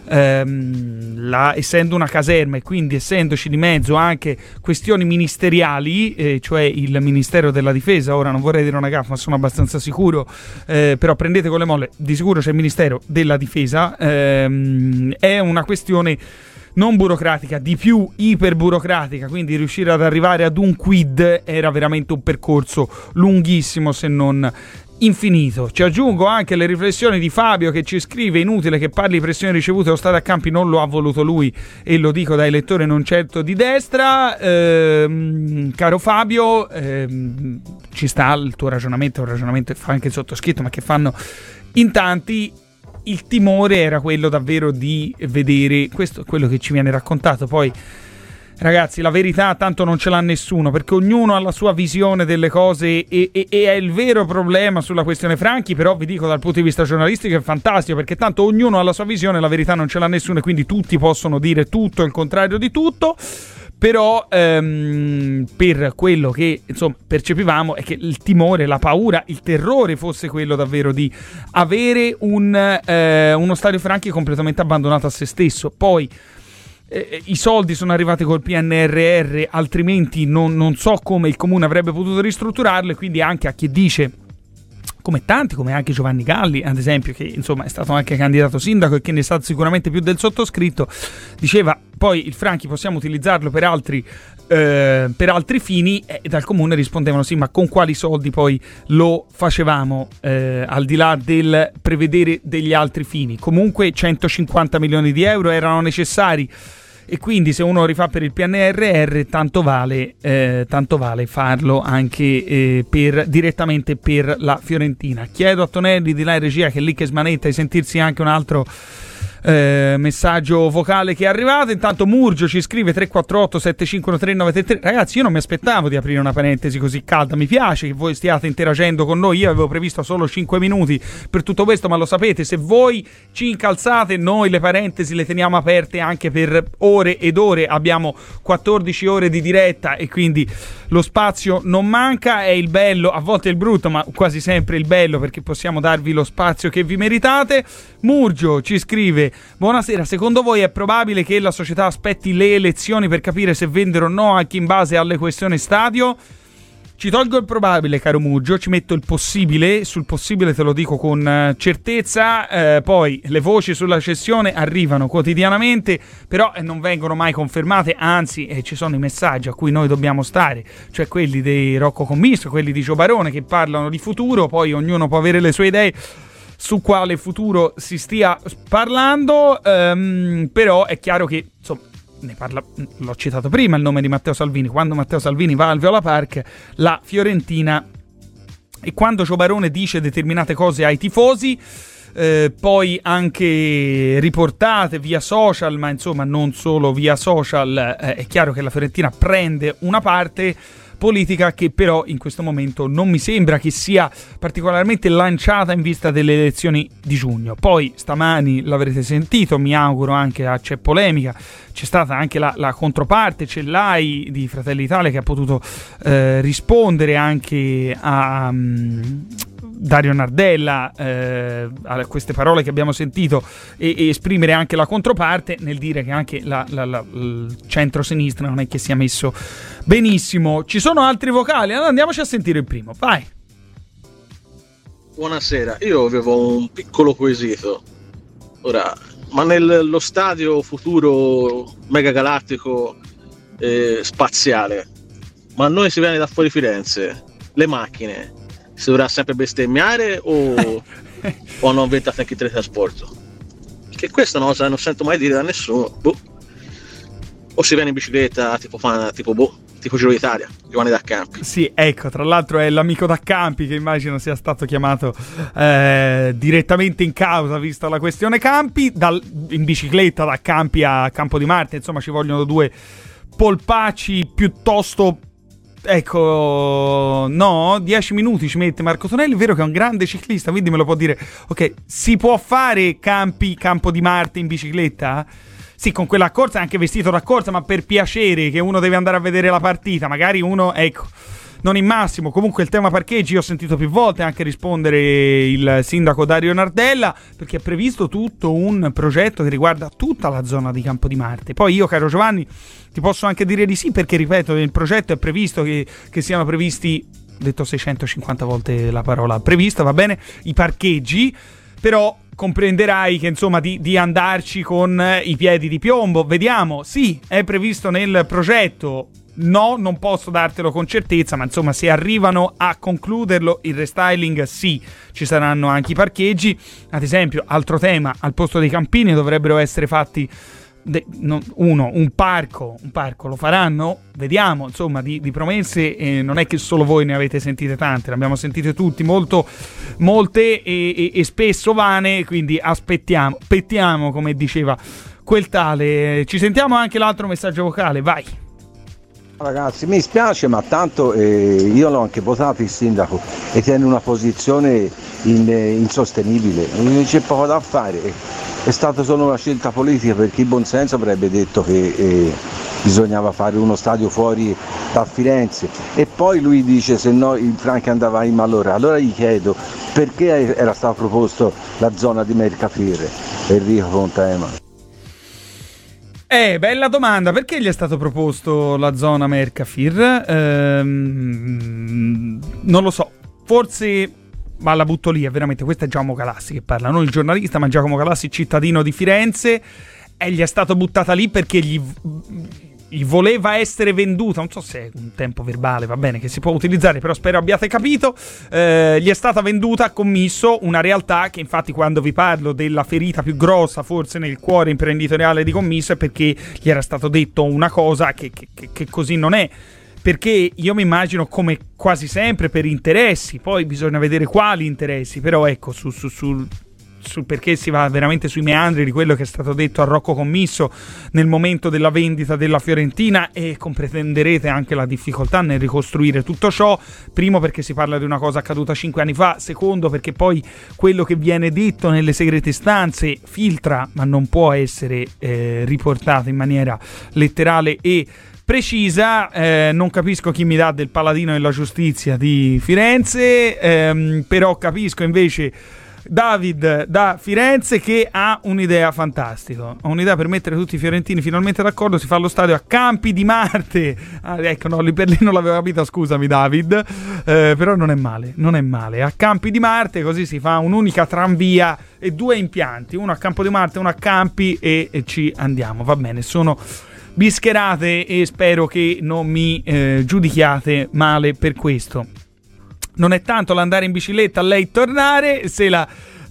Speaker 11: Ehm, la, essendo una caserma e quindi essendoci di mezzo anche questioni ministeriali, eh, cioè il Ministero della Difesa, ora non vorrei dire una gaffa ma sono abbastanza sicuro, eh, però prendete con le molle, di sicuro c'è il Ministero della Difesa, ehm, è una questione non burocratica, di più iperburocratica, quindi riuscire ad arrivare ad un quid era veramente un percorso lunghissimo, se non infinito. Ci aggiungo anche le riflessioni di Fabio, che ci scrive: inutile che parli di pressioni ricevute, lo Stato a Campi non lo ha voluto lui, e lo dico da elettore non certo di destra. Ehm, caro Fabio, ehm, ci sta il tuo ragionamento, un ragionamento che fa anche il sottoscritto, ma che fanno in tanti. Il timore era quello davvero di vedere, questo è quello che ci viene raccontato, poi ragazzi la verità tanto non ce l'ha nessuno, perché ognuno ha la sua visione delle cose e, e, e è il vero problema sulla questione Franchi. Però vi dico, dal punto di vista giornalistico è fantastico, perché tanto ognuno ha la sua visione, la verità non ce l'ha nessuno e quindi tutti possono dire tutto e il contrario di tutto. Però ehm, per quello che insomma percepivamo è che il timore, la paura, il terrore fosse quello davvero di avere un, eh, uno stadio Franchi completamente abbandonato a se stesso. Poi eh, i soldi sono arrivati col P N R R, altrimenti non, non so come il comune avrebbe potuto ristrutturarlo, e quindi anche a chi dice, come tanti, come anche Giovanni Galli ad esempio, che insomma è stato anche candidato sindaco e che ne è stato sicuramente più del sottoscritto, diceva poi il Franchi possiamo utilizzarlo per altri eh, per altri fini, e dal comune rispondevano sì, ma con quali soldi poi lo facevamo, eh, al di là del prevedere degli altri fini. Comunque centocinquanta milioni di euro erano necessari, e quindi se uno rifà per il P N R R tanto vale, eh, tanto vale farlo anche eh, per, direttamente per la Fiorentina. Chiedo a Tonelli di là in regia, che è lì che smanetta, di sentirsi anche un altro eh, messaggio vocale che è arrivato. Intanto Murgio ci scrive tre quattro otto sette cinque uno tre nove tre tre. Ragazzi, io non mi aspettavo di aprire una parentesi così calda, mi piace che voi stiate interagendo con noi. Io avevo previsto solo cinque minuti per tutto questo, ma lo sapete, se voi ci incalzate noi le parentesi le teniamo aperte anche per ore ed ore. Abbiamo quattordici ore di diretta e quindi lo spazio non manca. È il bello, a volte il brutto, ma quasi sempre il bello, perché possiamo darvi lo spazio che vi meritate. Murgio ci scrive: buonasera, secondo voi è probabile che la società aspetti le elezioni per capire se vendere o no, anche in base alle questioni stadio? Ci tolgo il probabile, caro Murgio, ci metto il possibile. Sul possibile te lo dico con certezza, eh, poi le voci sulla cessione arrivano quotidianamente, però eh, non vengono mai confermate, anzi eh, ci sono i messaggi a cui noi dobbiamo stare, cioè quelli di Rocco Commisso, quelli di Gio Barone, che parlano di futuro. Poi ognuno può avere le sue idee su quale futuro si stia parlando, ehm, però è chiaro che insomma ne parla, l'ho citato prima il nome di Matteo Salvini. Quando Matteo Salvini va al Viola Park, la Fiorentina, e quando Gio Barone dice determinate cose ai tifosi, eh, poi anche riportate via social, ma insomma non solo via social. Eh, è chiaro che la Fiorentina prende una parte politica che però in questo momento non mi sembra che sia particolarmente lanciata in vista delle elezioni di giugno. Poi stamani l'avrete sentito, mi auguro anche a c'è polemica, c'è stata anche la, la controparte, Cellai di Fratelli d'Italia, che ha potuto eh, rispondere anche a um, Dario Nardella eh, a queste parole che abbiamo sentito e, e esprimere anche la controparte nel dire che anche la, la, la, il centro-sinistra non è che sia messo benissimo. Ci sono altri vocali? Allora andiamoci a sentire il primo, vai.
Speaker 16: Buonasera, io avevo un piccolo quesito. Ora, ma nello stadio futuro megagalattico eh, spaziale, ma noi si viene da fuori Firenze, le macchine si dovrà sempre bestemmiare o, o hanno inventato anche i teletrasporto? Che questa è una cosa che non sento mai dire da nessuno. Boh. O si viene in bicicletta tipo, tipo, boh, tipo Giro d'Italia, Giovanni D'Accampi.
Speaker 11: Sì, ecco, tra l'altro è l'amico D'Accampi che immagino sia stato chiamato eh, direttamente in causa, vista la questione Campi, dal, in bicicletta da Campi a Campo di Marte. Insomma, ci vogliono due polpacci piuttosto... Ecco, no, dieci minuti ci mette Marco Tonelli, è vero che è un grande ciclista, quindi me lo può dire. Ok, si può fare Campi, Campo di Marte in bicicletta? Sì, con quella corsa, anche vestito da corsa, ma per piacere, che uno deve andare a vedere la partita, magari uno, ecco, non in massimo. Comunque il tema parcheggi ho sentito più volte anche rispondere il sindaco Dario Nardella, perché è previsto tutto un progetto che riguarda tutta la zona di Campo di Marte. Poi io, caro Giovanni, ti posso anche dire di sì, perché ripeto, nel progetto è previsto che, che siano previsti, ho detto seicentocinquanta volte la parola prevista, va bene, i parcheggi, però comprenderai che insomma di, di andarci con i piedi di piombo. Vediamo, sì, è previsto nel progetto. No, non posso dartelo con certezza, ma insomma se arrivano a concluderlo il restyling, sì, ci saranno anche i parcheggi. Ad esempio, altro tema, al posto dei campini dovrebbero essere fatti de, no, uno, un parco, un parco lo faranno? Vediamo, insomma, di, di promesse eh, non è che solo voi ne avete sentite tante, le abbiamo sentite tutti, molto, molte e, e, e spesso vane, quindi aspettiamo, aspettiamo come diceva quel tale. Ci sentiamo anche l'altro messaggio vocale, vai.
Speaker 18: Ragazzi, mi spiace, ma tanto eh, io l'ho anche votato il sindaco e tiene una posizione in, eh, insostenibile, non c'è poco da fare, è stata solo una scelta politica, perché il buonsenso avrebbe detto che eh, bisognava fare uno stadio fuori da Firenze, e poi lui dice se no il Franchi andava in malora. Allora gli chiedo perché era stato proposto la zona di Mercafire, Enrico Fontana.
Speaker 11: Eh, bella domanda, perché gli è stato proposto la zona Mercafir? Ehm, non lo so, forse, ma la butto lì, è veramente, questo è Giacomo Galassi che parla, non il giornalista, ma Giacomo Galassi, cittadino di Firenze, e gli è stata buttata lì perché gli... gli voleva essere venduta, non so se è un tempo verbale, va bene, che si può utilizzare, però spero abbiate capito, eh, gli è stata venduta a Commisso, una realtà che infatti quando vi parlo della ferita più grossa forse nel cuore imprenditoriale di Commisso è perché gli era stato detto una cosa che, che, che così non è, perché io mi immagino, come quasi sempre, per interessi, poi bisogna vedere quali interessi, però ecco, su, su, sul... Su perché si va veramente sui meandri di quello che è stato detto a Rocco Commisso nel momento della vendita della Fiorentina, e comprenderete anche la difficoltà nel ricostruire tutto ciò. Primo, perché si parla di una cosa accaduta cinque anni fa, secondo perché poi quello che viene detto nelle segrete stanze filtra, ma non può essere eh, riportato in maniera letterale e precisa. Eh, non capisco chi mi dà del paladino della giustizia di Firenze, ehm, però capisco invece David da Firenze che ha un'idea fantastica, ha un'idea per mettere tutti i fiorentini finalmente d'accordo. Si fa lo stadio a Campi di Marte. Ah, ecco, no, lì per lì non l'avevo capito, scusami David, eh, però non è male, non è male. A Campi di Marte, così si fa un'unica tranvia e due impianti, uno a Campo di Marte, uno a Campi, e, e ci andiamo, va bene. Sono bischerate e spero che non mi eh, giudichiate male per questo. Non è tanto l'andare in bicicletta, lei tornare, se la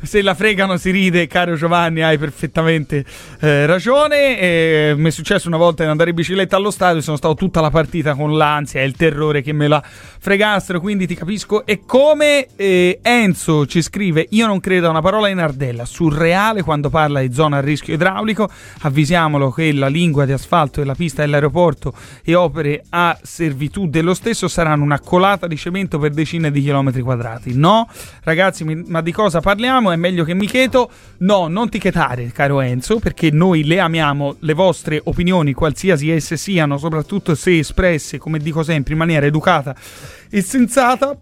Speaker 11: se la fregano si ride, caro Giovanni, hai perfettamente eh, ragione. Eh, mi è successo una volta di andare in bicicletta allo stadio, sono stato tutta la partita con l'ansia e il terrore che me la fregassero, quindi ti capisco. E come eh, Enzo ci scrive: io non credo a una parola in Nardella, surreale quando parla di zona a rischio idraulico, avvisiamolo che la lingua di asfalto della pista dell'aeroporto e opere a servitù dello stesso saranno una colata di cemento per decine di chilometri quadrati. No, ragazzi, mi, ma di cosa parliamo? È meglio che mi cheto. No, non ti chetare, caro Enzo, perché noi le amiamo le vostre opinioni, qualsiasi esse siano, soprattutto se espresse, come dico sempre, in maniera educata e sensata.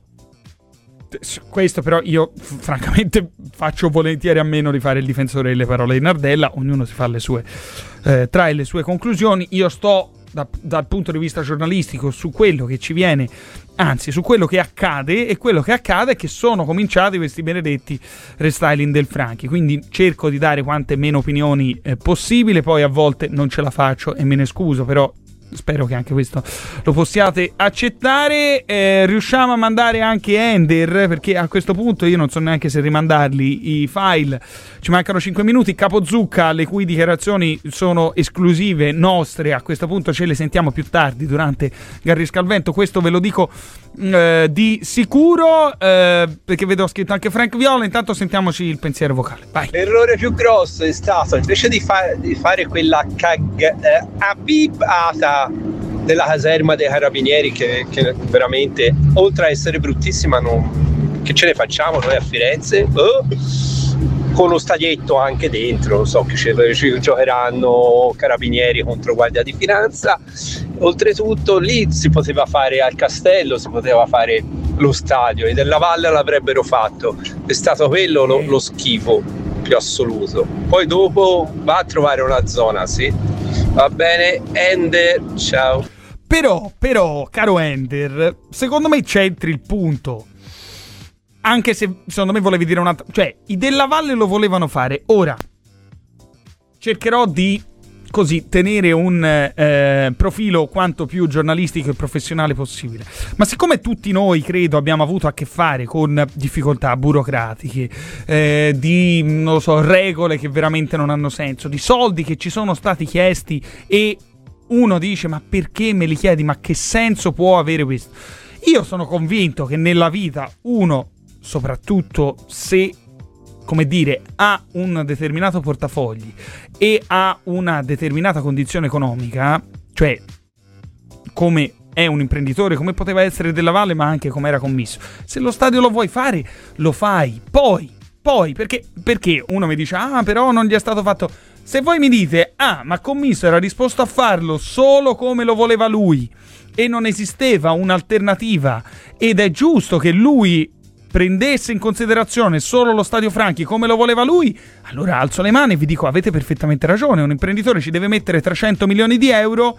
Speaker 11: Questo però io francamente faccio volentieri a meno di fare il difensore delle parole di Nardella. Ognuno si fa le sue eh, trae le sue conclusioni. Io sto da, dal punto di vista giornalistico su quello che ci viene, anzi su quello che accade, e quello che accade è che sono cominciati questi benedetti restyling del Franchi, quindi cerco di dare quante meno opinioni eh, possibile. Poi a volte non ce la faccio e me ne scuso, però spero che anche questo lo possiate accettare. Eh, riusciamo a mandare anche Ender, perché a questo punto io non so neanche se rimandarli i file. Ci mancano cinque minuti. Capo Zucca, le cui dichiarazioni sono esclusive nostre, a questo punto ce le sentiamo più tardi durante Garrisca al Vento, questo ve lo dico eh, di sicuro, eh, perché vedo scritto anche Frank Viola. Intanto sentiamoci il pensiero vocale. Vai.
Speaker 13: L'errore più grosso è stato, invece di, fa- di fare quella cag- eh, abibata della caserma dei carabinieri, che, che veramente, oltre a essere bruttissima, non, che ce ne facciamo noi a Firenze? Oh, con lo stadietto anche dentro, so che ci, ci giocheranno carabinieri contro Guardia di Finanza. Oltretutto lì si poteva fare al castello, si poteva fare lo stadio, e della Valle l'avrebbero fatto. È stato quello lo, lo schifo più assoluto. Poi dopo va a trovare una zona, sì, va bene. Ender, ciao.
Speaker 11: Però, però, caro Ender, secondo me c'entri il punto. Anche se, secondo me, volevi dire un'altra... Cioè, i Della Valle lo volevano fare. Ora, cercherò di, così, tenere un eh, profilo quanto più giornalistico e professionale possibile. Ma siccome tutti noi, credo, abbiamo avuto a che fare con difficoltà burocratiche, eh, di, non lo so, regole che veramente non hanno senso, di soldi che ci sono stati chiesti e uno dice: ma perché me li chiedi? Ma che senso può avere questo? Io sono convinto che nella vita uno, soprattutto se, come dire, ha un determinato portafogli e ha una determinata condizione economica, cioè come è un imprenditore, come poteva essere Della Valle, ma anche come era commisso, se lo stadio lo vuoi fare, lo fai. Poi, poi perché, perché uno mi dice: ah, però non gli è stato fatto. Se voi mi dite: ah, ma commisso era disposto a farlo solo come lo voleva lui e non esisteva un'alternativa, ed è giusto che lui prendesse in considerazione solo lo stadio Franchi come lo voleva lui, allora alzo le mani e vi dico: avete perfettamente ragione. Un imprenditore ci deve mettere trecento milioni di euro,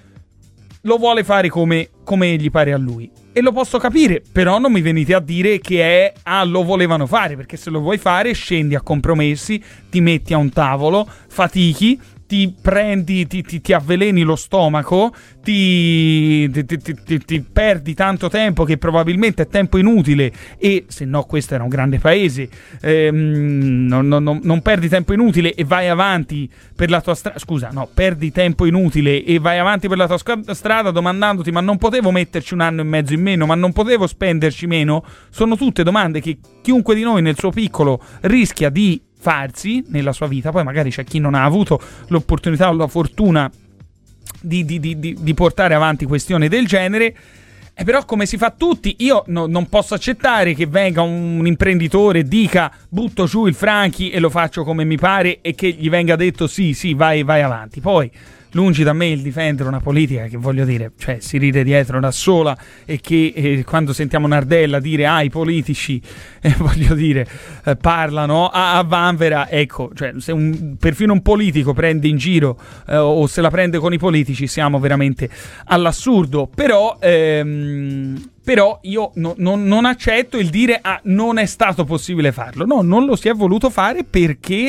Speaker 11: lo vuole fare come, come gli pare a lui, e lo posso capire. Però non mi venite a dire che è ah, lo volevano fare, perché se lo vuoi fare scendi a compromessi, ti metti a un tavolo, fatichi, ti prendi, ti, ti, ti avveleni lo stomaco, ti, ti, ti, ti, ti perdi tanto tempo che probabilmente è tempo inutile, e se no questo era un grande paese, ehm, non, non, non perdi tempo inutile e vai avanti per la tua strada, scusa, no, perdi tempo inutile e vai avanti per la tua sc- strada domandandoti: ma non potevo metterci un anno e mezzo in meno, ma non potevo spenderci meno? Sono tutte domande che chiunque di noi nel suo piccolo rischia di farsi nella sua vita. Poi magari c'è chi non ha avuto l'opportunità o la fortuna di, di, di, di portare avanti questioni del genere, e però come si fa tutti. Io no, non posso accettare che venga un, un imprenditore e dica: butto giù il Franchi e lo faccio come mi pare, e che gli venga detto: sì sì, vai, vai avanti. Poi lungi da me il difendere una politica che, voglio dire, cioè si ride dietro da sola, e che eh, quando sentiamo Nardella dire ah i politici eh, voglio dire eh, parlano a, a vanvera, ecco, cioè se un, perfino un politico prende in giro eh, o se la prende con i politici, siamo veramente all'assurdo. Però ehm, però io no, non, non accetto il dire ah non è stato possibile farlo. No, non lo si è voluto fare perché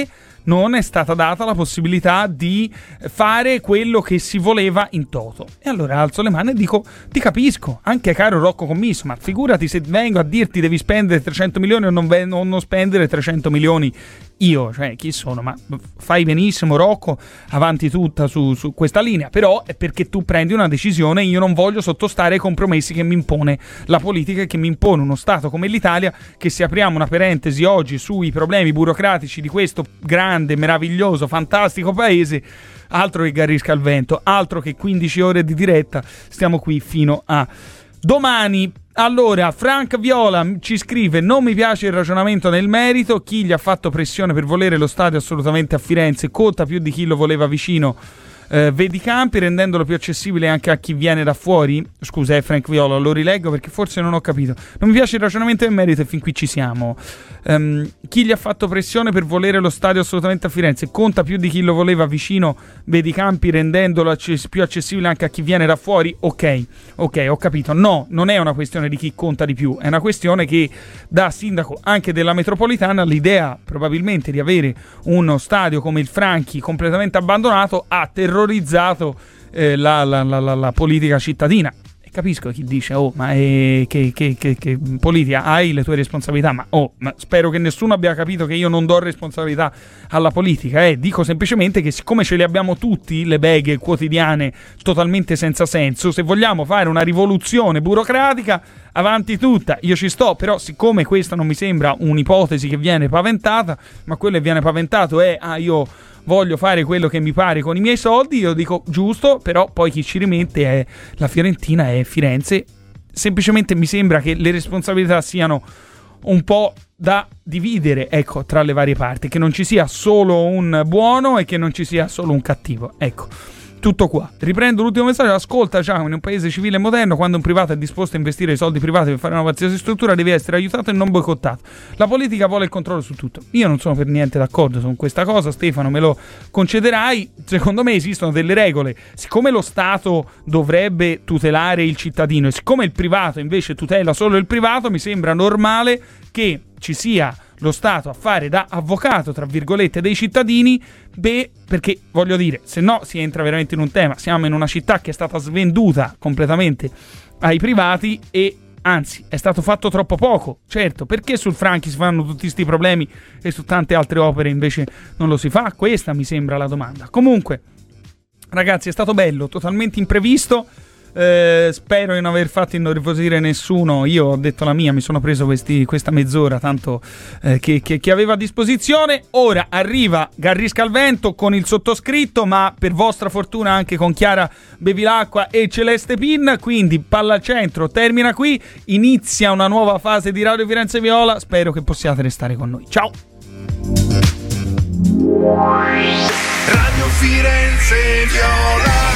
Speaker 11: non è stata data la possibilità di fare quello che si voleva in toto. E allora alzo le mani e dico: ti capisco, anche caro Rocco Commisso, ma figurati se vengo a dirti devi spendere trecento milioni o non, ve- o non spendere trecento milioni io, cioè chi sono? Ma fai benissimo Rocco, avanti tutta su, su questa linea, però è perché tu prendi una decisione e io non voglio sottostare ai compromessi che mi impone la politica e che mi impone uno Stato come l'Italia, che se apriamo una parentesi oggi sui problemi burocratici di questo grande, meraviglioso, fantastico paese, altro che Garrisca al vento, altro che quindici ore di diretta, stiamo qui fino a domani. Allora, Frank Viola ci scrive: non mi piace il ragionamento nel merito, chi gli ha fatto pressione per volere lo stadio assolutamente a Firenze conta più di chi lo voleva vicino. Eh, vedi campi, rendendolo più accessibile anche a chi viene da fuori. Scusa, eh, Frank Viola, lo rileggo perché forse non ho capito. Non mi piace il ragionamento del merito e fin qui ci siamo. Um, chi gli ha fatto pressione per volere lo stadio assolutamente a Firenze conta più di chi lo voleva vicino. Vedi campi, rendendolo access- più accessibile anche a chi viene da fuori. Ok, ok, ho capito. No, non è una questione di chi conta di più, è una questione che da sindaco anche della metropolitana l'idea probabilmente di avere uno stadio come il Franchi completamente abbandonato ha terrorizzato eh, la, la, la, la, la politica cittadina. E capisco chi dice: oh, ma è, che, che, che, che politica, hai le tue responsabilità, ma oh, ma spero che nessuno abbia capito che io non do responsabilità alla politica, eh. Dico semplicemente che siccome ce le abbiamo tutti le beghe quotidiane totalmente senza senso, se vogliamo fare una rivoluzione burocratica, avanti tutta, io ci sto, però siccome questa non mi sembra un'ipotesi che viene paventata, ma quello che viene paventato è: ah, io voglio fare quello che mi pare con i miei soldi, io dico giusto, però poi chi ci rimette è la Fiorentina e Firenze. Semplicemente mi sembra che le responsabilità siano un po' da dividere, ecco, tra le varie parti, che non ci sia solo un buono e che non ci sia solo un cattivo, ecco. Tutto qua. Riprendo l'ultimo messaggio. Ascolta, Giacomo, in un paese civile e moderno, quando un privato è disposto a investire i soldi privati per fare una qualsiasi struttura, deve essere aiutato e non boicottato. La politica vuole il controllo su tutto. Io non sono per niente d'accordo con questa cosa, Stefano, me lo concederai. Secondo me esistono delle regole. Siccome lo Stato dovrebbe tutelare il cittadino e siccome il privato invece tutela solo il privato, mi sembra normale che ci sia lo Stato a fare da avvocato, tra virgolette, dei cittadini. Beh, perché voglio dire, se no si entra veramente in un tema. Siamo in una città che è stata svenduta completamente ai privati e anzi è stato fatto troppo poco. Certo, perché sul Franchi si fanno tutti questi problemi e su tante altre opere invece non lo si fa? Questa mi sembra la domanda. Comunque, ragazzi, è stato bello, totalmente imprevisto. Eh, spero di non aver fatto innervosire nessuno. Io ho detto la mia, mi sono preso questi, questa mezz'ora tanto eh, che, che, che avevo a disposizione. Ora arriva Garrisca al vento con il sottoscritto, ma per vostra fortuna anche con Chiara Bevilacqua e Celeste Pin. Quindi Palla al Centro termina qui, inizia una nuova fase di Radio Firenze Viola. Spero che possiate restare con noi. Ciao.
Speaker 10: Radio Firenze Viola.